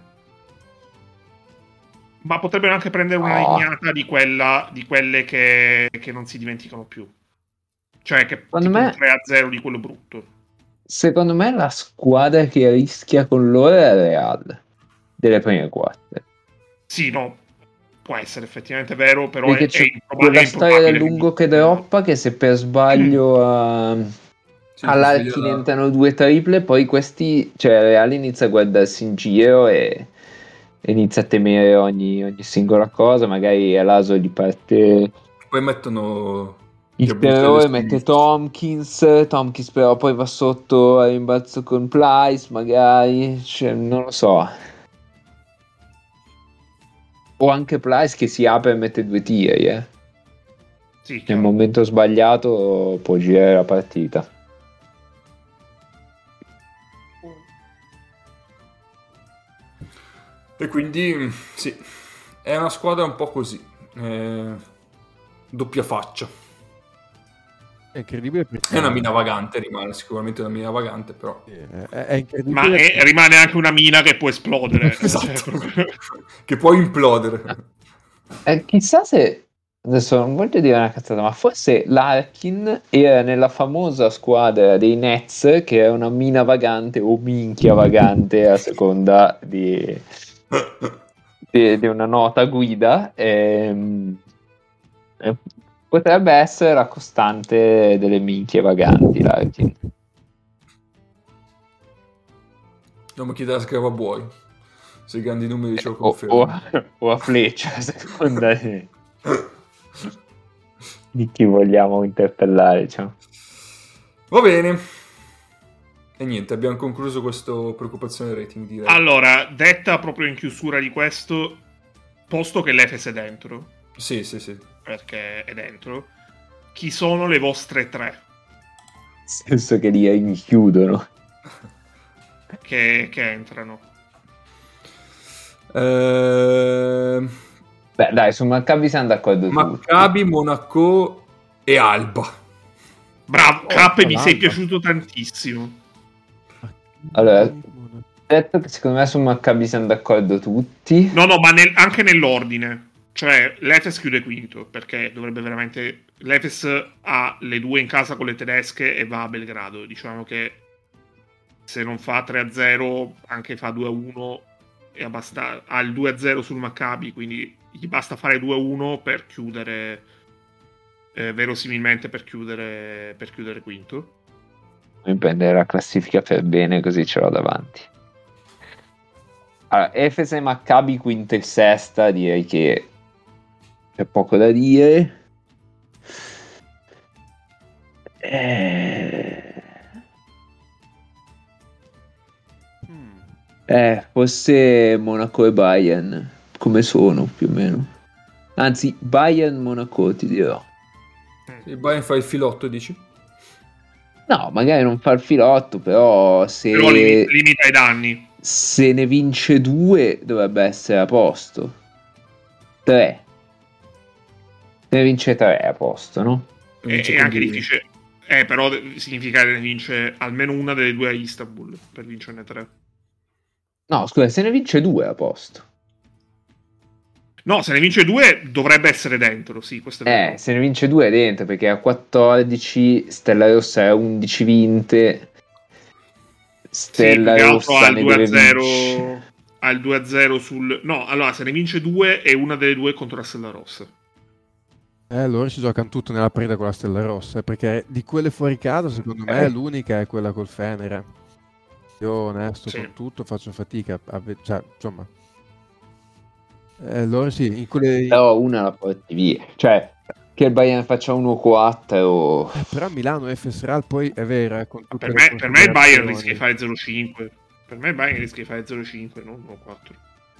ma potrebbero anche prendere una Oh. legnata di quella di quelle che, che non si dimenticano più. Cioè, che Secondo tipo me- un tre a zero di quello brutto. Secondo me la squadra che rischia con loro è il Real delle prime quattro. Sì, no, può essere effettivamente vero, però Perché è, c'è è improba- quella è storia del improbabile. lungo che droppa che se per sbaglio a... Sì, all'Arkin sveglia- entrano due triple, poi questi, cioè il Real inizia a guardarsi in giro e, e inizia a temere ogni, ogni singola cosa, magari all'aso gli parte Poi mettono il Diabuso terrore, e mette Smith. Tompkins, Tompkins però poi va sotto a rimbalzo con Plyce, magari, cioè, non lo so. O anche Plyce che si apre e mette due tiri, eh. Sì, Nel chiaro. momento sbagliato può girare la partita. E quindi sì, è una squadra un po' così, eh, doppia faccia. È incredibile perché... È una mina vagante, rimane sicuramente una mina vagante, però Sì, È, è incredibile. Ma è- rimane anche una mina che può esplodere. esatto, Cioè, proprio- che può implodere. Eh, chissà se, adesso non voglio dire una cazzata, ma forse Larkin era nella famosa squadra dei Nets, che è una mina vagante o minchia vagante a seconda di, di, di una nota guida. ehm, eh, potrebbe essere la costante delle minchie vaganti, Larkin. Non mi chiedere a scriva buoi. Se i grandi numeri ce lo O, confermano. o, o a fleccia, a seconda di... di chi vogliamo interpellare, diciamo. Va bene. E niente, abbiamo concluso questo preoccupazione rating, direi. Allora, detta proprio in chiusura di questo, posto che l'Efes è dentro, Sì, sì, sì. perché è dentro, chi sono le vostre tre Nel senso che li mi chiudono. che, che entrano? Ehm... Beh, dai, su Maccabi siamo d'accordo tutti. Maccabi, Monaco e Alba. Bravo, Oh, K, mi sei l'Alba. piaciuto tantissimo. Allora, detto che secondo me su Maccabi siamo d'accordo tutti. No, no, ma nel- anche nell'ordine. Cioè, l'Efes chiude quinto, perché dovrebbe veramente... L'Efes ha le due in casa con le tedesche e va a Belgrado. Diciamo che se non fa tre a zero, anche fa due a uno, e abbasta- ha il due a zero sul Maccabi, quindi gli basta fare due a uno per chiudere... Eh, verosimilmente per chiudere, per chiudere quinto. Mi prendere la classifica per bene, così ce l'ho davanti. Allora, Efes e Maccabi quinta e sesta, direi che c'è poco da dire. Eh, Hmm. eh, forse Monaco e Bayern, come sono più o meno. Anzi, Bayern-Monaco ti dirò. Il Bayern fa il filotto, dici? No, magari non fa il filotto, però se... Però limi- limita i danni. Se ne vince due dovrebbe essere a posto. Tre. Se ne vince tre è a posto, no? È, Vince è con anche due. difficile. Eh, però significa che ne vince almeno una delle due a Istanbul per vincerne tre. No, scusa, se ne vince due è a posto. No, se ne vince due dovrebbe essere dentro, sì, questo è vero. Eh, se ne vince due è dentro, perché a quattordici, Stella Rossa è undici vinte. Stella sì, più che altro Rossa ha il ne due a deve zero vincere. ha il due a zero sul... No, allora, se ne vince due e una delle due contro la Stella Rossa. Eh, loro ci giocano tutto nella partita con la Stella Rossa, eh, perché di quelle fuori casa, secondo me, Eh. l'unica è quella col Fenere. Io, onesto, Sì. con tutto, faccio fatica a ve- cioè, insomma... Eh, loro sì, in quelle... Però una la porti via. Cioè, che il Bayern faccia uno quattro. Eh, però Milano Efes Real poi è vero, eh, con tutte Per le me, per me il Bayern rischia considerazioni. di fare zero cinque. Per me il Bayern rischia di fare zero cinque, non uno quattro.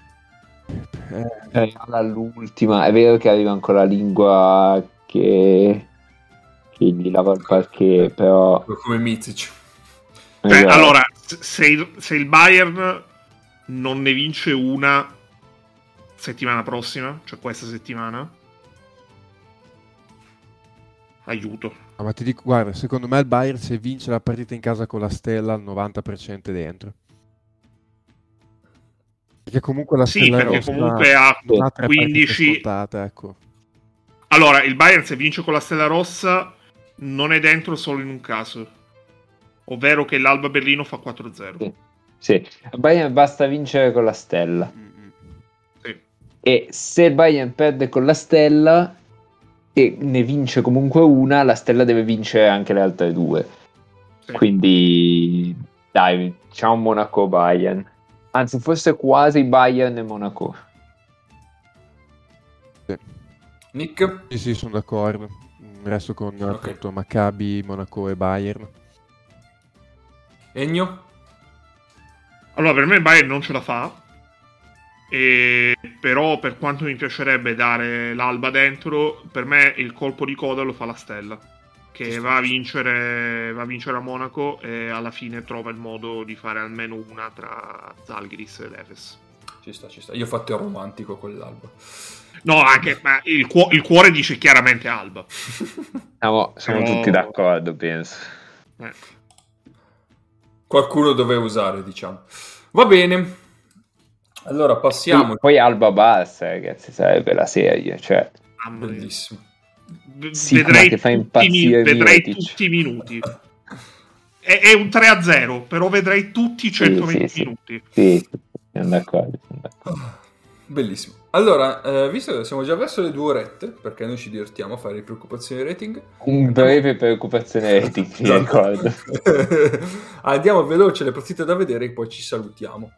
Eh, Eh, all'ultima, è vero che arriva ancora la lingua che, che gli lava il parquet, però... Come Mizic. Cioè, Esatto. allora, se il, se il Bayern non ne vince una settimana prossima, cioè questa settimana, aiuto. no, ma ti dico, guarda, secondo me il Bayern se vince la partita in casa con la Stella al novanta per cento è dentro. Perché comunque la Sì, Stella perché Rossa comunque ha non ha tre partite quindici. scontate, ecco. Allora, il Bayern se vince con la Stella Rossa non è dentro solo in un caso, ovvero che l'Alba Berlino fa quattro a zero. Sì. Sì, al Bayern basta vincere con la Stella. Mm-mm. Sì. E se il Bayern perde con la Stella e ne vince comunque una, la Stella deve vincere anche le altre due. Sì. Quindi, dai, diciamo Monaco-Bayern. Anzi, forse quasi Bayern e Monaco. Nick? Sì, sì, sono d'accordo. Mm, Resto con Ok. appunto Maccabi, Monaco e Bayern. Ennio? Allora, per me il Bayern non ce la fa. E però, per quanto mi piacerebbe dare l'Alba dentro, per me il colpo di coda lo fa la Stella, che va a vincere, va a vincere a Monaco e alla fine trova il modo di fare almeno una tra Zalgiris ed Efes. Ci sta, ci sta. Io ho fatto il romantico con l'Alba. No, anche ma il, cuo- il cuore dice chiaramente Alba. Siamo, siamo Però- tutti d'accordo, penso. Eh. Qualcuno doveva usare, diciamo. Va bene. Allora passiamo. Poi Alba Barça, ragazzi, sarebbe la serie. Cioè, Mamma mia. Bellissimo. V- Sì, ma vedrei che fa tutti, impazzire vedrei Mirotic. tutti i minuti. È, è un tre a zero, però vedrei tutti i centoventi sì, sì. minuti. Sì, siamo d'accordo. Siamo d'accordo. Bellissimo. Allora, eh, visto che siamo già verso le due orette, perché noi ci divertiamo a fare le preoccupazioni rating. Un breve preoccupazione rating, mi ricordo. Andiamo veloce le partite da vedere e poi ci salutiamo.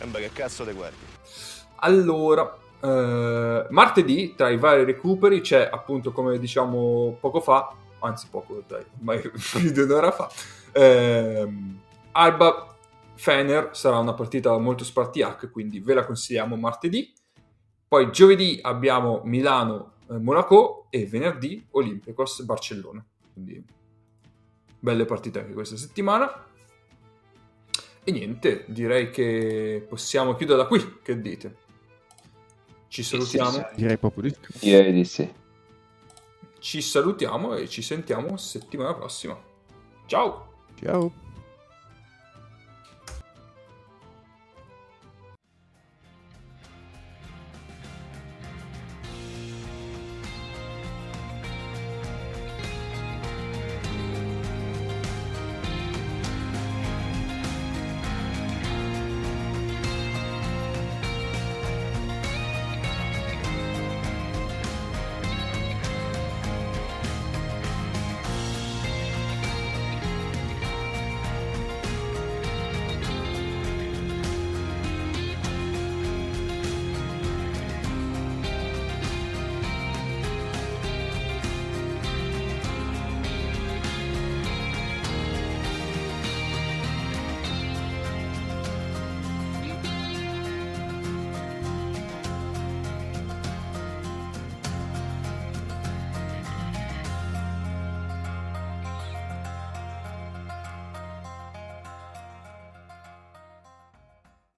E beh, che cazzo te guardi? Allora, eh, martedì tra i vari recuperi c'è appunto, come diciamo poco fa, anzi poco dai, ormai più di un'ora fa, ehm, Alba Fener sarà una partita molto spartiacque, quindi ve la consigliamo martedì. Poi giovedì abbiamo Milano eh, Monaco e venerdì Olympiacos Barcellona, quindi belle partite anche questa settimana. E niente, direi che possiamo chiuderla qui, che dite? Ci salutiamo. Sì, sì, sì. Direi proprio di sì. Direi di sì. Ci salutiamo e ci sentiamo settimana prossima. Ciao! Ciao.